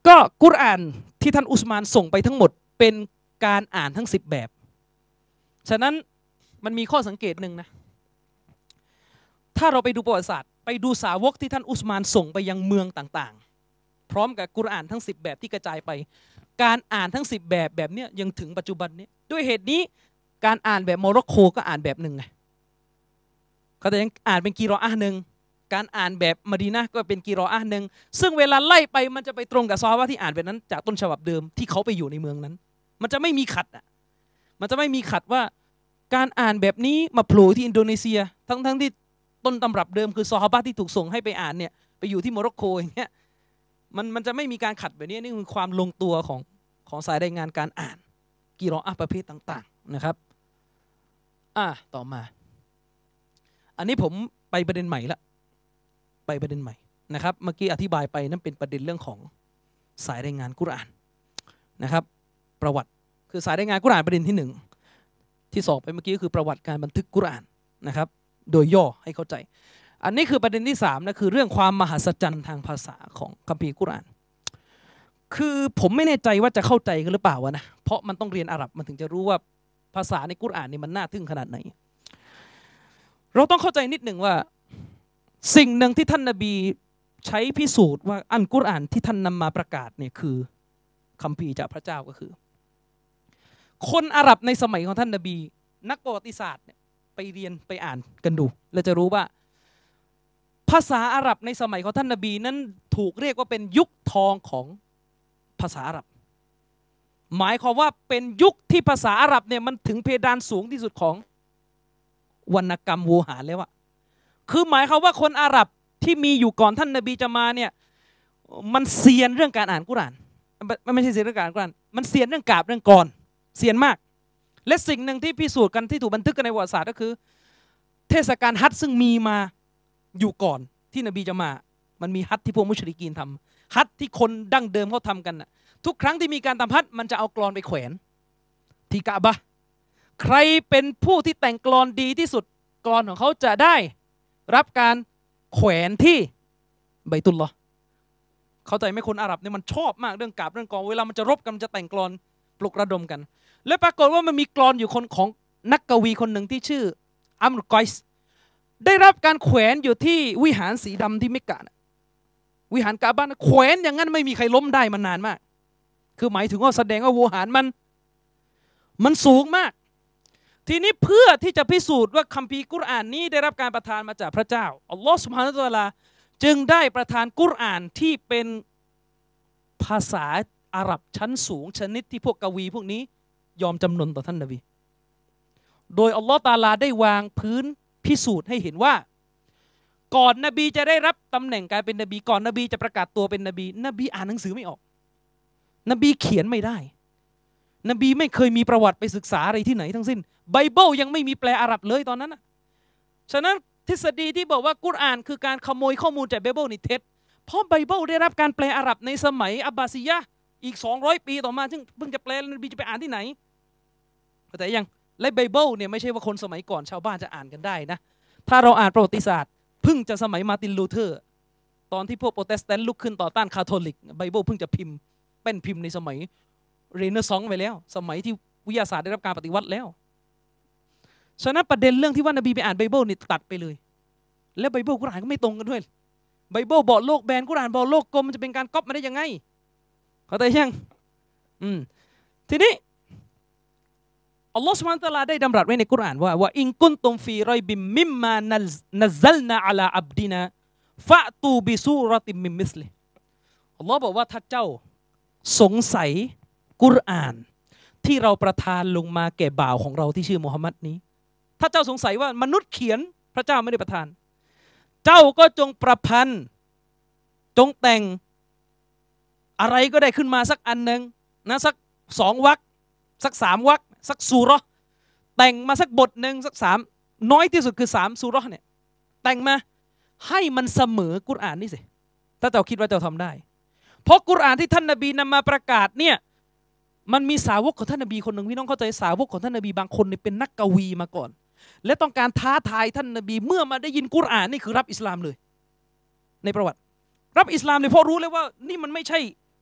ก็กุรอานที่ท่านอุสมานส่งไปทั้งหมดเป็นการอ่านทั้งสิบแบบฉะนั้นมันมีข้อสังเกตหนึ่งนะถ้าเราไปดูประวัติศาสตร์ไปดูสาวกที่ท่านอุสมานส่งไปยังเมืองต่างๆพร้อมกับกุรอานทั้งสิบแบบที่กระจายไปการอ่านทั้งสิบแบบแบบนี้ยังถึงปัจจุบันนี้ด้วยเหตุนี้การอ่านแบบโมร็อกโกก็อ่านแบบหนึ่งไงเขาแต่ยังอ่านเป็นกีรออะห์หนึ่งการอ่านแบบมะดีนะห์ก็เป็นกีรออะห์หนึ่งซึ่งเวลาไล่ไปมันจะไปตรงกับซอฮาบะห์ที่อ่านแบบนั้นจากต้นฉบับเดิมที่เขาไปอยู่ในเมืองนั้นมันจะไม่มีขัดอ่ะมันจะไม่มีขัดว่าการอ่านแบบนี้มาโผล่ที่อินโดนีเซียทั้งทั้งที่ต้นตำรับเดิมคือซอฮาบะห์ที่ถูกส่งให้ไปอ่านเนี่ยไปอยู่ที่โมร็อกโกอย่างเงี้ยมันมันจะไม่มีการขัดแบบนี้นี่คือความลงตัวของของสายรายงานการอ่านกีรออะห์ประเภทต่างๆนะครับอ่ะต่อมาอันนี้ผมไปประเด็นใหม่ละไปประเด็นใหม่นะครับเมื่อกี้อธิบายไปนั่นเป็นประเด็นเรื่องของสายรายงานกุรอานนะครับประวัติคือสายรายงานกุรอานประเด็นที่หนึ่งที่สองไปเมื่อกี้ก็คือประวัติการบันทึกกุรอานนะครับโดยย่อให้เข้าใจอันนี้คือประเด็นที่สามนะคือเรื่องความมหัศจรรย์ทางภาษาของคัมภีร์กุรอานคือผมไม่แน่ใจว่าจะเข้าใจกันหรือเปล่าวะนะเพราะมันต้องเรียนอาหรับมันถึงจะรู้ว่าภาษาในกุรอานนี่มันน่าทึ่งขนาดไหนเราต้องเข้าใจนิดหนึ่งว่าสิ่งหนึ่งที่ท่านนบีใช้พิสูจน์ว่าอัลกุรอานที่ท่านนำมาประกาศเนี่ยคือคัมภีร์จากพระเจ้าก็คือคนอาหรับในสมัยของท่านนบีนักประวัติศาสตร์เนี่ยไปเรียนไปอ่านกันดูแล้วจะรู้ว่าภาษาอาหรับในสมัยของท่านนบีนั้นถูกเรียกว่าเป็นยุคทองของภาษาอาหรับหมายความว่าเป็นยุคที่ภาษาอาหรับเนี่ยมันถึงเพดานสูงที่สุดของวรรณกรรมโวหารแล้วอะคือหมายความว่าคนอาหรับที่มีอยู่ก่อนท่านนบีจะมาเนี่ยมันเซียนเรื่องการอ่านกุรอานมันไม่ใช่เซียนเรื่องการอ่านกุรอานมันเซียนเรื่องกาบเรื่องกรเซียนมากและสิ่งหนึ่งที่พิสูจน์กันที่ถูกบันทึกกันในประวัติศาสตร์ก็คือเทศกาลฮัจญ์ซึ่งมีมาอยู่ก่อนที่นบีจะมามันมีฮัจญ์ที่พวกมุชริกีนทำฮัจญ์ที่คนดั้งเดิมเขาทำกันนะทุกครั้งที่มีการทำฮัจญ์มันจะเอากลอนไปแขวนที่กะบะห์ใครเป็นผู้ที่แต่งกลอนดีที่สุดกลอนของเขาจะได้รับการแขวนที่ไบตุลลอฮ์เข้าใจไหมคนอาหรับเนี่ยมันชอบมากเรื่องกาบเรื่องกลอนเวลามันจะรบกันมันจะแต่งกลอนปลุกระดมกันและปรากฏว่ามันมีกลอนอยู่คนของนักกวีคนหนึ่งที่ชื่ออัมรุกอยส์ได้รับการแขวนอยู่ที่วิหารสีดำที่เมกกะวิหารกาบะห์แขวนอย่างนั้นไม่มีใครล้มได้มานานมากคือหมายถึงว่าแสดงว่าโวหารมันมันสูงมากทีนี้เพื่อที่จะพิสูจน์ว่าคัมภีร์กุรอานนี้ได้รับการประทานมาจากพระเจ้าอัลลอฮฺซุบฮานะฮูวะตะอาลาจึงได้ประทานกุรอานที่เป็นภาษาอาหรับชั้นสูงชนิดที่พวกกวีพวกนี้ยอมจำนนต่อท่านนบีโดยอัลลอฮฺตะอาลาได้วางพื้นพิสูจน์ให้เห็นว่าก่อนนบีจะได้รับตำแหน่งการเป็นนบีก่อนนบีจะประกาศตัวเป็นนบีนบีอ่านหนังสือไม่ออกนบีเขียนไม่ได้นบีไม่เคยมีประวัติไปศึกษาอะไรที่ไหนทั้งสิ้นไบเบิลยังไม่มีแปลอาหรับเลยตอนนั้นนะฉะนั้นทฤษฎีที่บอกว่ากุรอานคือการขโมยข้อมูลจากไบเบิลนี่เท็จเพราะไบเบิลได้รับการแปลอาหรับในสมัยอับบาซียะห์อีกสองร้อยปีต่อมาซึ่งเพิ่งจะแปลนบีจะไปอ่านที่ไหนเข้าใจยังและไบเบิลเนี่ยไม่ใช่ว่าคนสมัยก่อนชาวบ้านจะอ่านกันได้นะถ้าเราอ่านประวัติศาสตร์เพิ่งจะสมัยมาร์ตินลูเทอร์ตอนที่พวกโปรเตสแตนต์ลุกขึ้นต่อต้านคาทอลิกไบเบิลเพิ่งจะพิมพ์เป็นพิมพ์ในสมัยเรเนซองส์ไปแล้วสมัยที่วิทยาศาสตร์ได้รับการปฏิวัติแล้วฉะนั้นประเด็นเรื่องที่ว่านบีไปอ่านไบเบิลนี่ตัดไปเลยแล้วไบเบิลกุรอานก็ไม่ตรงกันด้วยไบเบิลบอกโลกแบนกุรอานบอกโลกกลมมันจะเป็นการก๊อปมาได้ยังไงเข้าใจยังอืมทีนี้อัลลอฮฺซุบฮานะฮูวะตะอาลาได้ดำรัสไว้ในกุรอานว่าว่าอินกุนตุมฟีรอยบิมมิมมานัซซัลนาอะลาอับดินาฟะตูบิซูเราะติมมิมิสลิอัลลอฮ์บอกว่าถ้าเจ้าสงสัยกุรอานที่เราประทานลงมาแก่บ่าวของเราที่ชื่อมุฮัมมัดนี้ถ้าเจ้าสงสัยว่ามนุษย์เขียนพระเจ้าไม่ได้ประทานเจ้าก็จงประพันธ์จงแต่งอะไรก็ได้ขึ้นมาสักอันหนึ่งนะสักสองวรรคสักสามวรรคสักซูเราะห์แต่งมาสักบทหนึ่งสักสามน้อยที่สุดคือสามซูเราะห์เนี่ยแต่งมาให้มันเสมอกุรอานนี่สิถ้าเจ้าคิดว่าเจ้าทำได้เพราะกุรอานที่ท่านนบีนำมาประกาศเนี่ยมันมีสาวกของท่านนบีคนหนึ่งพี่น้องเข้าใจสาวกของท่านนบีบางคนเป็นนักกวีมาก่อนและต้องการท้าทายท่านนบีเมื่อมาได้ยินกุรอานนี่คือรับอิสลามเลยในประวัติรับอิสลามเลยเพราะรู้เลยว่านี่มันไม่ใช่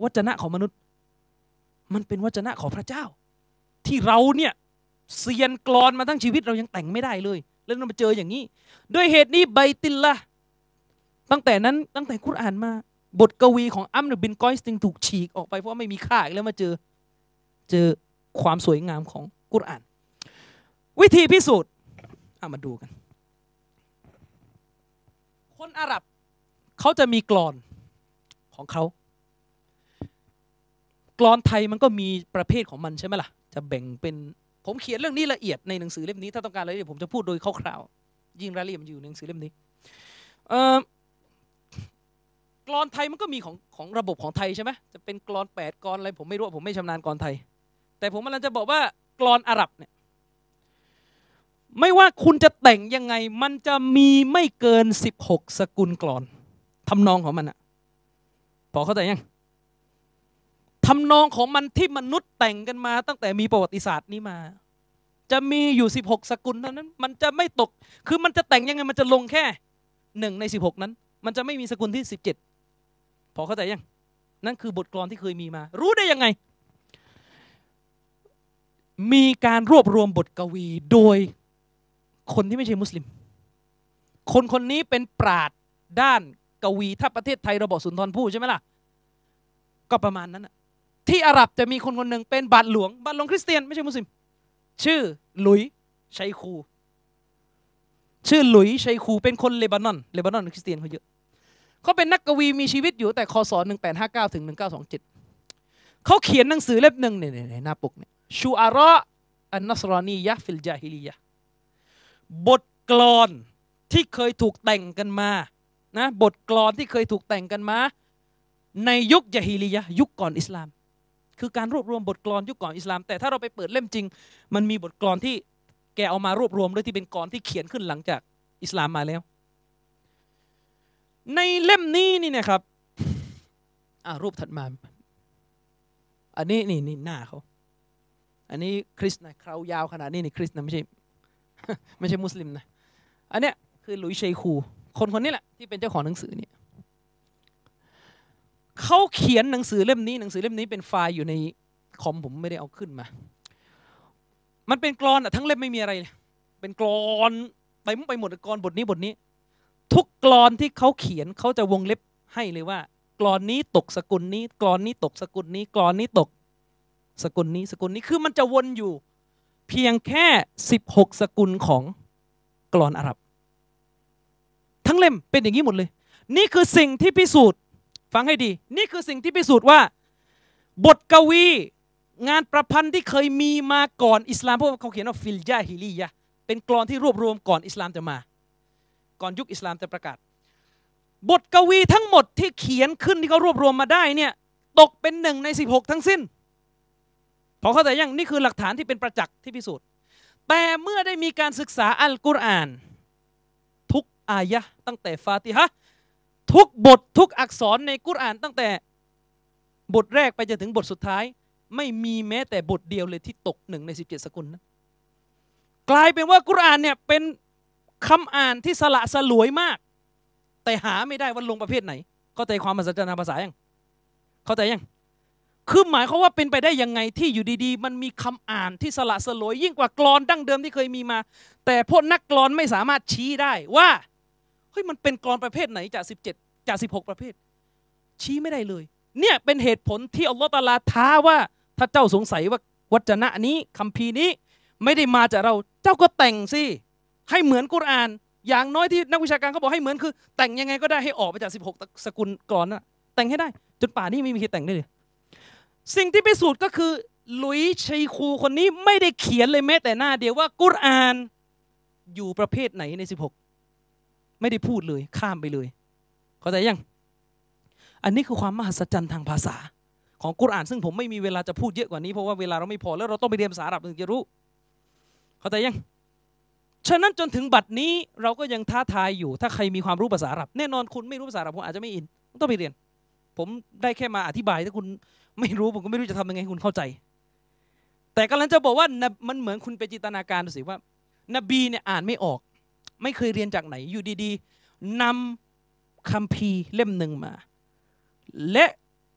วจนะของมนุษย์มันเป็นวจนะของพระเจ้าที่เราเนี่ยเซียนกลอนมาทั้งชีวิตเรายังแต่งไม่ได้เลยแล้วเรามาเจออย่างนี้ด้วยเหตุนี้ไบติลละตั้งแต่นั้นตั้งแต่กุรอานมาบทกวีของอัมรุบินกอยสติงถูกฉีกออกไปเพราะไม่มีค่าอีกแล้วมาเจอเจอความสวยงามของกุรอานวิธีพิสูจน์เอามาดูกันคนอาหรับเขาจะมีกลอนของเขากลอนไทยมันก็มีประเภทของมันใช่ไหมล่ะจะแบ่งเป็นผมเขียนเรื่องนี้ละเอียดในหนังสือเล่มนี้ถ้าต้องการอะไรผมจะพูดโดยคร่าวๆยิ่งรายละเอียดมันอยู่ในหนังสือเล่มนี้กลอนไทยมันก็มีของของระบบของไทยใช่ไหมจะเป็นกลอนแปดกลอนอะไรผมไม่รู้ผมไม่ชำนาญกลอนไทยแต่ผมกำลังจะบอกว่ากลอนอาหรับเนี่ยไม่ว่าคุณจะแต่งยังไงมันจะมีไม่เกินสิบหกสกุลกลอนทำนองของมันอะพอเข้าใจยังทำนองของมันที่มนุษย์แต่งกันมาตั้งแต่มีประวัติศาสตร์นี้มาจะมีอยู่สิบหกสกุลเท่านั้นมันจะไม่ตกคือมันจะแต่งยังไงมันจะลงแค่หนึ่งในสิบหกนั้นมันจะไม่มีสกุลที่สิบเจ็ดพอเข้าใจยังนั่นคือบทกลอนที่เคยมีมารู้ได้ยังไงมีการรวบรวมบทกวีโดยคนที่ไม่ใช่มุสลิมคนคนนี้เป็นปราชญ์ด้านกวีถ้าประเทศไทยเราบอกสุนทรภู่ใช่ไหมล่ะก็ประมาณนั้นนะที่อาหรับจะมีคนคนหนึ่งเป็นบาทหลวงบาทหลวงคริสเตียนไม่ใช่มุสลิมชื่อหลุยชัยคูชื่อหลุยชัยคูเป็นคนเลบานอนเลบานอนคริสเตียนเขาเยอะเขาเป็นนักกวีมีชีวิตอยู่แต่คศหนึ่งแปดห้าเก้าถึงหนึ่งเก้าสองเจ็ดเขาเขียนหนังสือเล่มหนึ่งเนี่ยในหน้าปกเนี่ยชูอาระอันนัสรานียะฟิลจาฮิลียะบทกลอนที่เคยถูกแต่งกันมานะบทกลอนที่เคยถูกแต่งกันมาในยุคญะฮีลียะห์ยุคก่อนอิสลามคือการรวบรวมบทกลอนยุคก่อนอิสลามแต่ถ้าเราไปเปิดเล่มจริงมันมีบทกลอนที่แกเอามารวบรวมด้วยที่เป็นกลอนที่เขียนขึ้นหลังจากอิสลามมาแล้วในเล่มนี้นี่นะครับอ่ารูปถัดมาอันนี้นี่นี่หน้าเขาอันนี้คริสนะเครายาวขนาดนี้นี่คริสนะไม่ใช่ไม่ใช่มุสลิมนะอันเนี้ยคือหลุยส์ชัยคูคนคนนี้แหละที่เป็นเจ้าของหนังสือนี่เขาเขียนหนังสือเล่มนี้หนังสือเล่มนี้เป็นไฟล์อยู่ในคอมผมไม่ได้เอาขึ้นมามันเป็นกลอนอะทั้งเล่มไม่มีอะไรเลยเป็นกลอนไปมุ่งไปหมดกลอนบทนี้บทนี้ทุกกลอนที่เขาเขียนเขาจะวงเล็บให้เลยว่ากลอนนี้ตกสกุลนี้กลอนนี้ตกสกุลนี้กลอนนี้ตกสกุลนี้สกุลนี้คือมันจะวนอยู่เพียงแค่สิบหกสกุลของกลอนอาหรับทั้งเล่มเป็นอย่างนี้หมดเลยนี่คือสิ่งที่พิสูจน์ฟังให้ดีนี่คือสิ่งที่พิสูจน์ว่าบทกวีงานประพันธ์ที่เคยมีมาก่อนอิสลามเพราะเขาเขียนว่าฟิลจาฮิลียะห์เป็นกลอนที่รวบรวมก่อนอิสลามจะมาก่อนยุคอิสลามจะประกาศบทกวีทั้งหมดที่เขียนขึ้นที่เขารวบรวมมาได้เนี่ยตกเป็นหนึ่งในสิบหกทั้งสิ้นพอเข้าใจยังนี่คือหลักฐานที่เป็นประจักษ์ที่พิสูจน์แต่เมื่อได้มีการศึกษาอัลกุรอานทุกอายะห์ตั้งแต่ฟาติฮะห์ทุกบททุกอักษรในกุรอานตั้งแต่บทแรกไปจนถึงบทสุดท้ายไม่มีแม้แต่บทเดียวเลยที่ตกหนึ่งในสิบเจ็ดสกุลนั้นกลายเป็นว่ากุรอานเนี่ยเป็นคำอ่านที่สละสลวยมากแต่หาไม่ได้ว่าลงประเภทไหนเข้าใจความมหัศจรรย์ทางภาษายังเข้าใจยังคือหมายเขาว่าเป็นไปได้ยังไงที่อยู่ดีๆมันมีคำอ่านที่สละสลวยยิ่งกว่ากลอนดั้งเดิมที่เคยมีมาแต่พวกนักกลอนไม่สามารถชี้ได้ว่าเฮ้ยมันเป็นกลอนประเภทไหนจากสิบเจ็ดจากสิบหกประเภทชี้ไม่ได้เลยเนี่ยเป็นเหตุผลที่อัลลอฮฺตะอาลาท้าว่าถ้าเจ้าสงสัยว่าวจนะนี้คัมภีร์นี้ไม่ได้มาจากเราเจ้าก็แต่งสิให้เหมือนกุรอานอย่างน้อยที่นักวิชาการเขาบอกให้เหมือนคือแต่งยังไงก็ได้ให้ออกไปจากสิบหกสกุลกลอนน่ะแต่งให้ได้จนป่านนี้ไม่มีใครแต่งได้เลยสิ่งที่พิสูจน์ก็คือหลุยส์ชัยคูคนนี้ไม่ได้เขียนเลยแม้แต่หน้าเดียวว่ากุรอานอยู่ประเภทไหนในสิบหกไม่ได้พูดเลยข้ามไปเลยเข้าใจยังอันนี้คือความมหัศจรรย์ทางภาษาของกุรอานซึ่งผมไม่มีเวลาจะพูดเยอะกว่านี้เพราะว่าเวลาเราไม่พอแล้วเราต้องไปเรียนภาษาอาหรับถึงจะรู้เข้าใจยังฉะนั้นจนถึงบัดนี้เราก็ยังท้าทายอยู่ถ้าใครมีความรู้ภาษาอาหรับแน่นอนคุณไม่รู้ภาษาอาหรับผมอาจจะไม่อินต้องไปเรียนผมได้แค่มาอธิบายถ้าคุณไม่รู้ผมก็ไม่รู้จะทำยังไงให้คุณเข้าใจแต่กำลังจะบอกว่ามันเหมือนคุณไปจินตนาการดูสิว่านบีเนี่ยอ่านไม่ออกไม่เคยเรียนจากไหนอยู่ดีๆนำคัมภีร์เล่มหนึ่งมาและ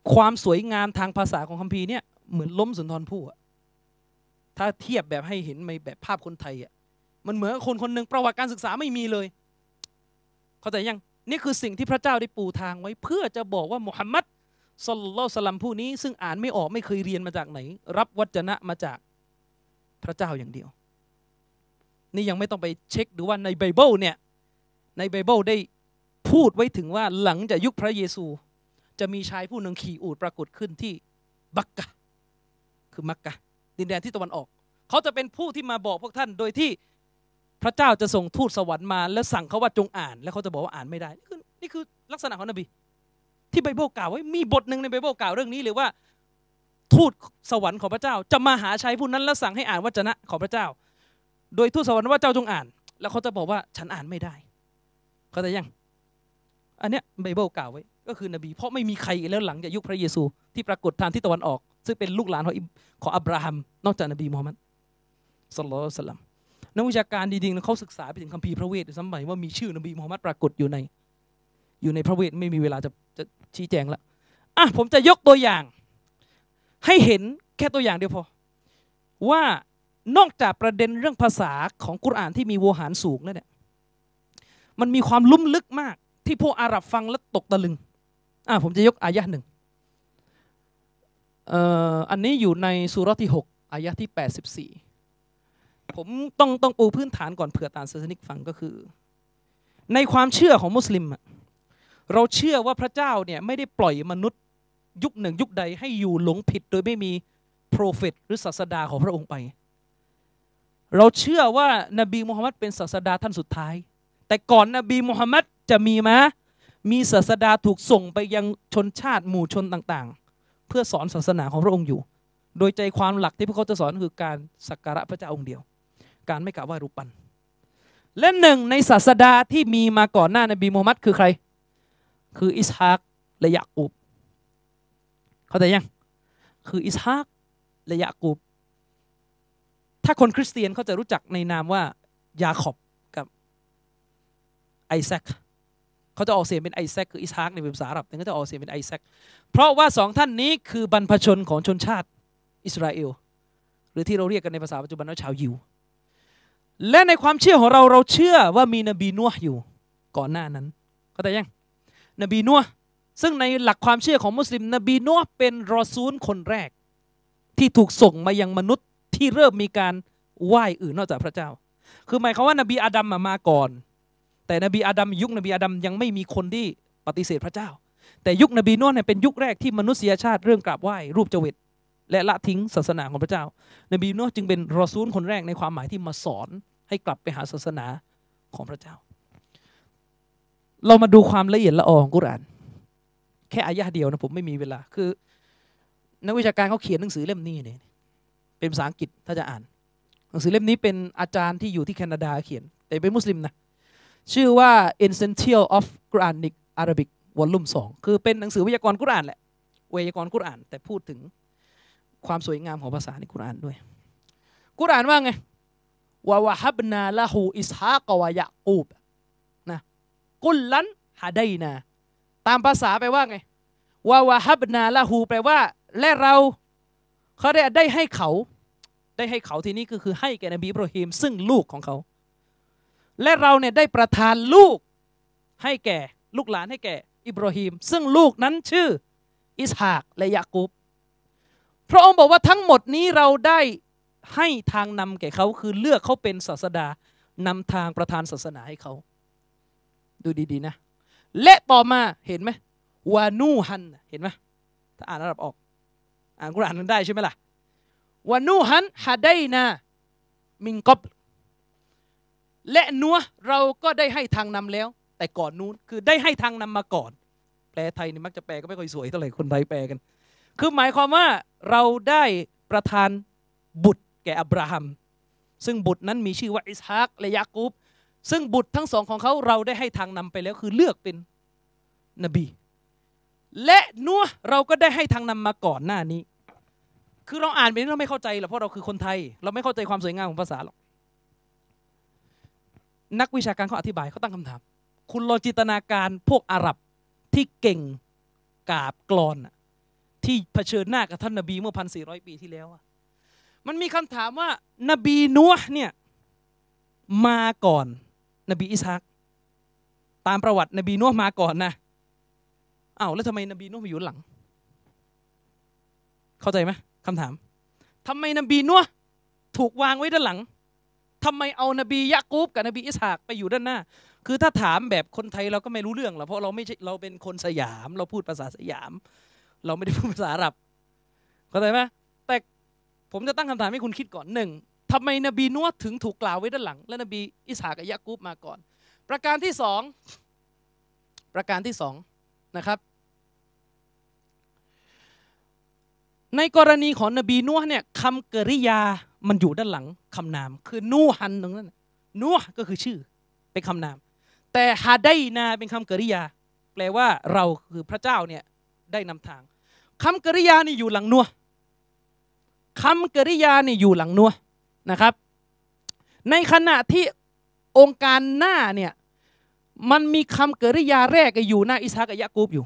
ความสวยงามทางภาษาของคัมภีร์เนี่ยเหมือนล้มสุนทรภู่อะถ้าเทียบแบบให้เห็นในแบบภาพคนไทยอ่ะมันเหมือนคนคนหนึ่งประวัติการศึกษาไม่มีเลยเข้าใจยังนี่คือสิ่งที่พระเจ้าได้ปูทางไว้เพื่อจะบอกว่ามุฮัมมัดศ็อลลัลลอฮุอะลัยฮิวะซัลลัมผู้นี้ซึ่งอ่านไม่ออกไม่เคยเรียนมาจากไหนรับวจนะมาจากพระเจ้าอย่างเดียวนี่ยังไม่ต้องไปเช็คดูว่าในไบเบิลเนี่ยในไบเบิลได้พูดไว้ถึงว่าหลังจากยุคพระเยซูจะมีชายผู้หนึ่งขี่อูฐปรากฏขึ้นที่บักกะคือมักกะดินแดนที่ตะวันออกเขาจะเป็นผู้ที่มาบอกพวกท่านโดยที่พระเจ้าจะส่งทูตสวรรค์มาแล้วสั่งเขาว่าจงอ่านแล้วเขาจะบอกว่าอ่านไม่ได้นี่คือนี่คือลักษณะของนบีที่ไบเบิลกล่าวไว้มีบทหนึ่งในไบเบิลกล่าวเรื่องนี้เลยว่าทูตสวรรค์ของพระเจ้าจะมาหาชายผู้นั้นแล้วสั่งให้อ่านวจนะของพระเจ้าโดยทูตสวรรค์ว่าเจ้าจงอ่านแล้วเขาจะบอกว่าฉันอ่านไม่ได้เข้าใจยังอันเนี้ยไบเบิลกล่าวไว้ก็คือนบีเพราะไม่มีใครแล้วหลังจากยุคพระเยซูที่ปรากฏทางที่ตะวันออกซึ่งเป็นลูกหลานของของอับราฮัมนอกจากนบีมูฮัมมัดศ็อลลัลลอฮุอะลัยฮิวะซัลลัมนักวิชาการดีๆเขาศึกษาไปถึงคัมภีร์พระเวทด้วยซ้ำไปว่ามีชื่อนบีมูฮัมมัดปรากฏอยู่ในอยู่ในพระเวทไม่มีเวลาจะจะชี้แจงละอ่ะผมจะยกตัวอย่างให้เห็นแค่ตัวอย่างเดียวพอว่านอกจากประเด็นเรื่องภาษาของกุรอานที่มีโวหารสูงแล้วเนี่ยมันมีความลุ่มลึกมากที่พวกอาหรับฟังแล้วตกตะลึงอ่ะผมจะยกอายะห์หนึ่งเอ่ออันนี้อยู่ในซูเราะห์ที่หกอายะห์ที่แปดสิบสี่ผมต้องต้องปูพื้นฐานก่อนเผื่อตามศาสนิกฟังก็คือในความเชื่อของมุสลิมเราเชื่อว่าพระเจ้าเนี่ยไม่ได้ปล่อยมนุษย์ยุคหนึ่งยุคใดให้อยู่หลงผิดโดยไม่มีโปรเฟตหรือศาสดาของพระองค์ไปเราเชื่อว่านบีมุฮัมมัดเป็นศาสดาท่านสุดท้ายแต่ก่อนนบีมุฮัมมัดจะมีมามีศาสดาถูกส่งไปยังชนชาติหมู่ชนต่างๆเพื่อสอนศาสนาของพระองค์อยู่โดยใจความหลักที่พวกเขาจะสอนคือการสักการะพระเจ้าองค์เดียวการไม่กราบไหว้รูปปั้นและหนึ่งในศาสดาที่มีมาก่อนหน้านบีมุฮัมมัดคือใครคืออิสฮากและยะกูบเข้าใจยังคืออิสฮากและยะกูบถ้าคนคริสเตียนเขาจะรู้จักในนามว่ายาขอบกับไอแซคเขาจะออกเสียงเป็นไอแซคคืออิสฮากในภาษาอาหรับแต่เขาจะออกเสียงเป็นไอแซคเพราะว่าสองท่านนี้คือบรรพชนของชนชาติอิสราเอลหรือที่เราเรียกกันในภาษาปัจจุบันว่าชาวยิวและในความเชื่อของเราเราเชื่อว่ามีนบีนัวห์อยู่ก่อนหน้านั้นเข้าใจยังนบีนัวห์ซึ่งในหลักความเชื่อของมุสลิมนบีนัวห์เป็นรอซูลคนแรกที่ถูกส่งมายังมนุษย์ที่เริ่มมีการไหว้อื่นนอกจากพระเจ้าคือหมายความว่านบีอาดัมมาก่อนแต่นบีอาดัมยุคนบีอาดัมยังไม่มีคนที่ปฏิเสธพระเจ้าแต่ยุคนบีนัวห์เนี่ยเป็นยุคแรกที่มนุษยชาติเริ่มกราบไหว้รูปจเวตและละทิ้งศาสนาของพระเจ้านบีนัวห์จึงเป็นรอซูลคนแรกในความหมายที่มาสอนให้กลับไปหาศาสนาของพระเจ้าเรามาดูความละเอียดละออของกุรอานแค่อายะห์เดียวนะผมไม่มีเวลาคือนักวิชาการเขาเขียนหนังสือเล่มนี้เนี่ยเป็นภาษาอังกฤษถ้าจะอ่านหนังสือเล่มนี้เป็นอาจารย์ที่อยู่ที่แคนาดาเขียนแต่เป็นมุสลิมนะชื่อว่า Essential of Quranic Arabic วอลลุ่มสองคือเป็นหนังสือไวยากรณ์กุรอานแหละไวยากรณ์กุรอานแต่พูดถึงความสวยงามของภาษาในกุรอานด้วยกุรอานว่าไงวะวะฮับนาละฮูอิสฮากวะยะกูบนะกุลลันฮะดัยนาตามภาษาแปลว่าไงวะวะฮับนาละฮูแปลว่าและเราเขาได้ได้ให้เขาได้ให้เขาทีนี้ก็คือให้แก่นบีอิบราฮิมซึ่งลูกของเขาและเราเนี่ยได้ประทานลูกให้แก่ลูกหลานให้แก่อิบราฮิมซึ่งลูกนั้นชื่ออิสฮากและยะกูบพระองค์บอกว่าทั้งหมดนี้เราได้ให้ทางนำแก่เขาคือเลือกเขาเป็นศาสดานำทางประทานศาสนาให้เขาดูดีๆนะและต่อมาเห็นไหมวานูฮันเห็นไหมถ้าอ่านอาหรับออกอ่านกุรอานนั้นได้ใช่ไหมล่ะวานูฮันฮะไดนามิงกอบและนัวเราก็ได้ให้ทางนำแล้วแต่ก่อนนู้นคือได้ให้ทางนำมาก่อนแปลไทยนี่มักจะแปลก็ไม่ค่อยสวยเท่าไหร่คนไทยแปลกันคือหมายความว่าเราได้ประทานบุตรแก่อับราฮัมซึ่งบุตรนั้นมีชื่อว่าอิสฮากและยะกูบซึ่งบุตรทั้งสองของเขาเราได้ให้ทางนำไปแล้วคือเลือกเป็นนบีและนัวเราก็ได้ให้ทางนำมาก่อนหน้านี้คือเราอ่านไปนี้เราไม่เข้าใจหรอกเพราะเราคือคนไทยเราไม่เข้าใจความสวยงามของภาษาหรอกนักวิชาการเขาอธิบายเขาตั้งคำถามคุณลองจินตนาการพวกอาหรับที่เก่งกาบกลอนที่เผชิญหน้ากับท่านนบีเมื่อพันสี่ร้อยปีที่แล้วมันมีคำถามว่านบีนูห์เนี่ยมาก่อนนบีอิสฮากตามประวัตินบีนูห์มาก่อนนะอ้าวแล้วทำไมนบีนูห์มาอยู่หลังเข้าใจไหมคำถามทำไมนบีนูห์ถูกวางไว้ด้านหลังทำไมเอานบียะกูบกับนบีอิสฮากไปอยู่ด้านหน้าคือถ้าถามแบบคนไทยเราก็ไม่รู้เรื่องหรอกเพราะเราไม่ใช่เราเป็นคนสยามเราพูดภาษาสยามเราไม่ได้พูดภาษาอาหรับเข้าใจไหมแต่ผมจะตั้งคำถามให้คุณคิดก่อนหนึ่งทำไมนบีนูห์ถึงถูกกล่าวไว้ด้านหลังและนบีอิสฮากกับยะกูบมาก่อนประการที่สองประการที่สองนะครับในกรณีของนบีนูห์เนี่ยคำกริยามันอยู่ด้านหลังคำนามคือนูฮันตรงนั้นนูห์ก็คือชื่อเป็นคำนามแต่ฮาไดนาเป็นคำกริยาแปลว่าเราคือพระเจ้าเนี่ยได้นำทางคำกริยานี่อยู่หลังนูห์คำกริยานี่อยู่หลังนูห์นะครับในขณะที่องค์การหน้าเนี่ยมันมีคำกริยาแรกอยู่หน้าอิสฮากกับยะกูบอยู่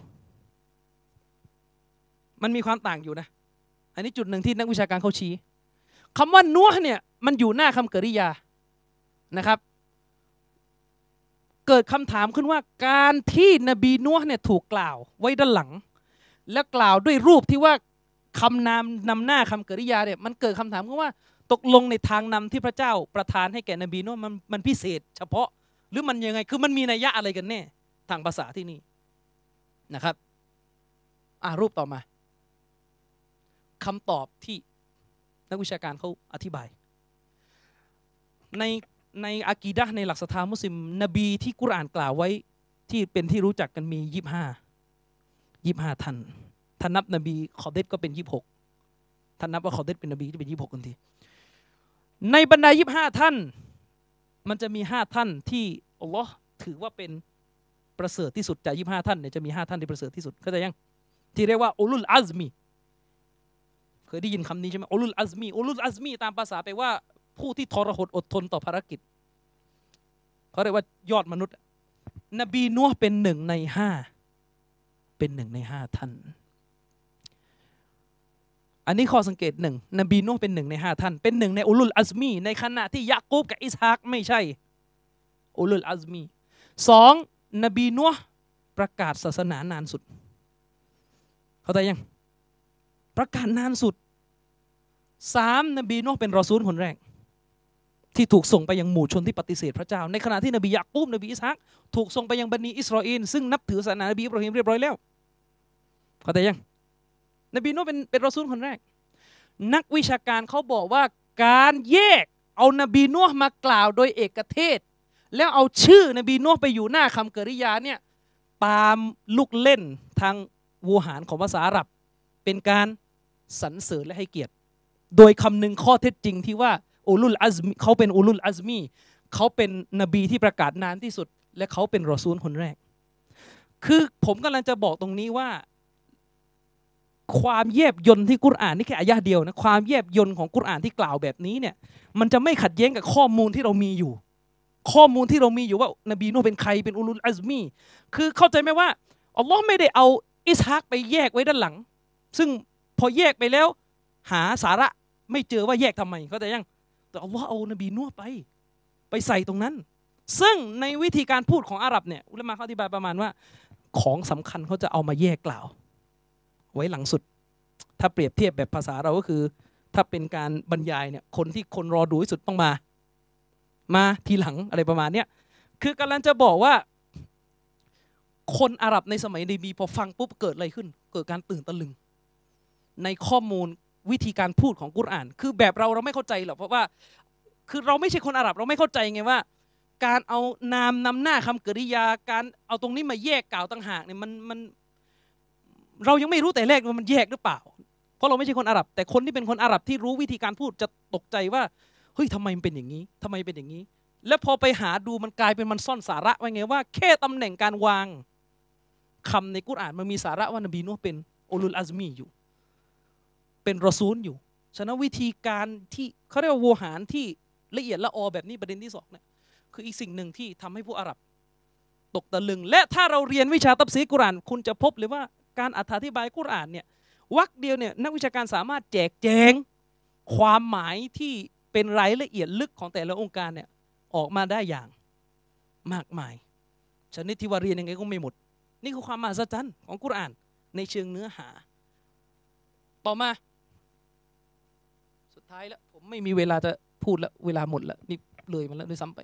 มันมีความต่างอยู่นะอันนี้จุดหนึ่งที่นักวิชาการเขาชี้คำว่านูห์เนี่ยมันอยู่หน้าคำกริยานะครับเกิดคำถามขึ้นว่าการที่นบีนูห์เนี่ยถูกกล่าวไว้ด้านหลังและกล่าวด้วยรูปที่ว่าคำนามนำหน้าคำกริยาเนี่ยมันเกิดคำถามขึ้นว่าตกลงในทางนำที่พระเจ้าประทานให้แก่นบีนูห์มันมันพิเศษเฉพาะหรือมันยังไงคือมันมีนัยยะอะไรกันแน่ทางภาษาที่นี่นะครับอ่ารูปต่อมาคำตอบที่นักวิชาการเขาอธิบายในในอากีดะห์ในหลักศรัทธามุสลิมนบีที่กุรอานกล่าวไว้ที่เป็นที่รู้จักกันมียี่สิบห้ายี่สิบห้าท่านท่านนับนบีคอเดตก็เป็นยี่สิบหกท่านนับว่าคอเดตเป็นนบีที่เป็นยี่สิบหกคนทีในบรรดายี่สิบห้าท่านมันจะมีห้าท่านที่อัลลอฮ์ถือว่าเป็นประเสริฐที่สุดจากยี่สิบห้าท่านเนี่ยจะมีห้าท่านที่ประเสริฐที่สุดเข้าใจยังที่เรียกว่าอุลุลอัซมีเคยได้ยินคำนี้ใช่ไหมอุลุลอัซมีอุลุลอัซมีตามภาษาแปลว่าผู้ที่ทรหดอดทนต่อภารกิจเขาเรียกว่ายอดมนุษย์นบีนูห์เป็นหนึ่งในห้าเป็นหนึ่งในห้าท่านอันนี้ข้อสังเกตหนึ่งนบีนูห์เป็นหนึ่งในห้าท่านเป็นหนึ่งในอุลุลอัซมีในขณะที่ยะกูบกับอิสฮากไม่ใช่อุลุลอัซมีสองนบีนูห์ประกาศศาสนานานสุดเข้าใจยังประกาศนานสุดสามนบีนูห์เป็นรอซูลคนแรกที่ถูกส่งไปยังหมู่ชนที่ปฏิเสธพระเจ้าในขณะที่นบียะกูบนบีอิสฮากถูกส่งไปยังบันิอิสราเอลซึ่งนับถือศาสนานบีอิบราฮิมเรียบร้อยแล้วเข้าใจยังนบีนูห์เป็นเป็นรอซูลคนแรกนักวิชาการเขาบอกว่าการแยกเอานบีนูห์มากล่าวโดยเอกเทศแล้วเอาชื่อนบีนูห์ไปอยู่หน้าคำกริยาเนี่ยตามลูกเล่นทางวูหารของภาษาอาหรับเป็นการสรรเสริญและให้เกียรติโดยคำนึงข้อเท็จจริงที่ว่าอุลุลอัซมีเขาเป็นอุลุลอัซมีเขาเป็นนบีที่ประกาศนานที่สุดและเขาเป็นรอซูลคนแรกคือผมกำลังจะบอกตรงนี้ว่าความแยบยลที่กุรอานนี่แค่อายะห์เดียวนะความแยบยลของกุรอานที่กล่าวแบบนี้เนี่ยมันจะไม่ขัดแย้งกับข้อมูลที่เรามีอยู่ข้อมูลที่เรามีอยู่ว่านบีนูห์เป็นใครเป็นอุลุลอัซมีคือเข้าใจไหมว่าอัลลอฮ์ไม่ได้เอาอิสฮากไปแยกไว้ด้านหลังซึ่งพอแยกไปแล้วหาสาระไม่เจอว่าแยกทำไมเข้าใจยังแต่อัลลอฮ์เอานบีนูห์ไปไปใส่ตรงนั้นซึ่งในวิธีการพูดของอาหรับเนี่ยอุลามะเขาอธิบายประมาณว่าของสำคัญเขาจะเอามาแยกกล่าวไว้หลังสุดถ้าเปรียบเทียบแบบภาษาเราก็คือถ้าเป็นการบรรยายเนี่ยคนที่คนรอดูที่สุดต้องมามาทีหลังอะไรประมาณเนี้ยคือกำลังจะบอกว่าคนอาหรับในสมัยนบีพอฟังปุ๊บเกิดอะไรขึ้นเกิดการตื่นตะลึงในข้อมูลวิธีการพูดของกุรอานคือแบบเราเราไม่เข้าใจหรอกเพราะว่าคือเราไม่ใช่คนอาหรับเราไม่เข้าใจไงว่าการเอานามนำหน้าคำกริยาการเอาตรงนี้มาแยกกล่าวต่างหากเนี่ยมันมันเรายังไม่รู้แต่แรกว่ามันแยกหรือเปล่าเพราะเราไม่ใช่คนอาหรับแต่คนที่เป็นคนอาหรับที่รู้วิธีการพูดจะตกใจว่าเฮ้ยทำไมมันเป็นอย่างนี้ทำไมเป็นอย่างนี้แล้วพอไปหาดูมันกลายเป็นมันซ่อนสาระไว้ไงว่าแค่ตำแหน่งการวางคำในกุรอานมันมีสาระว่านบีนูห์เป็นอุลุลอัซมีอยู่เป็นรอซูลอยู่ฉะนั้นวิธีการที่เขาเรียกว่าโวหารที่ละเอียดละออแบบนี้ประเด็นที่สองเนี่ยคืออีกสิ่งหนึ่งที่ทำให้ผู้อาหรับตกตะลึงและถ้าเราเรียนวิชาตัฟซีรกุรอานคุณจะพบเลยว่าการอธิบายกุรอานเนี่ยวรรคเดียวเนี่ยนักวิชาการสามารถแจกแจงความหมายที่เป็นรายละเอียดลึกของแต่ละองค์การเนี่ยออกมาได้อย่างมากมายชนิดที่ว่าเรียนยังไงก็ไม่หมดนี่คือความมหัศจรรย์ของกุรอานในเชิงเนื้อหาต่อมาสุดท้ายแล้วผมไม่มีเวลาจะพูดแล้วเวลาหมดแล้วนี่เลยมาแล้วด้วยซ้ำไป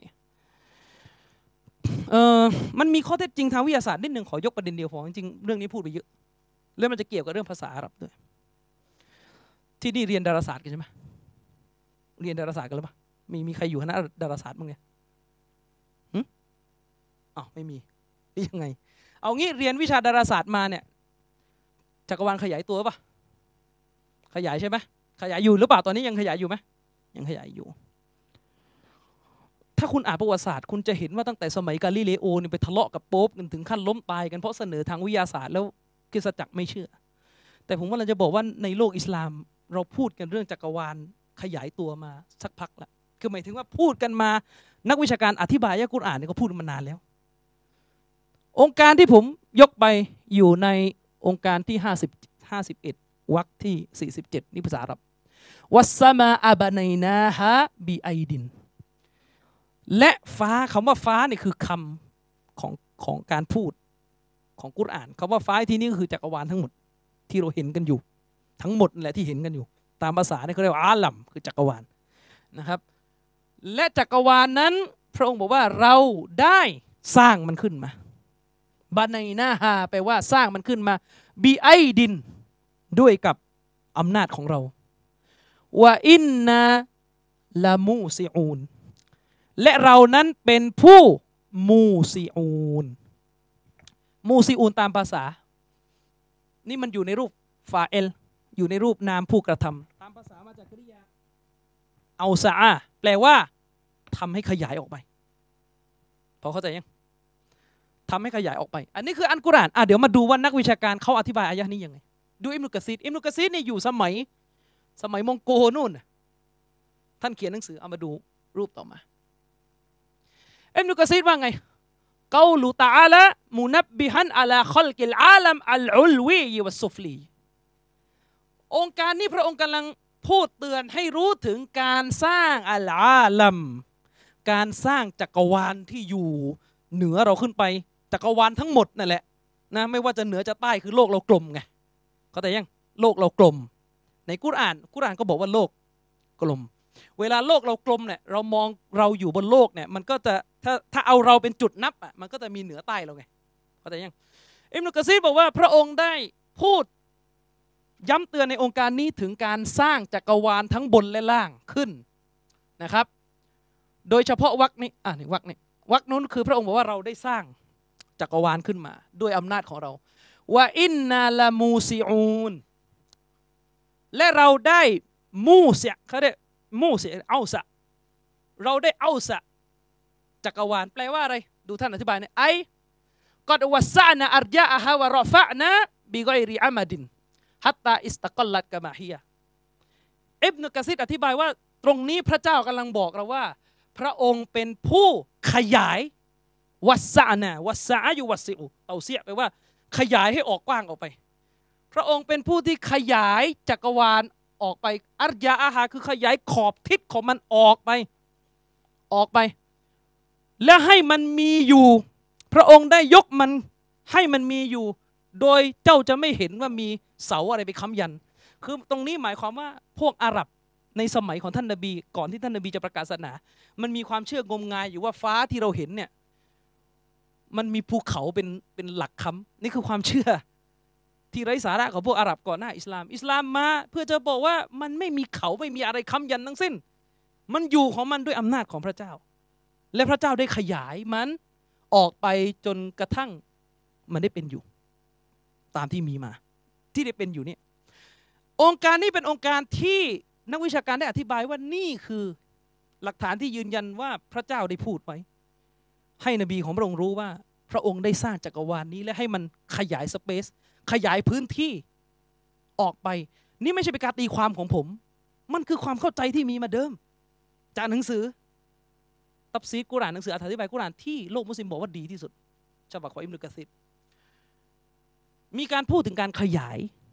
เออมันมีข้อเท็จจริงทางวิทยาศาสตร์นิดหนึ่งขอยกประเด็นเดียวพอจริงๆเรื่องนี้พูดไปเยอะแล้วมันจะเกี่ยวกับเรื่องภาษาอาหรับด้วยที่นี่เรียนดาราศาสตร์กันใช่ไหมเรียนดาราศาสตร์กันหรือเปล่ามีมีใครอยู่คณะดาราศาสตร์บ้างเนี่ยหืมอ้าวไม่มียังไงเอางี้เรียนวิชาดาราศาสตร์มาเนี่ยจักรวาลขยายตัวป่ะขยายใช่ไหมขยายอยู่หรือเปล่าตอนนี้ยังขยายอยู่ไหมยังขยายอยู่ถ้าคุณอ่านประวัติศาสตร์คุณจะเห็นว่าตั้งแต่สมัยกาลิเลโอเนี่ยไปทะเลาะกับโป๊ปกันถึงขั้นล้มตายกันเพราะเสนอทางวิทยาศาสตร์แล้วคริสตจักรไม่เชื่อแต่ผมว่าเราจะบอกว่าในโลกอิสลามเราพูดกันเรื่องจักรวาลขยายตัวมาสักพักแล้วคือหมายถึงว่าพูดกันมานักวิชาการอธิบายอัลกุรอานเนี่ยก็พูดมานานแล้วองค์การที่ผมยกไปอยู่ในองค์การที่ห้าสิบ ห้าสิบเอ็ดวรรคที่สี่สิบเจ็ดนี่ภาษาอาหรับวัสสมาอาบานัยนาฮะบีไอดินและฟ้าคำว่าฟ้านี่คือคำของของการพูดของกุรอานคำว่าฟ้าที่นี่ก็คือจักรวาลทั้งหมดที่เราเห็นกันอยู่ทั้งหมดแหละที่เห็นกันอยู่ตามภาษาเนี่ยเขาเรียกว่าอาลัมคือจักรวาลนะครับและจักรวาลนั้นพระองค์บอกว่าเราได้สร้างมันขึ้นมาบานัยนาฮาแปลว่าสร้างมันขึ้นมาบีไอดินด้วยกับอำนาจของเราวะอินนาละมูซิอูนและเรานั้นเป็นผู้มูซิอูนมูซิอูนตามภาษานี่มันอยู่ในรูปฟาเอลอยู่ในรูปนามผู้กระทำตามภาษามาจากกริยาเอาซาอาแปลว่าทำให้ขยายออกไปพอเข้าใจยังทำให้ขยายออกไปอันนี้คืออัลกุรอานอ่ะเดี๋ยวมาดูว่านักวิชาการเขาอธิบายอายะห์นี้ยังไงดูอิบนุกะซีรอิบนุกะซีรนี่อยู่สมัยสมัยมองโกนู่นท่านเขียนหนังสือเอามาดูรูปต่อมาอิบนุกะซีรว่าไงกอลุตะอาลามุนับบิฮันอะลาคอลกิลอาลัมอัลอุลวีวัสซุฟลีองค์การนี้พระองค์กำลังพูดเตือนให้รู้ถึงการสร้างอัลอาลัมการสร้างจักรวาลที่อยู่เหนือเราขึ้นไปจักรวาลทั้งหมดนั่นแหละนะไม่ว่าจะเหนือจะใต้คือโลกเรากลมไงเข้าใจยังโลกเรากลมในกุรอานกุรอานก็บอกว่าโลกกลมเวลาโลกเรากลมเนี่ยเรามองเราอยู่บนโลกเนี่ยมันก็จะถ้าถ้าเอาเราเป็นจุดนับอ่ะมันก็จะมีเหนือใต้เราไงเข้าใจยังอิบนุกะซีรบอกว่าพระองค์ได้พูดย้ำเตือนในองค์การนี้ถึงการสร้างจักรวาลทั้งบนและล่างขึ้นนะครับโดยเฉพาะวรรคนี้อ่ะนี่วรรคนี้วรรคนู้นคือพระองค์บอกว่าเราได้สร้างจักรวาลขึ้นมาด้วยอำนาจของเราว่าอินนาละมูซิอูนและเราได้มูเสียเขาได้มูเสียเอาสะเราได้เอาสะจักรวาลแปลว่าอะไรดูท่านอธิบายเนี่ยไอกอดวัสนาอัรยะฮาวะรอฟะนะบิกอยริอามาดินฮัตตาอิสตะกอลลัดกะมาฮียะอิบนุกะซีรอธิบายว่าตรงนี้พระเจ้ากำลังบอกเราว่าพระองค์เป็นผู้ขยายวัสนาวัสาอยู่วัสซิอูเอาเสียไปว่าขยายให้ออกกว้างออกไปพระองค์เป็นผู้ที่ขยายจักรวาลออกไปอัรยะอาฮาคือขยายขอบทิศของมันออกไปออกไปและให้มันมีอยู่พระองค์ได้ยกมันให้มันมีอยู่โดยเจ้าจะไม่เห็นว่ามีเสาอะไรไปค้ำยันคือตรงนี้หมายความว่าพวกอาหรับในสมัยของท่านนบีก่อนที่ท่านนบีจะประกาศศาสนามันมีความเชื่องมงายอยู่ว่าฟ้าที่เราเห็นเนี่ยมันมีภูเขาเป็นเป็นหลักค้ำนี่คือความเชื่อที่ไร้สาระของพวกอาหรับก่อนหน้าอิสลามอิสลามมาเพื่อจะบอกว่ามันไม่มีเขาไม่มีอะไรค้ำยันทั้งสิ้นมันอยู่ของมันด้วยอำนาจของพระเจ้าและพระเจ้าได้ขยายมันออกไปจนกระทั่งมันได้เป็นอยู่ตามที่มีมาที่ได้เป็นอยู่เนี่ยองค์การนี้เป็นองค์การที่นักวิชาการได้อธิบายว่านี่คือหลักฐานที่ยืนยันว่าพระเจ้าได้พูดไว้ให้นบีของพระองค์รู้ว่าพระองค์ได้สร้างจักรวาลนี้และให้มันขยายสเปซขยายพื้นที่ออกไปนี่ไม่ใช่เป็นการตีความของผมมันคือความเข้าใจที่มีมาเดิมจากหนังสือตัฟซีรกุรอานหนังสืออธิบายกุรอานที่โลกมุสลิมบอกว่าดีที่สุดฉบับของอิบนุกะซีรมีการพูดถึงการขยาย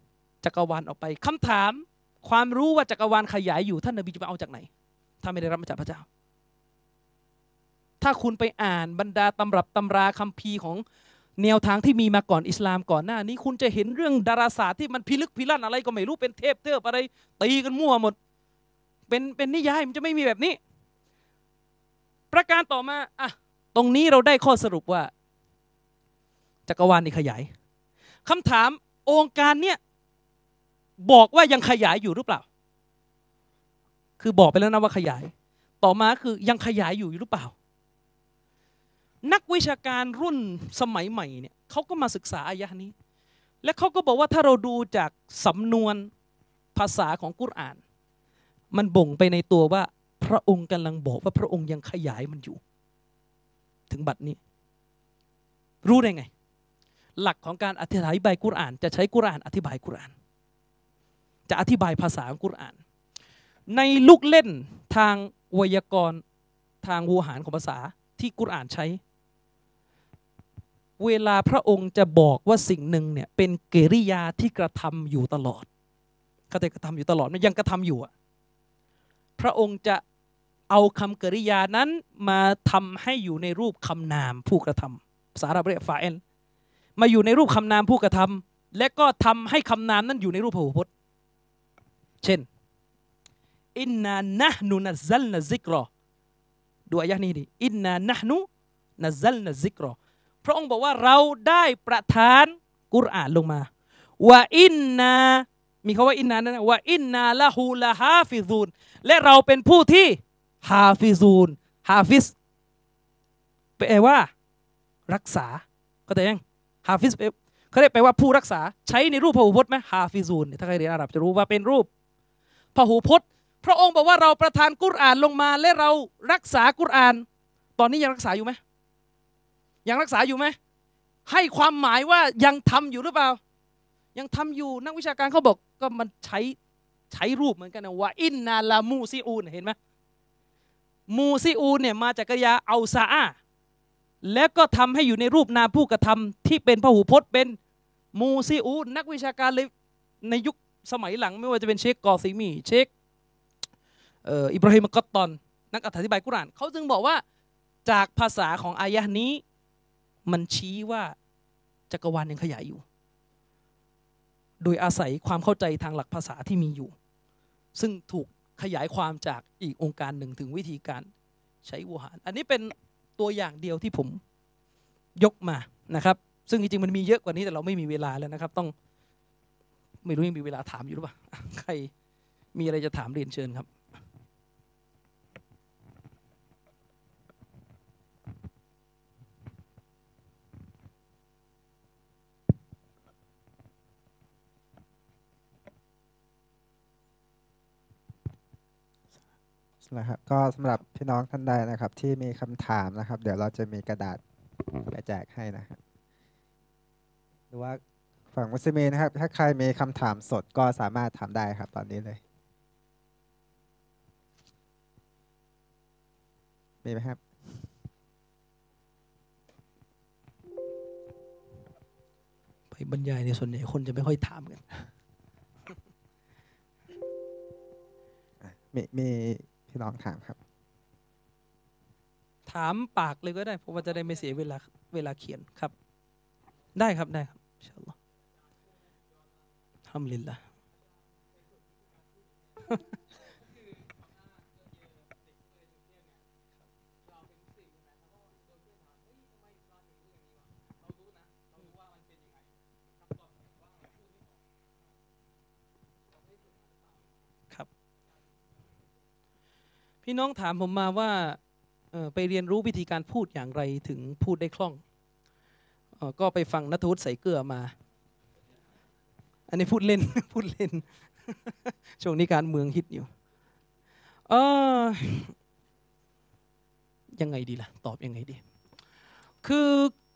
จักรวาลออกไปคำถามความรู้ว่าจักรวาลขยายอยู่ท่านนบีจะไปเอาจากไหนถ้าไม่ได้รับมาจากพระเจ้าถ้าคุณไปอ่านบรรดาตำรับตำราคัมภีร์ของแนวทางที่มีมาก่อนอิสลามก่อนหน้านี้คุณจะเห็นเรื่องดาราศาสตร์ที่มันพิลึกพิลั่นอะไรก็ไม่รู้เป็นเทพเทพอะไรตีกันมั่วหมดเป็นเป็นนิยายมันจะไม่มีแบบนี้ ประการต่อมาอ่ะตรงนี้เราได้ข้อสรุปว่าจักรวาลนี่ขยายคำถามองค์การเนี่ยบอกว่ายังขยายอยู่หรือเปล่าคือบอกไปแล้วนะว่าขยายต่อมาคือยังขยายอยู่หรือเปล่านักวิชาการรุ่นสมัยใหม่เนี่ยเขาก็มาศึกษาอายะห์นี้และเขาก็บอกว่าถ้าเราดูจากสำนวนภาษาของกุรอานมันบ่งไปในตัวว่าพระองค์กำลังบอกว่าพระองค์ยังขยายมันอยู่ถึงบัดนี้รู้ได้ไงหลักของการอธิบายกุรอานจะใช้กุรอานอธิบายกุรอานจะอธิบายภาษาของกุรอานในลูกเล่นทางไวยากรณ์ทางวูหารของภาษาที่กุรอานใช้เวลาพระองค์จะบอกว่าสิ่งหนึ่งเนี่ยเป็นกิริยาที่กระทำอยู่ตลอดก็แต่กระทำอยู่ตลอดมันยังกระทำอยู่อะพระองค์จะเอาคำกริยานั้นมาทำให้อยู่ในรูปคำนามผู้กระทำภาษาอาหรับเรียกฟาเอลมาอยู่ในรูปคำนามผู้กระทำและก็ทำให้คำนามนั้นอยู่ในรูปพหูพจน์เช่นอินนานะฮนุนัซซัลนะซิกรอดูอายะนี้ดิอินนานะฮนุนัซซัลนะซิกรอพระองค์บอกว่าเราได้ประทานกุรอานลงมาวะอินนามีคำว่าอินนานะวะอินนาละฮูละฮาฟิซูนและเราเป็นผู้ที่ฮาฟิซูนฮาฟิซแปลว่ารักษาก็แต่ยังฮาฟิซเขาเรียกแปลว่าผู้รักษาใช้ในรูปพหูพจน์ไหมฮาฟิซูนถ้าใครเรียนอาหรับจะรู้ว่าเป็นรูปพหูพจน์พระองค์บอกว่าเราประทานกุรอานลงมาและเรารักษากุรอานตอนนี้ยังรักษาอยู่ไหมยังรักษาอยู่ไหมให้ความหมายว่ายังทำอยู่หรือเปล่ายังทำอยู่นักวิชาการเขาบอกก็มันใช้ใช้รูปเหมือนกันนะว่าอินนาลามูซิอูนเห็นไหมมูซิอูนเนี่ยมาจากกริยาเอาซาอาแล้วก็ทำให้อยู่ในรูปนามผู้กระทำที่เป็นพหูพจน์เป็นมูซิอูนนักวิชาการเลยในยุคสมัยหลังไม่ว่าจะเป็นเชคกอซิมีเชคเอ่ออิบราฮิมกัตตอนนักอธิบายกุรอานเขาจึงบอกว่าจากภาษาของอายะห์นี้มันชี้ว่าจักรวาลยังขยายอยู่โดยอาศัยความเข้าใจทางหลักภาษาที่มีอยู่ซึ่งถูกขยายความจากอีกองค์การหนึ่งถึงวิธีการใช้วูหารอันนี้เป็นตัวอย่างเดียวที่ผมยกมานะครับซึ่งจริงๆมันมีเยอะกว่านี้แต่เราไม่มีเวลาแล้วนะครับต้องไม่รู้ยังมีเวลาถามอยู่หรือเปล่าใครมีอะไรจะถามเรียนเชิญครับนะครับก็สำหรับพี่น้องท่านใดนะครับที่มีคำถามนะครับเดี๋ยวเราจะมีกระดาษไปแจกให้นะครับหรือว่าฝั่งมุสลิมนะครับถ้าใครมีคำถามสดก็สามารถถามได้ครับตอนนี้เลยมีไหมครับไปบรรยายในส่วนใหญ่คนจะไม่ค่อยถามกันมีมีพี่น้องถามครับถามปากเลยก็ได้เพราะว่าจะได้ไม่เสียเวลาเวลาเขียนครับได้ครับได้ครับอินชาอัลลอฮ์อัลฮัมดุลิลลาห์พี่น้องถามผมมาว่าไปเรียนรู้วิธีการพูดอย่างไรถึงพูดได้คล่องก็ไปฟังณัฐวุฒิใส่เกลือมาอันนี้พูดเล่นพูดเล่นช่วงนี้การเมืองฮิตอยู่เออยังไงดีล่ะตอบยังไงดีคือ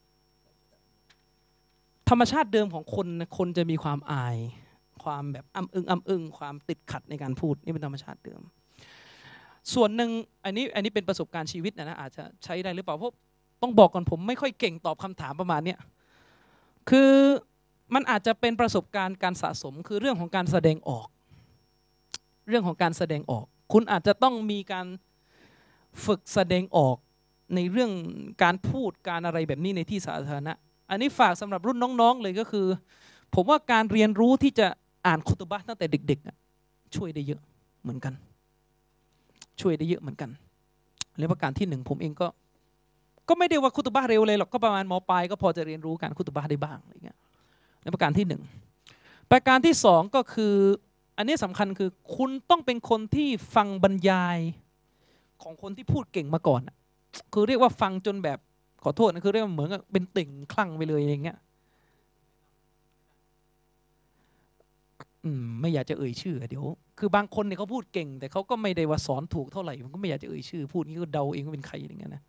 ธรรมชาติเดิมของคนคนจะมีความอายความแบบอ้ำอึ้งอ้ำอึ้งความติดขัดในการพูดนี่เป็นธรรมชาติเดิมส่วนหนึ่งอันนี้อันนี้เป็นประสบการณ์ชีวิตนะนะอาจจะใช้ได้หรือเปล่าเพราะต้องบอกก่อนผมไม่ค่อยเก่งตอบคำถามประมาณนี้คือมันอาจจะเป็นประสบการณ์การสะสมคือเรื่องของการแสดงออกเรื่องของการแสดงออกคุณอาจจะต้องมีการฝึกแสดงออกในเรื่องการพูดการอะไรแบบนี้ในที่สาธารณะอันนี้ฝากสำหรับรุ่นน้องๆเลยก็คือผมว่าการเรียนรู้ที่จะอ่านคุตบะห์ตั้งแต่เด็กๆช่วยได้เยอะเหมือนกันช่วยได้เยอะเหมือนกันและประการที่หนึ่งผมเองก็ก็ไม่ได้ว่าคุตบะห์เร็วเลยหรอกก็ประมาณม.ปลายก็พอจะเรียนรู้การคุตบะห์ได้บ้างอะไรเงี้ยและประการที่หนึ่งประการที่สองก็คืออันนี้สำคัญคือคุณต้องเป็นคนที่ฟังบรรยายของคนที่พูดเก่งมาก่อนคือเรียกว่าฟังจนแบบขอโทษนะคือเรียกว่าเหมือนกับเป็นติ่งคลั่งไปเลยอย่างเงี้ยอืมไม่อยากจะเอ่ยชื่อเดี๋ยวคือบางคนเนี่ยเขาพูดเก่งแต่เขาก็ไม่ได้ว่าสอนถูกเท่าไหร่ผมก็ไม่อยากจะเอ่ยชื่อพูดนี้ก็เดาเองว่าเป็นใครอย่างเงี้ยนะ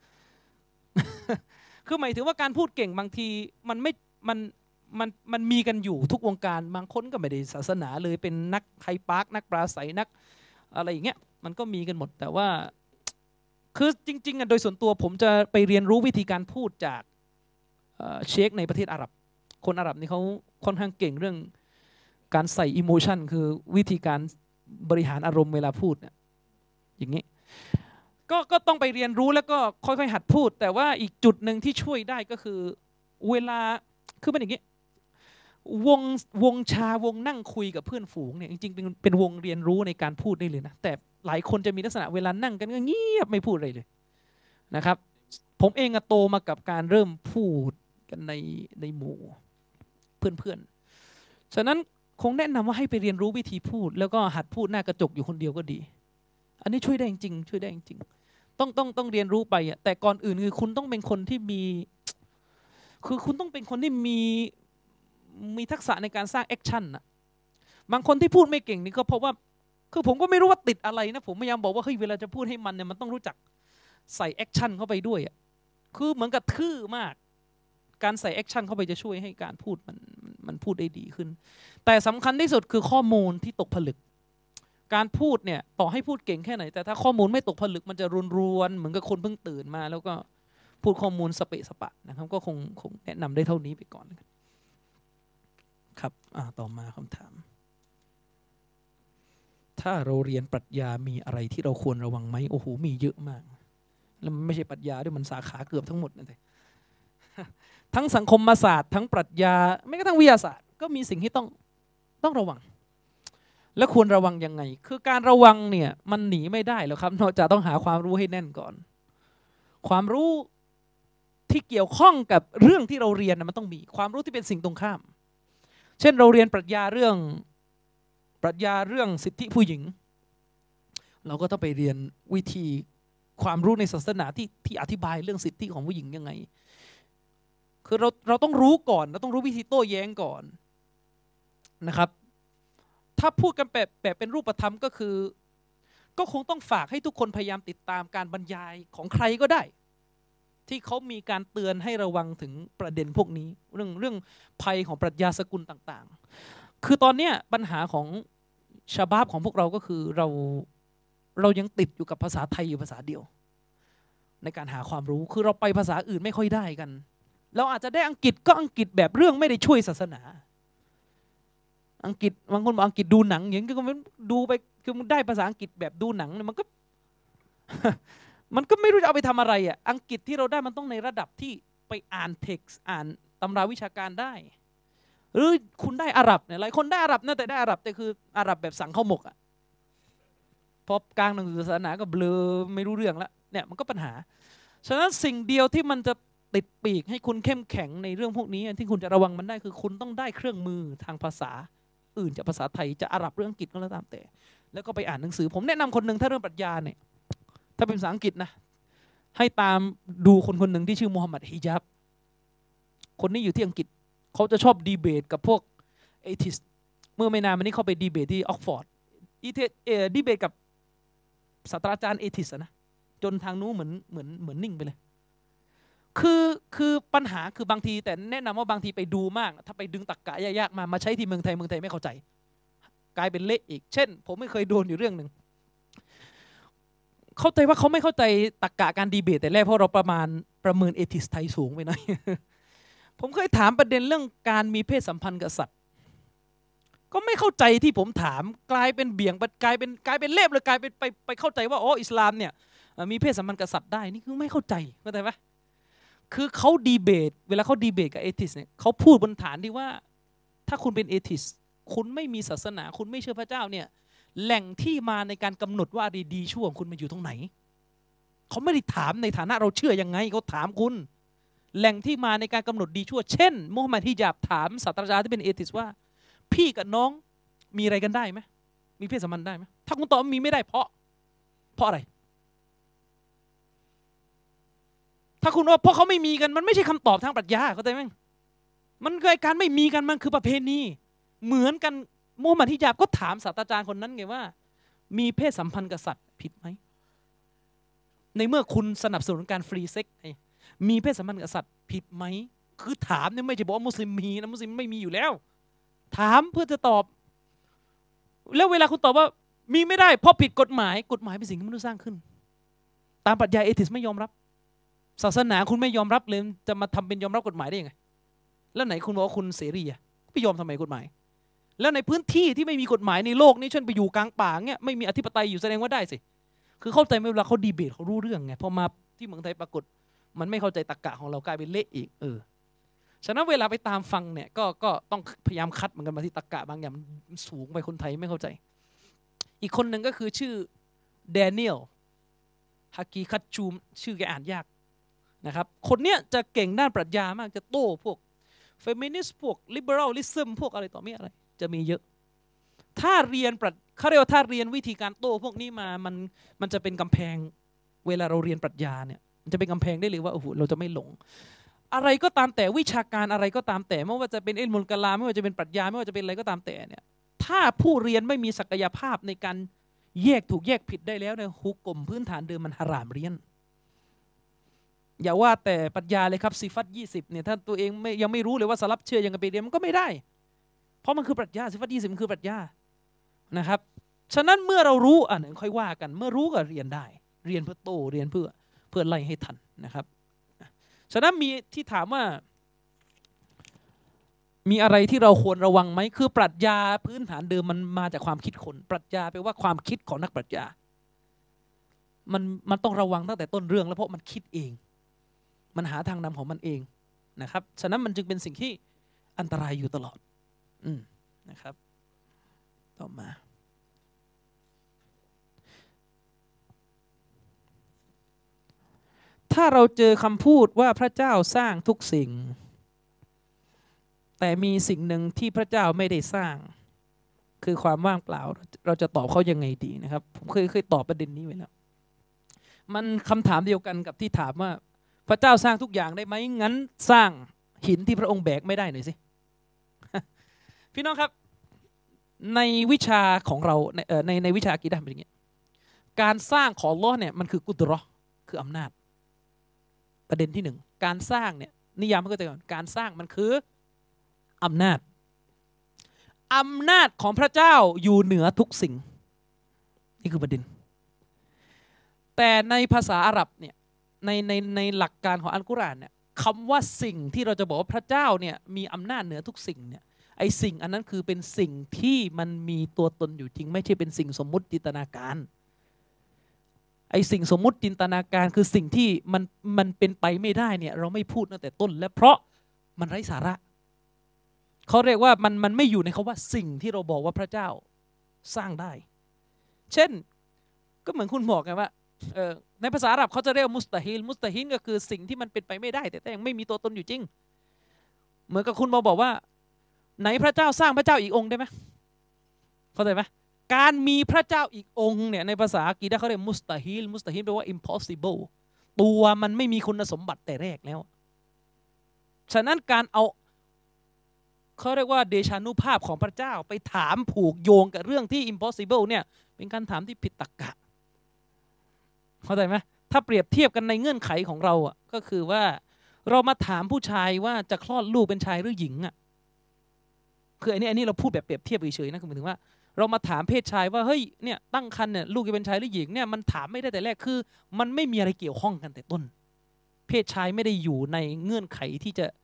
คือหมายถึงว่าการพูดเก่งบางทีมันไม่มันมันมันมีกันอยู่ทุกวงการบางคนก็ไม่ได้ศาสนาเลยเป็นนักไฮปาร์คนักปราศัยนักอะไรอย่างเงี้ยมันก็มีกันหมดแต่ว่าคือจริงๆอ่ะโดยส่วนตัวผมจะไปเรียนรู้วิธีการพูดจากเชคในประเทศอาหรับคนอาหรับนี่เขาค่อนข้างเก่งเรื่องการใส่อิโมชันคือวิธีการบริหารอารมณ์เวลาพูดเนี่ยอย่างนี้ก็ก็ต้องไปเรียนรู้แล้วก็ค่อยๆหัดพูดแต่ว่าอีกจุดหนึ่งที่ช่วยได้ก็คือเวลาคือเป็นอย่างนี้วงวงชาวงนั่งคุยกับเพื่อนฝูงเนี่ยจริงๆเป็นเป็นวงเรียนรู้ในการพูดได้เลยนะแต่หลายคนจะมีลักษณะเวลานั่งกันก็เงียบไม่พูดอะไรเลยนะครับผมเองโตมากับการเริ่มพูดกันในในหมู่เพื่อนๆฉะนั้นคงแนะนำว่าให้ไปเรียนรู้วิธีพูดแล้วก็หัดพูดหน้ากระจกอยู่คนเดียวก็ดีอันนี้ช่วยได้จริงช่วยได้จริงต้องต้องต้องเรียนรู้ไปอ่ะแต่ก่อนอื่นคือคุณต้องเป็นคนที่มีคือคุณต้องเป็นคนที่มีมีทักษะในการสร้างแอคชั่นนะบางคนที่พูดไม่เก่งนี่ก็เพราะว่าคือผมก็ไม่รู้ว่าติดอะไรนะผมพยายามบอกว่าเฮ้ยเวลาจะพูดให้มันเนี่ยมันต้องรู้จักใส่แอคชั่นเข้าไปด้วยอ่ะคือเหมือนกับทื่อมากการใส่แอคชั่นเข้าไปจะช่วยให้การพูดมันมันพูดได้ดีขึ้นแต่สำคัญที่สุดคือข้อมูลที่ตกผลึกการพูดเนี่ยต่อให้พูดเก่งแค่ไหนแต่ถ้าข้อมูลไม่ตกผลึกมันจะรวนๆเหมือนกับคนเพิ่งตื่นมาแล้วก็พูดข้อมูลสเปะสปะนะครับก็คงคงแนะนำได้เท่านี้ไปก่อนครับต่อมาคำถามถ้าเราเรียนปรัชญามีอะไรที่เราควรระวังไหมโอ้โหมีเยอะมากแล้วมันไม่ใช่ปรัชญาด้วยมันสาขาเกือบทั้งหมดนั่นเองทั้งสังคมศาสตร์ทั้งปรัชญาแม้กระทั่งวิทยาศาสตร์ก็มีสิ่งที่ต้องต้องระวังและควรระวังยังไงคือการระวังเนี่ยมันหนีไม่ได้หรอกครับนอกจากต้องหาความรู้ให้แน่นก่อนความรู้ที่เกี่ยวข้องกับเรื่องที่เราเรียนมันต้องมีความรู้ที่เป็นสิ่งตรงข้ามเช่นเราเรียนปรัชญาเรื่องปรัชญาเรื่องสิทธิผู้หญิงเราก็ต้องไปเรียนวิธีความรู้ในศาสนาที่ที่อธิบายเรื่องสิทธิของผู้หญิงยังไงคือเราเราต้องรู้ก่อนเราต้องรู้วิธีโต้แย้งก่อนนะครับถ้าพูดกันแบบแบบเป็นรูปธรรมก็คือก็คงต้องฝากให้ทุกคนพยายามติดตามการบรรยายของใครก็ได้ที่เขามีการเตือนให้ระวังถึงประเด็นพวกนี้เรื่องเรื่องภัยของปรัชญาสกุลต่างๆคือตอนนี้ปัญหาของชาบาบของพวกเราก็คือเราเรายังติดอยู่กับภาษาไทยอยู่ภาษาเดียวในการหาความรู้คือเราไปภาษาอื่นไม่ค่อยได้กันเราอาจจะได้อังกฤษก็อังกฤษแบบเรื่องไม่ได้ช่วยศาสนาอังกฤษบางคนบอกอังกฤษดูหนังอย่างนี้ก็ดูไปคือมันได้ภาษาอังกฤษแบบดูหนังมันก็ มันก็ไม่รู้จะเอาไปทำอะไรอ่ะอังกฤษที่เราได้มันต้องในระดับที่ไปอ่านเท็กซ์อ่านตำราวิชาการได้หรือคุณได้อาหรับเนี่ยหลายคนได้อาหรับนะแต่ได้อาหรับแต่คืออาหรับแบบสั่งข้าวหมกอ่ะพอกลางหนังสือศาสนาก็เบลอไม่รู้เรื่องแล้วเนี่ยมันก็ปัญหาฉะนั้นสิ่งเดียวที่มันจะติดปีกให้คุณเข้มแข็งในเรื่องพวกนี้ที่คุณจะระวังมันได้คือคุณต้องได้เครื่องมือทางภาษาอื่นจากภาษาไทยจะอาหรับเรื่องอังกฤษก็แล้วตามแต่แล้วก็ไปอ่านหนังสือผมแนะนำคนหนึ่งถ้าเรื่องปรัชญาเนี่ยถ้าเป็นภาษาอังกฤษนะให้ตามดูคนคนหนึ่งที่ชื่อมูฮัมหมัดฮิญาบคนนี้อยู่ที่อังกฤษเขาจะชอบดีเบตกับพวกเอทิสเมื่อไม่นานมานี้เขาไปดีเบตที่ออกฟอร์ดอีเทเออดีเบตกับศาสตราจารย์เอทิสนะจนทางนู้นเหมือนเหมือนเหมือนนิ่งไปเลยคือคือปัญหาคือบางทีแต่แนะนำว่าบางทีไปดูมากถ้าไปดึงตรรกะยากๆมามาใช้ที่เมืองไทยเมืองไทยไม่เข้าใจกลายเป็นเละอีกเช่นผมไม่เคยโดนอยู่เรื่องหนึ่งเข้าใจว่าเขาไม่เข้าใจตรรกะการดีเบตแต่แรกเพราะเราประมาณประเมินเอทิสไทยสูงไปหน่อยผมเคยถามประเด็นเรื่องการมีเพศสัมพันธ์กับสัตว์ก็ไม่เข้าใจที่ผมถามกลายเป็นเบี่ยงกลายเป็นกลายเป็นเล็บเลยกลายเป็นไปไปเข้าใจว่าอ๋ออิสลามเนี่ยมีเพศสัมพันธ์กับสัตว์ได้นี่คือไม่เข้าใจเข้าใจไหมคือเขาดีเบตเวลาเขาดีเบตกับเอทิสเนี่ยเขาพูดบนฐานที่ว่าถ้าคุณเป็นเอทิสคุณไม่มีศาสนาคุณไม่เชื่อพระเจ้าเนี่ยแหล่งที่มาในการกำหนดว่าดีดีชั่วของคุณมันอยู่ตรงไหนเขาไม่ได้ถามในฐานะเราเชื่อยังไงเขาถามคุณแหล่งที่มาในการกำหนดดีชั่วเช่นมุฮัมมัดฮิญาบถามศาสตราจารย์ที่เป็นเอทิสว่าพี่กับน้องมีอะไรกันได้ไหมมีเพศสัมพันธ์ได้ไหมถ้าคุณตอบมีไม่ได้เพราะเพราะอะไรถ้าคุณว่าเพราะเขาไม่มีกันมันไม่ใช่คำตอบทางปรัชญาเข้าใจไหมมันคือการไม่มีกันมันคือประเพณีเหมือนกันมุฮัมมัดฮิญาบก็ถามศาสตราจารย์คนนั้นไงว่ามีเพศสัมพันธ์กับสัตว์ผิดไหมในเมื่อคุณสนับสนุนการฟรีเซ็กซ์มีเพศสัมพันธ์กับสัตว์ผิดไหมคือถามเนี่ยไม่ใช่บอกว่ามุสลิมมีนะมุสลิมไม่มีอยู่แล้วถามเพื่อจะตอบแล้วเวลาคุณตอบว่ามีไม่ได้เพราะผิดกฎหมายกฎหมายเป็นสิ่งที่มนุษย์สร้างขึ้นตามปรัชญาเอทิสไม่ยอมรับศาสนาคุณไม่ยอมรับเลยจะมาทำเป็นยอมรับกฎหมายได้ยังไงแล้วไหนคุณบอกว่าคุณเสรีอะไม่ยอมทำไมกฎหมายแล้วในพื้นที่ที่ไม่มีกฎหมายในโลกนี้เช่นไปอยู่กลางป่าเงี้ยไม่มีอธิปไตยอยู่แสดงว่าได้สิคือเข้าใจเวลาเขาดีเบตเขารู้เรื่องไงพอมาที่เมืองไทยปรากฏมันไม่เข้าใจตรรกะของเรากลายเป็นเละอีกเออฉะนั้นเวลาไปตามฟังเนี่ยก็ก็ต้องพยายามคัดเหมือนกันมาที่ตรรกะบางอย่างมันสูงไปคนไทยไม่เข้าใจอีกคนหนึ่งก็คือชื่อแดเนียลฮากีคัตชูมชื่อแกอ่านยากนะครับคนเนี้ยจะเก่งด้านปรัชญามากจะโต้พวกเฟมินิสต์พวกลิเบอรัลลิซึมพวกอะไรต่อมีอะไรจะมีเยอะถ้าเรียนปรัชเขาเรียกว่าถ้าเรียนวิธีการโต้พวกนี้มามันมันจะเป็นกำแพงเวลาเราเรียนปรัชญาเนี่ยมันจะเป็นกำแพงได้เลยว่าโอ้โหเราจะไม่หลงอะไรก็ตามแต่วิชาการอะไรก็ตามแต่ไม่ว่าจะเป็นอิลมุลกะลามไม่ว่าจะเป็นปรัชญาไม่ว่าจะเป็นอะไรก็ตามแต่เนี่ยถ้าผู้เรียนไม่มีศักยภาพในการแยกถูกแยกผิดได้แล้วเนี่ยฮุกกลมพื้นฐานเดิมมันหารามเรียนอย่าว่าแต่ปรัชญาเลยครับซิฟัตยี่สิบเนี่ยถ้าตัวเองไม่ยังไม่รู้เลยว่าสลับเชื่อยังไงไปเรียนมันก็ไม่ได้เพราะมันคือปรัชญาซิฟัตยี่สิบมันคือปรัชญานะครับฉะนั้นเมื่อเรารู้อ่ะค่อยว่ากันเมื่อรู้ก็เรียนได้เรียนเพื่อโตเรียนเพื่อเพื่อไล่ให้ทันนะครับฉะนั้นมีที่ถามว่ามีอะไรที่เราควรระวังไหมคือปรัชญาพื้นฐานเดิมมันมาจากความคิดคนปรัชญาแปลว่าความคิดของนักปรัชญามันมันต้องระวังตั้งแต่ต้นเรื่องแล้วเพราะมันคิดเองมันหาทางนำของมันเองนะครับฉะนั้นมันจึงเป็นสิ่งที่อันตรายอยู่ตลอดอืมนะครับต่อมาถ้าเราเจอคำพูดว่าพระเจ้าสร้างทุกสิ่งแต่มีสิ่งหนึ่งที่พระเจ้าไม่ได้สร้างคือความว่างเปล่าเราจะตอบเขายังไงดีนะครับผมเคยเคยตอบประเด็นนี้ไว้แล้วมันคำถามเดียวกันกับที่ถามว่าพระเจ้าสร้างทุกอย่างได้ไหมงั้นสร้างหินที่พระองค์แบกไม่ได้หน่อยสิ พี่น้องครับในวิชาของเราในในในวิชาอะกีดะห์เป็นอย่างนี้การสร้างของอัลเลาะห์เนี่ยมันคือกุดเราะห์คืออำนาจประเด็นที่หนึ่งการสร้างเนี่ยนิยามมันก็จะก่อนการสร้างมันคืออำนาจอำนาจของพระเจ้าอยู่เหนือทุกสิ่งนี่คือประเด็นแต่ในภาษาอาหรับเนี่ยในในในหลักการของอัลกุรอานเนี่ยคำว่าสิ่งที่เราจะบอกว่าพระเจ้าเนี่ยมีอำนาจเหนือทุกสิ่งเนี่ยไอสิ่งอันนั้นคือเป็นสิ่งที่มันมีตัวตนอยู่จริงไม่ใช่เป็นสิ่งสมมุติจินตนาการไอสิ่งสมมุติจินตนาการคือสิ่งที่มันมันเป็นไปไม่ได้เนี่ยเราไม่พูดตั้งแต่ต้นและเพราะมันไร้สาระเขาเรียกว่ามันมันไม่อยู่ในคำว่าสิ่งที่เราบอกว่าพระเจ้าสร้างได้เช่นก็เหมือนคุณบอกไงว่าเออในภาษาอาหรับเขาจะเรียกมุสตาฮิลมุสตาฮิลก็คือสิ่งที่มันเป็นไปไม่ได้แต่แต่ยังไม่มีตัวตนอยู่จริงเหมือนกับคุณมาบอกว่าไหนพระเจ้าสร้างพระเจ้าอีกองค์ได้ไหมเข้าใจไหมการมีพระเจ้าอีกองค์เนี่ยในภาษาอะกีดะห์เขาเรียกมุสตาฮิลมุสตาฮิลแปลว่า impossible ตัวมันไม่มีคุณสมบัติแต่แรกแล้วฉะนั้นการเอาเขาเรียกว่าเดชานุภาพของพระเจ้าไปถามผูกโยงกับเรื่องที่ impossible เนี่ยเป็นการถามที่ผิดตรรกะเข้าใจไหมถ้าเปรียบเทียบกันในเงื่อนไขของเราอ่ะก็คือว่าเรามาถามผู้ชายว่าจะคลอดลูกเป็นชายหรือหญิงอ่ะคืออันนี้อันนี้เราพูดแบบเปรียบเทียบเฉยๆนะคือหมายถึงว่าเรามาถามเพศชายว่าเฮ้ยเนี่ยตั้งครรภ์เนี่ยลูกจะเป็นชายหรือหญิงเนี่ยมันถามไม่ได้แต่แรกคือมันไม่มีอะไรเกี่ยวข้องกันแต่ต้นเพศชายไม่ได้อยู่ในเงื่อนไขที่จะ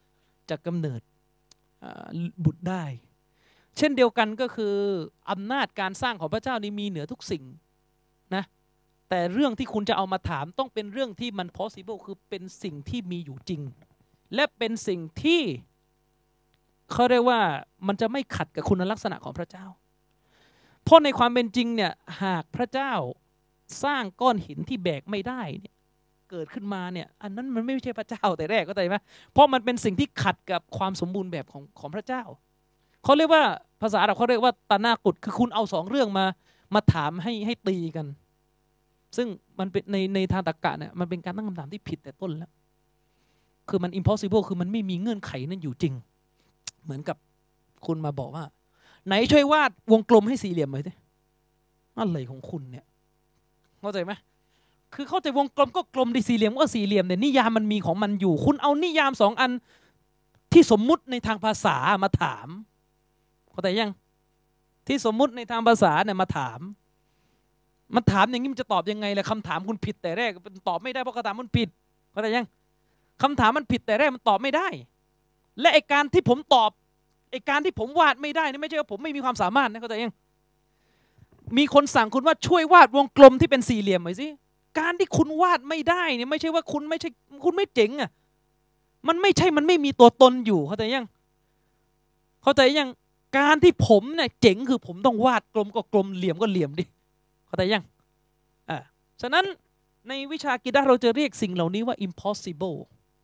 จะกำเนิดบุตรได้เช่นเดียวกันก็คืออำนาจการสร้างของพระเจ้านี้มีเหนือทุกสิ่งนะแต่เรื่องที่คุณจะเอามาถามต้องเป็นเรื่องที่มัน possible คือเป็นสิ่งที่มีอยู่จริงและเป็นสิ่งที่เขาเรียกว่ามันจะไม่ขัดกับคุณลักษณะของพระเจ้าเพราะในความเป็นจริงเนี่ยหากพระเจ้าสร้างก้อนหินที่แบกไม่ได้เนี่ยเกิดขึ้นมาเนี่ยอันนั้นมันไม่ใช่พระเจ้าแต่แรกก็ได้ไหมเพราะมันเป็นสิ่งที่ขัดกับความสมบูรณ์แบบของของพระเจ้าเขาเรียกว่าภาษาอาหรับเขาเรียกว่าตานากุดคือคุณเอาสองเรื่องมามาถามให้ให้ตีกันซึ่งมันเป็นในในทางตรรกะเนี่ยมันเป็นการตั้งคำถามที่ผิดแต่ต้นแล้วคือมัน impossible คือมันไม่มีเงื่อนไขนั้นอยู่จริงเหมือนกับคุณมาบอกว่าไหนช่วยวาดวงกลมให้สี่เหลี่ยมหน่อยสิอะไรของคุณเนี่ยเข้าใจไหมคือเข้าใจวงกลมก็กลมดิสี่เหลี่ยมก็สี่เหลี่ยมเนี่ยนิยามมันมีของมันอยู่คุณเอานิยามสองอันที่สมมุติในทางภาษามาถามเข้าใจยังที่สมมุติในทางภาษาเนี่ยมาถามมันถามอย่างนี้มันจะตอบยังไงล่ะคำถามคุณผิดแต่แรกมันตอบไม่ได้เพราะคำถามมันผิดเข้าใจยังคำถามมันผิดแต่แรกมันตอบไม่ได้และไอการที่ผมตอบไอการที่ผมวาดไม่ได้นี่ไม่ใช่ว่าผมไม่มีความสามารถนะเข้าใจยังมีคนสั่งคุณว่าช่วยวาดวงกลมที่เป็นสี่เหลี่ยมหน่อยสิการที่คุณวาดไม่ได้เนี่ยไม่ใช่ว่าคุณไม่ใช่คุณไม่เจ๋งอ่ะมันไม่ใช่มันไม่มีตัวตนอยู่เข้าใจยังเข้าใจยังการที่ผมเนี่ยเจ๋งคือผมต้องวาดกลมก็กลมเหลี่ยมก็เหลี่ยมดิเข้าใจยังอ่าฉะนั้นในวิชากีฬาเราจะเรียกสิ่งเหล่านี้ว่า impossible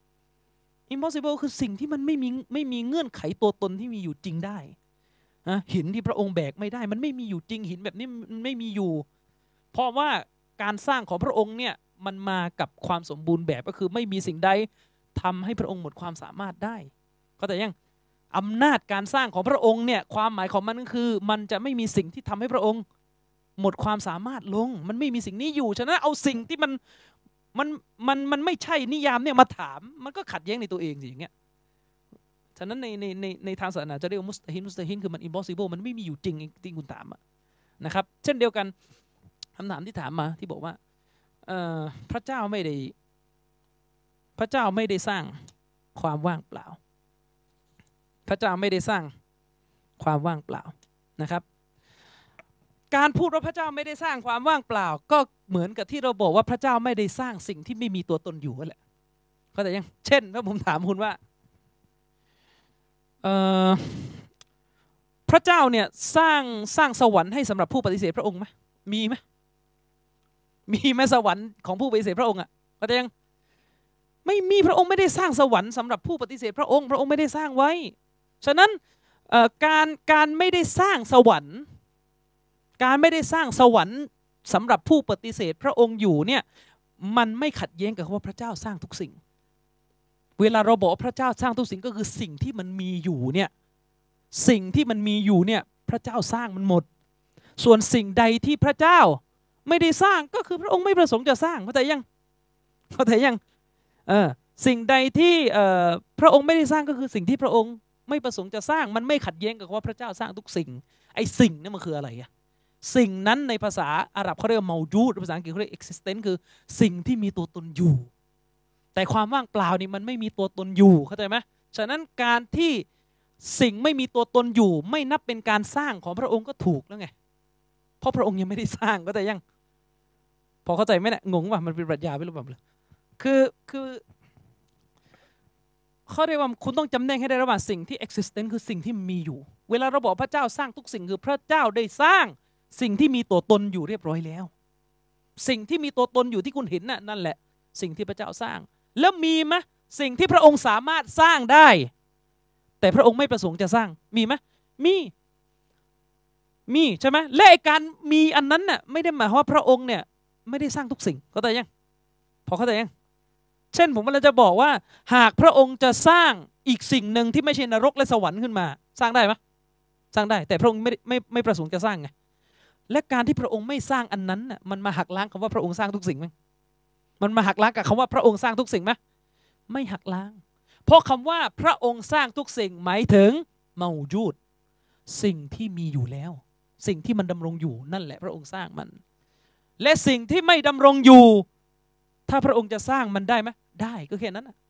impossible คือสิ่งที่มันไม่มีไม่มีเงื่อนไขตัวตนที่มีอยู่จริงได้นะหินที่พระองค์แบกไม่ได้มันไม่มีอยู่จริงหินแบบนี้มันไม่มีอยู่เพราะว่าการสร้างของพระองค์เนี่ยมันมากับความสมบูรณ์แบบก็คือไม่มีสิ่งใดทำให้พระองค์หมดความสามารถได้เข้าใจยังอำนาจการสร้างของพระองค์เนี่ยความหมายของมันก็คือมันจะไม่มีสิ่งที่ทำให้พระองค์หมดความสามารถลงมันไม่มีสิ่งนี้อยู่ฉะนั้นเอาสิ่งที่มันมันมันมันไม่ใช่นิยามเนี่ยมาถามมันก็ขัดแย้งในตัวเองสิอย่างเงี้ยฉะนั้นในในในในทางศาสนาจะเรียกว่ามุสตะฮินมุสตะฮินคือมัน impossible มันไม่มีอยู่จริงที่คุณถามนะครับเช่นเดียวกันคำถามที่ถามมาที่บอกว่าพระเจ้าไม่ได้พระเจ้าไม่ได้สร้างความว่างเปล่าพระเจ้าไม่ได้สร้างความว่างเปล่านะครับการพูดว่าพระเจ้าไม่ได้สร้างความว่างเปล่าก็เหมือนกับที่เราบอกว่าพระเจ้าไม่ได้สร้างสิ่งที่ไม่มีตัวตนอยู่นั่นแหละเข้าใจยังเช่นถ้าผมถามคุณว่าพระเจ้าเนี่ยสร้างสร้างสวรรค์ให้สำหรับผู้ปฏิเสธพระองค์ไหมมีไหมมีไหมสวรรค์ของผู้ปฏิเสธพระองค์อ่ะเข้าใจยังไม่มีพระองค์ไม่ได้สร้างสวรรค์สำหรับผู้ปฏิเสธพระองค์พระองค์ไม่ได้สร้างไว้ฉะนั้นการการไม่ได้สร้างสวรรค์การไม่ได้สร้างสวรรค์สำหรับผู้ปฏิเสธพระองค์อยู่เนี่ยมันไม่ขัดแย้งกับว่าพระเจ้าสร้างทุกสิ่งเวลาเราบอกพระเจ้าสร้างทุกสิ่งก็คือสิ่งที่มันมีอยู่เนี่ยสิ่งที่มันมีอยู่เนี่ยพระเจ้าสร้างมันหมดส่วนสิ่งใดที่พระเจ้าไม่ได้สร้างก็คือพระองค์ไม่ประสงค์จะสร้างเข้าใจยังเข้าใจยังเออสิ่งใดที่พระองค์ไม่ได้สร้างก็คือสิ่งที่พระองค์ไม่ประสงค์จะสร้างมันไม่ขัดแย้งกับว่าพระเจ้าสร้างทุกสิ่งไอ้สิ่งนั้นมันคืออะไรอะสิ่งนั้นในภาษาอาหรับเขาเรียกว่าเมาจูดภาษาอังกฤษเขาเรียก existence คือสิ่งที่มีตัวตนอยู่แต่ความว่างเปล่านี่มันไม่มีตัวตนอยู่เข้าใจไหมฉะนั้นการที่สิ่งไม่มีตัวตนอยู่ไม่นับเป็นการสร้างของพระองค์ก็ถูกแล้วไงเพราะพระองค์ยังไม่ได้สร้างก็แต่ยังพอเข้าใจไหมเนี่ยงงป่ะมันเป็นปรัชญาไปหรือเปล่าคือคือเขาเรียกว่าคุณต้องจำแนกให้ได้ระหว่างสิ่งที่ existence คือสิ่งที่มีอยู่เวลาเราบอกพระเจ้าสร้างทุกสิ่งคือพระเจ้าได้สร้างสิ่งที่มีตัวตนอยู่เรียบร้อยแล้วสิ่งที่มีตัวตนอยู่ที่คุณเห็นน่ะนั่นแหละสิ่งที่พระเจ้าสร้างแล้วมีไหมสิ่งที่พระองค์สามารถสร้างได้แต่พระองค์ไม่ประสงค์จะสร้างมีไหมมีมีใช่ไหมและการมีอันนั้นน่ะไม่ได้หมายว่าพระองค์เนี่ยไม่ได้สร้างทุกสิ่งเข้าใจยังพอเข้าใจยังเช่นผมกำลังจะบอกว่าหากพระองค์จะสร้างอีกสิ่งหนึ่งที่ไม่ใช่นรกและสวรรค์ขึ้นมาสร้างได้ไหมสร้างได้แต่พระองค์ไม่ไม่ไม่ประสงค์จะสร้างไงและการที่พระองค์ไม่สร้างอันนั้นน่ะมันมาหักล้างคำว่าพระองค์สร้างทุกสิ่งไหมมันมาหักล้างกับคำว่าพระองค์สร้างทุกสิ่งไหมไม่หักล้างเพราะคำว่าพระองค์สร้างทุกสิ่งหมายถึงเมาจูดสิ่งที่มีอยู่แล้วสิ่งที่มันดำรงอยู่นั่นแหละพระองค์สร้างมันและสิ่งที่ไม่ดำรงอยู่ถ้าพระองค์จะสร้างมันได้ไหมได้ก็แค่นั้นนะ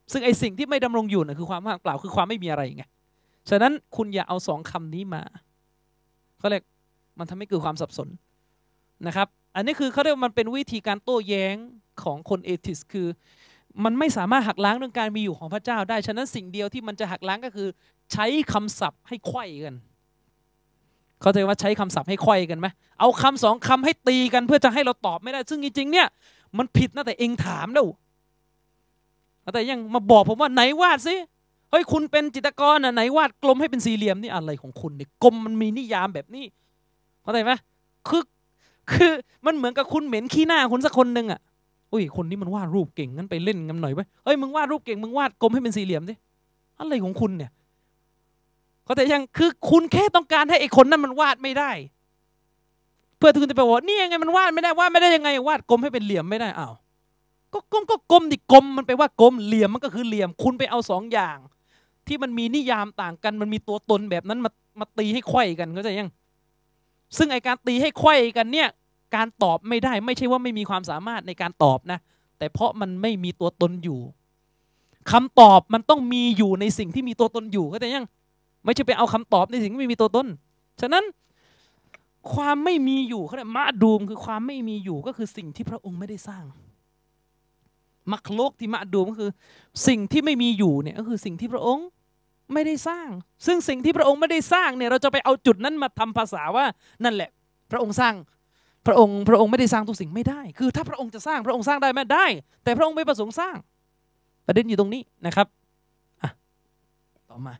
ซึ่งไอสิ่งที่ไม่ดำรงอยู่น่ะคือความว่างเปล่าคือความไม่มีอะไรไงฉะนั้นคุณอย่าเอาสองคำนี้มาเขาเรียกมันทำให้เกิดความสับสนนะครับอันนี้คือเขาเรียกมันเป็นวิธีการโต้แย้งของคนเอทิสคือมันไม่สามารถหักล้างเรื่องการมีอยู่ของพระเจ้าได้ฉะนั้นสิ่งเดียวที่มันจะหักล้างก็คือใช้คำศัพท์ให้ไขว้กันเขาใจว่าใช้คำศัพท์ให้ไขว้กันไหมเอาคำสองคำให้ตีกันเพื่อจะให้เราตอบไม่ได้ซึ่งจริงๆเนี่ยมันผิดนะแต่เองถามแล้วแต่ยังมาบอกผมว่าไหนวาดสิเฮ้ยคุณเป็นจิตรกรอ่ะไหนวาดกลมให้เป็นสี่เหลี่ยมนี่อะไรของคุณเนี่ยกลมมันมีนิยามแบบนี้เข้าใจไหมคือคือมันเหมือนกับคุณเหม็นขี้หน้าคนสักคนหนึ่งอ่ะอุ้ยคนนี้มันวาดรูปเก่งงั้นไปเล่นกันหน่อยไหมเฮ้ยมึงวาดรูปเก่งมึงวาดกลมให้เป็นสี่เหลี่ยมสิอะไรของคุณเนี่ยเข้าใจยังคือคุณแค่ต้องการให้ไอ้คนนั้นมันวาดไม่ได้เพื่อที่คุณจะไปบอกนี่ยังไงมันวาดไม่ได้วาดไม่ได้ยังไงวาดกลมให้เป็นเหลี่ยมไม่ได้อ้าวก็กลมก็กลมดิกลมมันไปว่ากลมเหลี่ยมมันก็คือเหลี่ยมคุณไปเอาสองอย่างที่มันมีนิยามต่างกันมันมีตัวตนแบบนั้นมามาตีให้ไขว้กันเข้าใจยังซึ่งไอการตีให้ไขว้กันเนี่ยการตอบไม่ได้ไม่ใช่ว่าไม่มีความสามารถในการตอบนะแต่เพราะมันไม่มีตัวตนอยู่คำตอบมันต้องมีอยู่ในสิ่งที่มีตัวตนอยู่เข้าใจยังไม่ใช่ไปเอาคำตอบในสิ่งที่ไม่มีตัวตนฉะนั้นความไม่มีอยู่เขาเรียกมะดูมคือความไม่มีอยู่ก็คือสิ่งที่พระองค์ไม่ได้สร้างมักโลกที่มะดูมก็คือสิ่งที่ไม่มีอยู่เนี่ยก็คือสิ่งที่พระองค์ไม่ได้สร้างซึ่งสิ่งที่พระองค์ไม่ได้สร้างเนี่ยเราจะไปเอาจุดนั้นมาทำภาษาว่านั่นแหละพระองค์สร้างพระองค์พระองค์ไม่ได้สร้างทุกสิ่งไม่ได้คือถ้าพระองค์จะสร้างพระองค์สร้างได้ไหมได้แต่พระองค์ไม่ประสงค์สร้างประเด็นอยู่ตรงนี้นะครับอ่ะต่อมา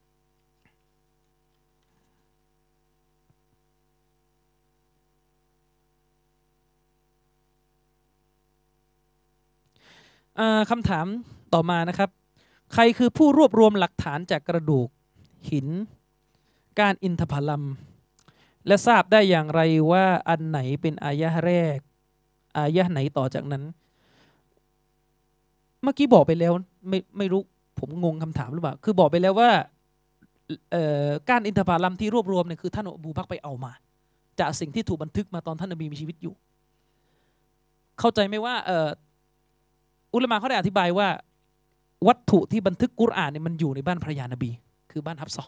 คำถามต่อมานะครับใครคือผู้รวบรวมหลักฐานจากกระดูกหินการอินทผลัมและทราบได้อย่างไรว่าอันไหนเป็นอายะห์แรกอายะห์ไหนต่อจากนั้นเมื่อกี้บอกไปแล้วไม่ไม่รู้ผมงงคำถามหรือเปล่าคือบอกไปแล้วว่าการอินทผลัมที่รวบรวมเนี่ยคือท่านอบูบักรไปเอามาจากสิ่งที่ถูกบันทึกมาตอนท่านนบีมีชีวิตอยู่เข้าใจไหมว่าอุลามะเขาได้อธิบายว่าวัตถุที่บันทึกกุรอานเนี่ยมันอยู่ในบ้านภรรยานบีคือบ้านฮับซอ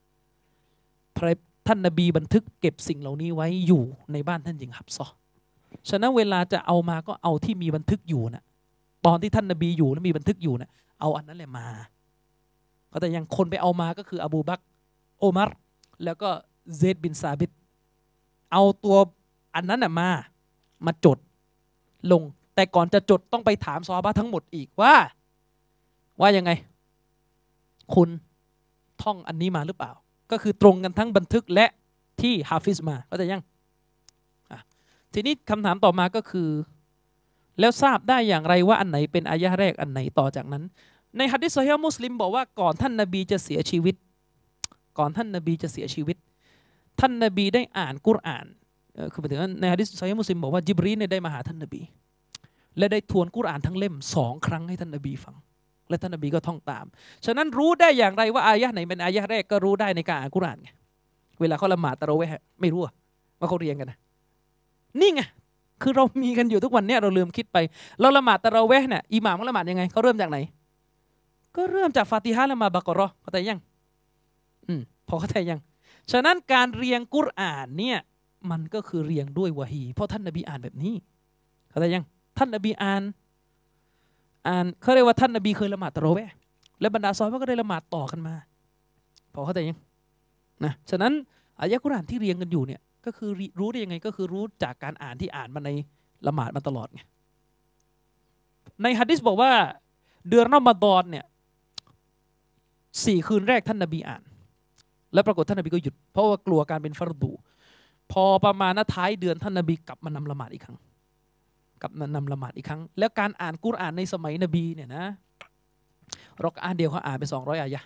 ท่านนบีบันทึกเก็บสิ่งเหล่านี้ไว้อยู่ในบ้านท่านหญิงฮับซอฉะนั้นเวลาจะเอามาก็เอาที่มีบันทึกอยู่นะตอนที่ท่านนบีอยู่แล้วมีบันทึกอยู่นะเอาอันนั้นแหละมาก็แต่ยังคนไปเอามาก็คืออบูบักรโอมัรแล้วก็เซดบินซาบิตเอาตัวอันนั้นนะมามาจดลงแต่ก่อนจะจดต้องไปถามซอฮาบะห์ทั้งหมดอีกว่าว่ายังไงคุณท่องอันนี้มาหรือเปล่าก็คือตรงกันทั้งบันทึกและที่ฮาฟิซมาก็จะยังทีนี้คำถามต่อมาก็คือแล้วทราบได้อย่างไรว่าอันไหนเป็นอายะห์แรกอันไหนต่อจากนั้นในหะดีษซอฮีฮ์มุสลิมบอกว่าก่อนท่านนบีจะเสียชีวิตก่อนท่านนบีจะเสียชีวิตท่านนบีได้อ่านกุรอานคือหมายถึงในหะดีษซอฮีฮ์มุสลิมบอกว่าญิบรีลได้มาหาท่านนบีและได้ทวนกุรอานทั้งเล่มสองครั้งให้ท่านนบีฟังและท่านนบีก็ท่องตามฉะนั้นรู้ได้อย่างไรว่าอายะห์ไหนเป็นอายะห์แรกก็รู้ได้ในการอ่านกุรอานไงเวลาเขาละหมาดตะเราะเวห์ไม่รู้ว่าเขาเรียนกันนะนี่ไงคือเรามีกันอยู่ทุกวันนี้เราลืมคิดไปเราละหมาดตะเราะเวห์เนี่ยอิหม่ามเขาละหมาดยังไงเขาเริ่มจากไหนก็เริ่มจากฟาติฮะห์ละมาบะเกาะเราะห์เข้าใจยังอืมพอเข้าใจยังฉะนั้นการเรียงกุรอานเนี่ยมันก็คือเรียงด้วยวะฮีเพราะท่านนบีอ่านแบบนี้เข้าใจยังท่านนบีอ่านอ่านเขาเรียกว่าท่านนบีเคยละหมาดตะเราะเวห์และบรรดาซอฮาบะห์ก็ได้ละหมาดต่อกันมาพอเข้าใจยังนะฉะนั้นอายะห์กุรอานที่เรียงกันอยู่เนี่ยก็คือรู้ได้ยังไงก็คือรู้จากการอ่านที่อ่านมาในละหมาดมาตลอดไงในหะดีษบอกว่าเดือนรอมฎอนเนี่ยสี่คืนแรกท่านนบีอ่านแล้วปรากฏท่านนบีก็หยุดเพราะว่ากลัวการเป็นฟัรดูพอประมาณท้ายเดือนท่านนบีกลับมานำละหมาดอีกครั้งกลับมานำละหมาดอีกครั้งแล้วการอ่านกุรอานในสมัยนบีเนี่ยนะรอกอ่านเดียวเขาอ่านไปสองร้อยอายะห์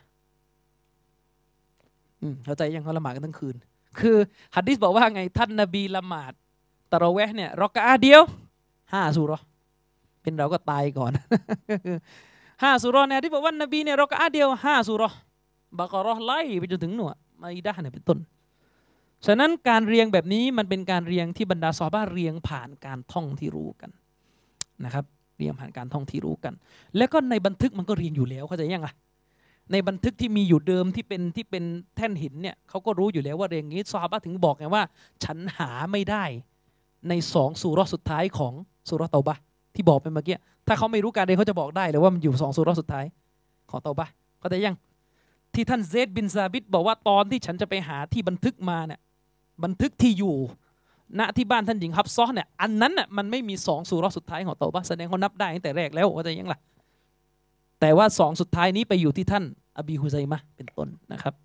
เข้าใจยังเขาละหมาดกันทั้งคืนคือหะดีษบอกว่าไงท่านนบีละหมาดตะเราะเวห์เนี่ยรอกอ่านเดียวห้าซูเราะห์เป็นเราก็ตายก่อนห้าซูเราะห์เนี่ยที่บอกว่านบีเนี่ยรอกอ่านเดียวห้าซูเราะห์บะเกาะเราะห์ไล่ไปจนถึงหนวดมาอิดะห์เนี่ยเป็นต้นฉะนั้นการเรียงแบบนี้มันเป็นการเรียงที่บรรดาซอฮาบะห์เรียงผ่านการท่องที่รู้กันนะครับเรียนผ่านการท่องที่รู้กันแล้วก็ในบันทึกมันก็เรียนอยู่แล้วเข้าใจยังไงในบันทึกที่มีอยู่เดิมที่เป็นที่เป็นแท่นหินเนี่ยเขาก็รู้อยู่แล้วว่าเรียนอย่างนี้ซอฮาบะห์ถึงบอกไงว่าฉันหาไม่ได้ในสองซูเราะห์สุดท้ายของซูเราะห์เตาบะห์ที่บอกไปเมื่อกี้ถ้าเขาไม่รู้การเรียนเขาจะบอกได้เลยว่ามันอยู่สองซูเราะห์สุดท้ายของเตาบะห์เข้าใจยังที่ท่านเซดบินซาบิตบอกว่าตอนที่ฉันจะไปหาที่บันทึกมาเนี่ยบันทึกที่อยู่ณที่บ้านท่านหญิงฮับซอเนี่ยอันนั้นน่ะมันไม่มีสองซูเราะห์สุดท้ายของเตาบะห์แสดงเขานับได้ตั้งแต่แรกแล้วเข้าใจยังล่ะแต่ว่าสองสุดท้ายนี้ไปอยู่ที่ท่านอบีฮุซัยมะห์เป็นต้นนะครับ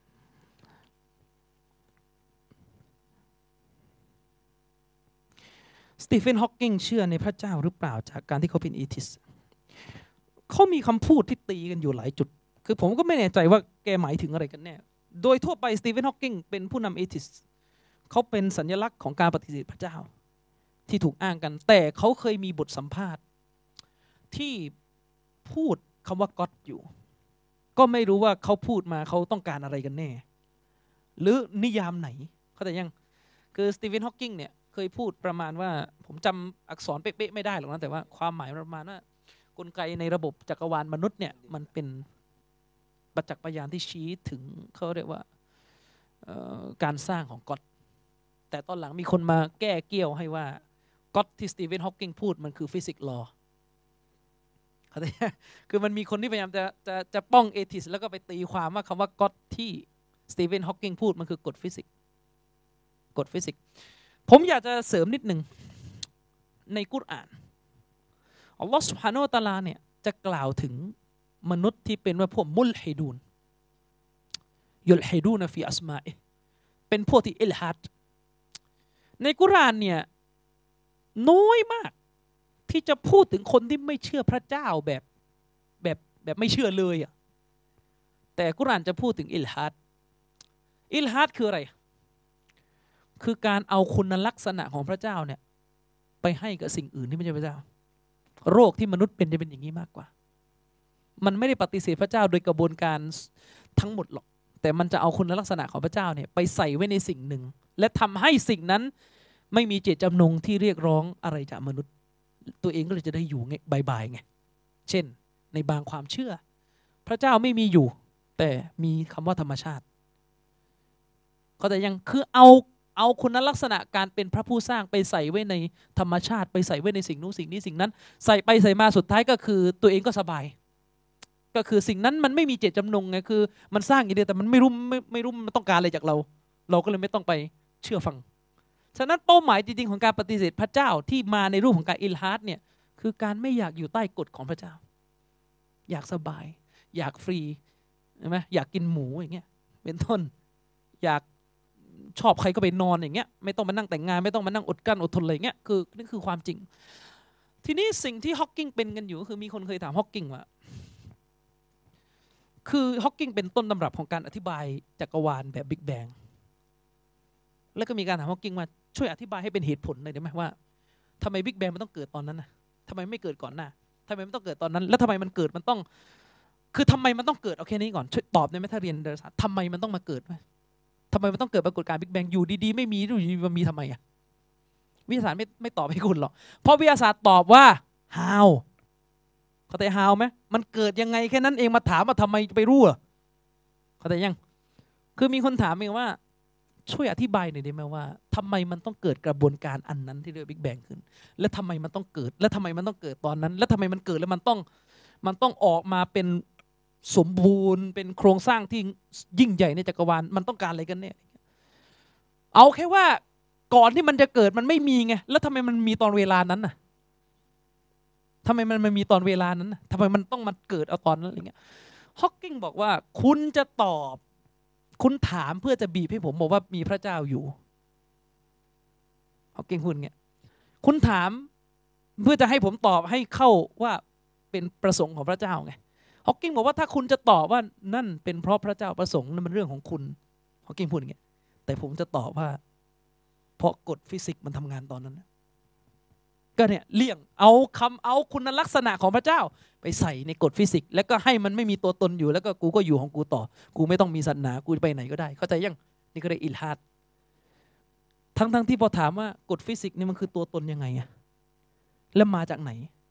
สตีเฟนฮอว์กิงเชื่อในพระเจ้าหรือเปล่าจากการที่เขาเป็นอีทิสเขามีคำพูดที่ตีกันอยู่หลายจุดคือผมก็ไม่แน่ใจว่าแกหมายถึงอะไรกันแน่โดยทั่วไปสตีเฟนฮอว์กิงเป็นผู้นำเอทิสเขาเป็นสัญลักษณ์ของการปฏิเสธพระเจ้าที่ถูกอ้างกันแต่เขาเคยมีบทสัมภาษณ์ที่พูดคำว่าก็อดอยู่ก็ไม่รู้ว่าเขาพูดมาเขาต้องการอะไรกันแน่หรือนิยามไหนเขาแต่ยังคือสตีเฟนฮอว์กิงเนี่ยเคยพูดประมาณว่าผมจำอักษรเป๊ะๆไม่ได้หรอกนะแต่ว่าความหมายประมาณว่ากลไกในระบบจักรวาลมนุษย์เนี่ยมันเป็นประจักษ์พยานที่ชี้ถึงเขาเรียกว่าการสร้างของก็อดแต่ตอนหลังมีคนมาแก้เกี่ยวให้ว่าก็อดที่สตีเฟนฮอว์กิงพูดมันคือฟิสิกส์ลอคือมันมีคนที่พยายามจะจะจะป้องเอทิสแล้วก็ไปตีความว่าคำว่าก็อดที่สตีเฟนฮอว์กิงพูดมันคือกฎฟิสิกส์กฎฟิสิกส์ผมอยากจะเสริมนิดหนึ่งในกุรอานอัลลอฮฺซุบฮานะฮูวะตะอาลาเนี่ยจะกล่าวถึงมนุษย์ที่เป็นว่าพวกมุลฮิดูนยุลฮิดูนฟีอัสมาอิเป็นพวกที่อิลฮัดในกุรอานเนี่ยน้อยมากที่จะพูดถึงคนที่ไม่เชื่อพระเจ้าแบบแบบแบบไม่เชื่อเลยอ่ะแต่กุรอานจะพูดถึงอิลฮัดอิลฮัดคืออะไรคือการเอาคุณลักษณะของพระเจ้าเนี่ยไปให้กับสิ่งอื่นที่ไม่ใช่พระเจ้าโรคที่มนุษย์เป็นจะเป็นอย่างนี้มากกว่ามันไม่ได้ปฏิเสธพระเจ้าโดยกระบวนการทั้งหมดหรอกแต่มันจะเอาคุณลักษณะของพระเจ้าเนี่ยไปใส่ไว้ในสิ่งหนึ่งและทำให้สิ่งนั้นไม่มีเจตจำนงที่เรียกร้องอะไรจากมนุษย์ตัวเองก็เลยจะได้อยู่บายๆไงเช่นในบางความเชื่อพระเจ้าไม่มีอยู่แต่มีคำว่าธรรมชาติก็แต่ยังคือเอาเอาคุณลักษณะการเป็นพระผู้สร้างไปใส่ไว้ในธรรมชาติไปใส่ไว้ในสิ่งนู้นสิ่งนี้สิ่งนั้นใส่ไปใส่มาสุดท้ายก็คือตัวเองก็สบายก็คือสิ่งนั้นมันไม่มีเจตจำนงไงคือมันสร้างอย่างเดียวแต่มันไม่รู้ไม่ไม่รู้มันต้องการอะไรจากเราเราก็เลยไม่ต้องไปเชื่อฟังฉะนั้นเป้าหมายจริงๆของการปฏิเสธพระเจ้าที่มาในรูปของการอิลฮัดเนี่ยคือการไม่อยากอยู่ใต้กฎของพระเจ้าอยากสบายอยากฟรีใช่ไหมอยากกินหมูอย่างเงี้ยเป็นต้นอยากชอบใครก็ไปนอนอย่างเงี้ยไม่ต้องมานั่งแต่งงานไม่ต้องมานั่งอดกั้นอดทนอะไรเงี้ยคือนี่คือความจริงทีนี้สิ่งที่ฮอว์กิงเป็นกันอยู่ก็คือมีคนเคยถามฮอว์กิงว่าคือฮอว์กิงเป็นต้นตำรับของการอธิบายจักรวาลแบบบิ๊กแบงแล้วก็มีการถามฮอว์กิงว่าช่วยอธิบายให้เป็นเหตุผลหน่อยได้ไหมว่าทำไมบิ๊กแบงมันต้องเกิดตอนนั้นนะทำไมไม่เกิดก่อนหน้าทำไมมันต้องเกิดตอนนั้นแล้วทำไมมันเกิดมันต้องคือทำไมมันต้องเกิดเอาแค่นี้ก่อนช่วยตอบได้ไหมถ้าเรียนดาราศาสตร์ทำไมมันต้องมาเกิดไหมทำไมมันต้องเกิดปรากฏการณ์บิ๊กแบงอยู่ดีๆไม่มีอยู่ดีๆมันมีทำไมอ่ะวิทยาศาสตร์ไม่ไม่ตอบให้คุณหรอกเพราะวิทยาศาสตร์ตอบว่า how เข้าใจ how ไหมมันเกิดยังไงแค่นั้นเองมาถามว่าทำไมไปรู้อ่ะเข้าใจยังคือมีคนถามเองว่าช่วยอธิบายหน่อยได้ไหมว่าทำไมมันต้องเกิดกระบวนการอันนั้นที่เรียกบิ๊กแบงขึ้นและทำไมมันต้องเกิดและทำไมมันต้องเกิดตอนนั้นและทำไมมันเกิดแล้วมันต้องมันต้องออกมาเป็นสมบูรณ์เป็นโครงสร้างที่ยิ่งใหญ่ในจักรวาลมันต้องการอะไรกันเนี่ยเอาแค่ว่าก่อนที่มันจะเกิดมันไม่มีไงแล้วทำไมมันมีตอนเวลานั้นน่ะทำไมมันมันมีตอนเวลานั้นน่ะทำไมมันต้องมาเกิดเอาตอนนั้นอะไรเงี้ยฮอว์กิงบอกว่าคุณจะตอบคุณถามเพื่อจะบีบให้ผมบอกว่ามีพระเจ้าอยู่ฮอว์กิงพูดเงี้ยคุณถามเพื่อจะให้ผมตอบให้เข้าว่าเป็นประสงค์ของพระเจ้าไงฮอว์กิงบอกว่าถ้าคุณจะตอบว่านั่นเป็นเพราะพระเจ้าประสงค์นั่นมันเรื่องของคุณฮอว์กิงพูดอย่างเงี้ยแต่ผมจะตอบว่าเพราะกฎฟิสิกส์มันทำงานตอนนั้นก็เนี่ยเลี่ยงเอาคำเอาคุณลักษณะของพระเจ้าไปใส่ในกฎฟิสิกส์แล้วก็ให้มันไม่มีตัวตนอยู่แล้วก็กูก็อยู่ของกูต่อกูไม่ต้องมีศาสนากูไปไหนก็ได้เข้าใจยังนี่ก็เรียกอิลฮัดทั้งๆที่พอถามว่ากฎฟิสิกส์นี่มันคือตัวตนยังไงอะแล้วมาจากไหน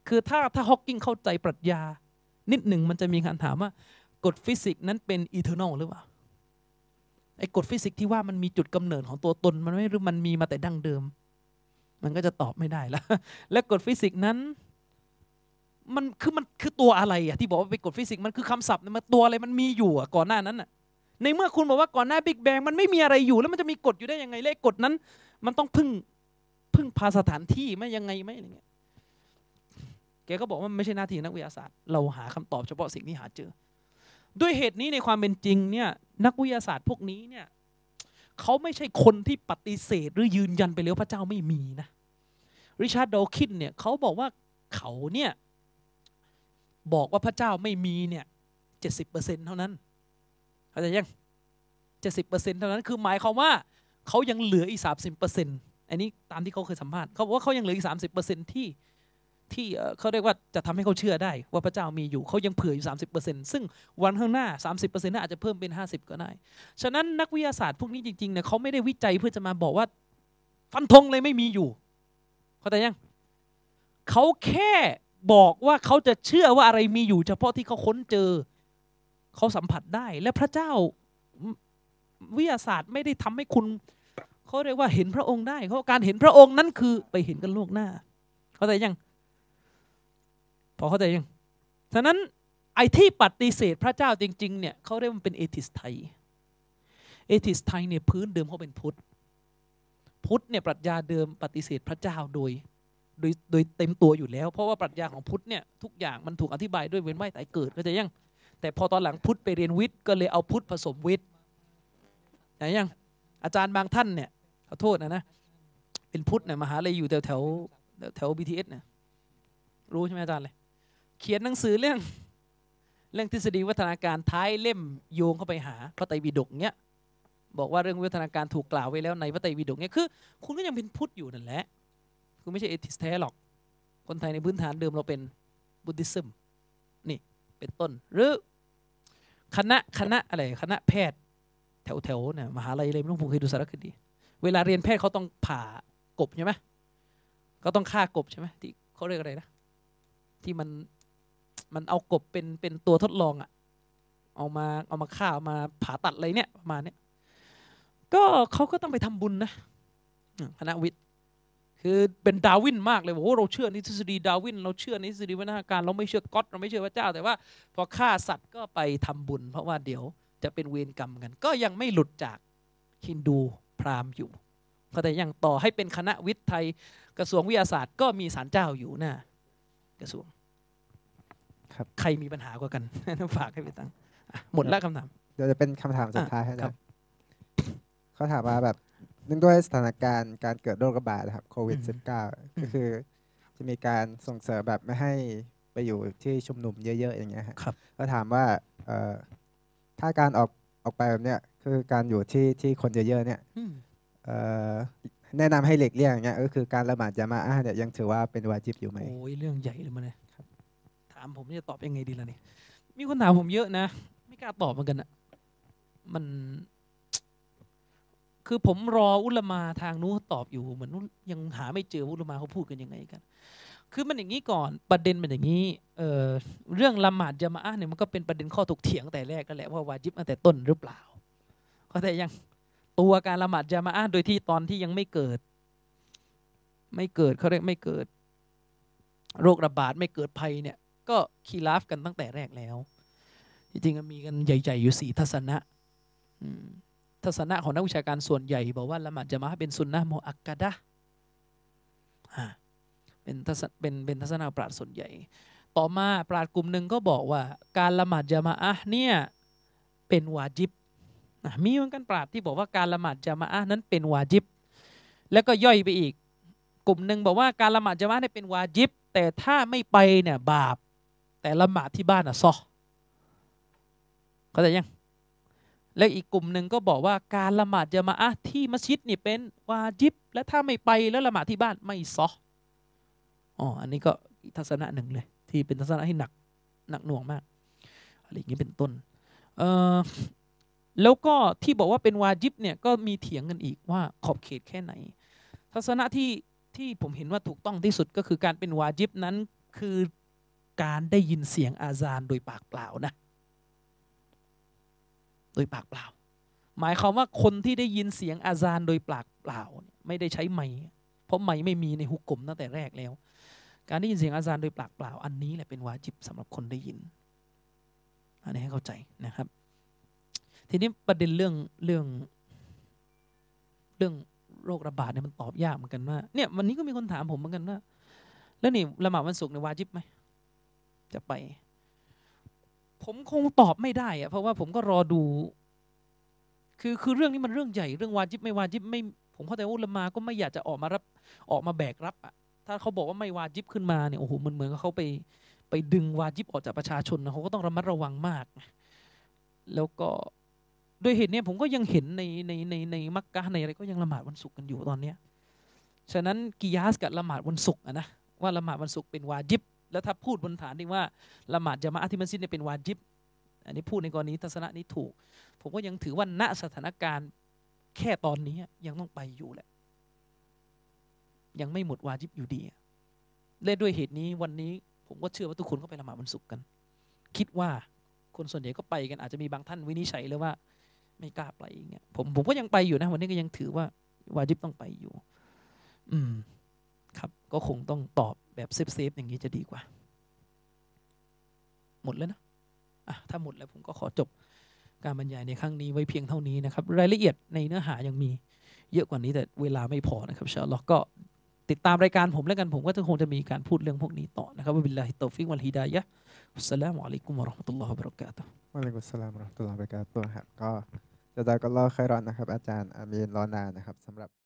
คือถ้าถ้าฮอกกิงเข้าใจปรัชญานิดหนึ่งมันจะมีคำถามว่ากฎฟิสิกส์นั้นเป็นอีเทอร์นอลหรือเปล่าไอ้กฎฟิสิกส์ที่ว่ามันมีจุดกำเนิดของตัวตนมันไม่หรือมันมีมาแต่ดั้งเดิมมันก็จะตอบไม่ได้แล้วและกฎฟิสิกส์นั้นมันคือมันคือตัวอะไรอะที่บอกว่าเป็นกฎฟิสิกส์มันคือคำศัพท์มันตัวอะไรมันมีอยู่ก่อนหน้านั้นอะในเมื่อคุณบอกว่าก่อนหน้าบิ๊กแบงมันไม่มีอะไรอยู่แล้วมันจะมีกฎอยู่ได้ยังไงเลขกฎนั้นมันต้องพึ่งพึ่งพาสถานที่ไหมยังไงไหมอะไรเงี้ยแกก็บอกว่ามันไม่ใช่หน้าที่นักวิทยาศาสตร์เราหาคำตอบเฉพาะสิ่งที่หาเจอด้วยเหตุนี้ในความเป็นจริงเนี่ยนักวิทยาศาสตร์พวกนี้เนี่ยเขาไม่ใช่คนที่ปฏิเสธหรือยืนยันไปแล้วพระเจ้าไม่มีนะริชาร์ด ดอว์คินเนี่ยเขาบอกว่าเขาเนี่ยบอกว่าพระเจ้าไม่มีเนี่ยเจ็ดสิบเปอร์เซ็นต์เท่านั้นเข้าใจยังเจ็ดสิบเปอร์เซ็นต์เท่านั้นคือหมายความว่าเขายังเหลืออีกสามสิบเปอร์เซ็นต์อันนี้ตามที่เขาเคยสัมภาษณ์เขาบอกว่าเขายังเหลืออีกสามสิบเปอร์เซ็นต์ที่ที่เขาเรียกว่าจะทำให้เขาเชื่อได้ว่าพระเจ้ามีอยู่เขายังเผื่ออยู่ สามสิบเปอร์เซ็นต์ ซึ่งวันข้างหน้า สามสิบเปอร์เซ็นต์ น่าอาจจะเพิ่มเป็นห้าสิบก็ได้ฉะนั้นนักวิทยาศาสตร์พวกนี้จริงๆเนี่ยเขาไม่ได้วิจัยเพื่อจะมาบอกว่าฟันธงเลยไม่มีอยู่เข้าใจยังเขาแค่บอกว่าเขาจะเชื่อว่าอะไรมีอยู่เฉพาะที่เขาค้นเจอเขาสัมผัสได้และพระเจ้าวิทยาศาสตร์ไม่ได้ทำให้คุณเขาเรียกว่าเห็นพระองค์ได้เพราะการเห็นพระองค์นั้นคือไปเห็นกันโลกหน้าเข้าใจยังพอเข้าใจยังฉะนั้นไอ้ที่ปฏิเสธพระเจ้าจริงๆเนี่ยเขาเรียกมันเป็นเอทิสไทยเอทิสไทยเนี่ยพื้นเดิมเขาเป็นพุทธพุทธเนี่ยปรัชญาเดิมปฏิเสธพระเจ้าโดยโดยโดยเต็มตัวอยู่แล้วเพราะว่าปรัชญาของพุทธเนี่ยทุกอย่างมันถูกอธิบายด้วยเวียนว่ายตายเกิดเข้าใจยังแต่พอตอนหลังพุทธไปเรียนวิทย์ก็เลยเอาพุทธผสมวิทย์ไหนยังอาจารย์บางท่านเนี่ยขอโทษนะนะเป็นพุทธเนี่ยมหาลัยอยู่แถวแถวแถว บี ที เอส เนี่ยรู้ใช่ไหมอาจารย์เลยเขียนหนังสือเรื่องเรื่องทฤษฎีวัฒนาการท้ายเล่มโยงเข้าไปหาพระไตรปิฎกเนี้ยบอกว่าเรื่องวัฒนาการถูกกล่าวไว้แล้วในพระไตรปิฎกเนี้ยคือคุณก็ยังเป็นพุทธอยู่นั่นแหละคุณไม่ใช่เอทิสแท้หรอกคนไทยในพื้นฐานเดิมเราเป็นบุติซึมนี่เป็นต้นหรือคณะคณะอะไรคณะแพทย์แถวแถวเนี่ยมหาลัยเลยไม่ต้องผมเคยดูสารคดีเวลาเรียนแพทย์เขาต้องผ่ากบใช่ไหมเขาต้องฆ่ากบใช่ไหมที่เขาเรียกอะไรนะที่มันมันเอากบเป็นเป็นตัวทดลองอะเอามาเอามาฆ่าเอามาผ่าตัดอะไรเนี่ยประมาณเนี้ยก็เขาก็ต้องไปทำบุญนะคณะวิทย์คือเป็นดาวินมากเลยโอ้เราเชื่อในทฤษฎีดาวินเราเชื่อในทฤษฎีวัฒนาการเราไม่เชื่อก็อดเราไม่เชื่อพระเจ้าแต่ว่าพอฆ่าสัตว์ก็ไปทำบุญเพราะว่าเดี๋ยวจะเป็นเวรกรรมกันก็ยังไม่หลุดจากฮินดูพราหมณ์อยู่ก็แต่ยังต่อให้เป็นคณะวิทย์ไทยกระทรวงวิทยาศาสตร์ก็มีศาลเจ้าอยู่นะกระทรวงครับใครมีปัญหากว่ากันฝากให้ไปตั้งหมดแล้วคำถามเดี๋ยวจะเป็นคำถามสุดท้ายครับเขาถามว่าแบบเนื่องด้วยสถานการณ์การเกิดโรคระบาดนะครับโควิด สิบเก้า ก็คือจะมีการส่งเสริมแบบไม่ให้ไปอยู่ที่ชุมนุมเยอะๆอย่างเงี้ยครับก็ถามว่าถ้าการออกออกไปแบบเนี้ยคือการอยู่ที่ที่คนเยอะๆเนี่ยแนะนำให้หลีกเลี่ยงอย่างเงี้ยก็คือการละหมาดญะมาอะห์เนี่ยยังถือว่าเป็นวาญิบอยู่ไหมโอ้ยเรื่องใหญ่เลยมันเนี่ยถามผมจะตอบยังไงดีล่ะนี่มีคนถามผมเยอะนะไม่กล้าตอบเหมือนกันอ่ะมันคือผมรออุลามาทางนู้นตอบอยู่เหมือนยังหาไม่เจออุลามาเขาพูดกันยังไงกันคือมันอย่างนี้ก่อนประเด็นมันอย่างนี้เอ่อเรื่องละหมาดญะมาอะห์เนี่ยมันก็เป็นประเด็นข้อถกเถียงแต่แรกกันแหละว่าวาญิบตั้งแต่ต้นหรือเปล่าก็แต่ยังตัวการละหมาดญะมาอะห์โดยที่ตอนที่ยังไม่เกิดไม่เกิดเขาเรียกไม่เกิดโรคระบาดไม่เกิดภัยเนี่ยก็คีราฟกันตั้งแต่แรกแล้วจริงๆมีกันใหญ่ๆอยู่สี่ทัศนะทัศนะของนักวิชาการส่วนใหญ่บอกว่าละหมาดญะมาอะห์เป็นซุนนะห์มุอักกะดะห์เป็นทัศเป็นเป็นทัศนะปราชญ์ส่วนใหญ่ต่อมาปราชญ์กลุ่มหนึ่งก็บอกว่าการละหมาดญะมาอะห์เนี่ยเป็นวาญิบมีเหมือนกันปราชญ์ที่บอกว่าการละหมาดญะมาอะห์นั้นเป็นวาญิบแล้วก็ย่อยไปอีกกลุ่มหนึ่งบอกว่าการละหมาดญะมาอะห์เนี่ยเป็นวาญิบแต่ถ้าไม่ไปเนี่ยบาปแต่ละหมาดที่บ้านอ่ะซอเข้าใจยังและอีกกลุ่มหนึ่งก็บอกว่าการละหมาดญะมาอะห์ที่มัสยิดนี่เป็นวาญิบและถ้าไม่ไปแล้วละหมาดที่บ้านไม่ซออ๋ออันนี้ก็ทัศนะหนึ่งเลยที่เป็นทัศนะที่หนักหนักหน่วงมากอะไรอย่างนี้เป็นต้นเอ่อแล้วก็ที่บอกว่าเป็นวาญิบเนี่ยก็มีเถียงกันอีกว่าขอบเขตแค่ไหนทัศนะที่ที่ผมเห็นว่าถูกต้องที่สุดก็คือการเป็นวาญิบนั้นคือการได้ยินเสียงอาซานโดยปากเปล่านะโดยปากเปล่าหมายความว่าคนที่ได้ยินเสียงอาซานโดยปากเปล่าไม่ได้ใช้ไมค์เพราะไมค์ไม่มีในฮุกกลมตั้งแต่แรกแล้วการได้ยินเสียงอาซานโดยปากเปล่าอันนี้แหละเป็นวาญิบสำหรับคนได้ยินอันนี้ให้เข้าใจนะครับทีนี้ประเด็นเรื่องเรื่องเรื่องโรคระบาดเนี่ยมันตอบยากเหมือนกันว่าเนี่ยวันนี้ก็มีคนถามผมเหมือนกันว่าแล้วนี่ละหมาดวันศุกร์ในวาญิบไหมจะไปผมคงตอบไม่ได้อะเพราะว่าผมก็รอดูคือคือเรื่องนี้มันเรื่องใหญ่เรื่องวาญิบไม่วาญิบไม่ผมเข้าใจว่าอุลามะก็ไม่อยากจะออกมารับออกมาแบกรับอะถ้าเขาบอกว่าไม่วาญิบขึ้นมาเนี่ยโอ้โหมันเหมือนกับเขาไปไปดึงวาญิบออกจากประชาชนนะเขาก็ต้องระมัดระวังมากแล้วก็โดยเหตุนี้ผมก็ยังเห็นในในในในมักกะในอะไรก็ยังละหมาดวันศุกร์กันอยู่ตอนเนี้ยฉะนั้นกิยาสกับละหมาดวันศุกร์อะนะว่าละหมาดวันศุกร์เป็นวาญิบแล้วถ้าพูดบนฐานที่ว่าละหมาดญะมาอะห์ที่มัสยิดเนี่ยเป็นวาญิบอันนี้พูดในกรณีทัศนะนี้ถูกผมก็ยังถือว่าณสถานการณ์แค่ตอนนี้ยังต้องไปอยู่แหละยังไม่หมดวาญิบอยู่ดีและด้วยเหตุนี้วันนี้ผมก็เชื่อว่าทุกคนก็ไปละหมาดวันศุกร์กันคิดว่าคนส่วนใหญ่ก็ไปกันอาจจะมีบางท่านวินิจฉัยเลยว่าไม่กล้าไปอย่างเงี้ยผมผมก็ยังไปอยู่นะวันนี้ก็ยังถือว่าวาญิบต้องไปอยู่อืมครับก็คงต้องตอบแบบเซฟๆอย่างนี้จะดีกว่าหมดแล้วนะอ่ะถ้าหมดแล้วผมก็ขอจบการบรรยายในครั้งนี้ไว้เพียงเท่านี้นะครับรายละเอียดในเนื้อหายังมีเยอะกว่านี้แต่เวลาไม่พอนะครับอินชาอัลเลาะห์ก็ติดตามรายการผมแล้วกันผมก็จะคงจะมีการพูดเรื่องพวกนี้ต่อนะครับวะบิลลาฮิตตอฟิกวัลฮิดายะฮ์อัสสลามุอะลัยกุมวะเราะห์มะตุลลอฮิวะบะเราะกาตุฮ์วะอะลัยกุมสสลามวะเราะห์มะตุลลอฮิวะบะเราะกาตุฮ์ครับก็จะได้ก็รอค่อยรอนนะครับอาจารย์อามีนรอนานนะครับสำหรับ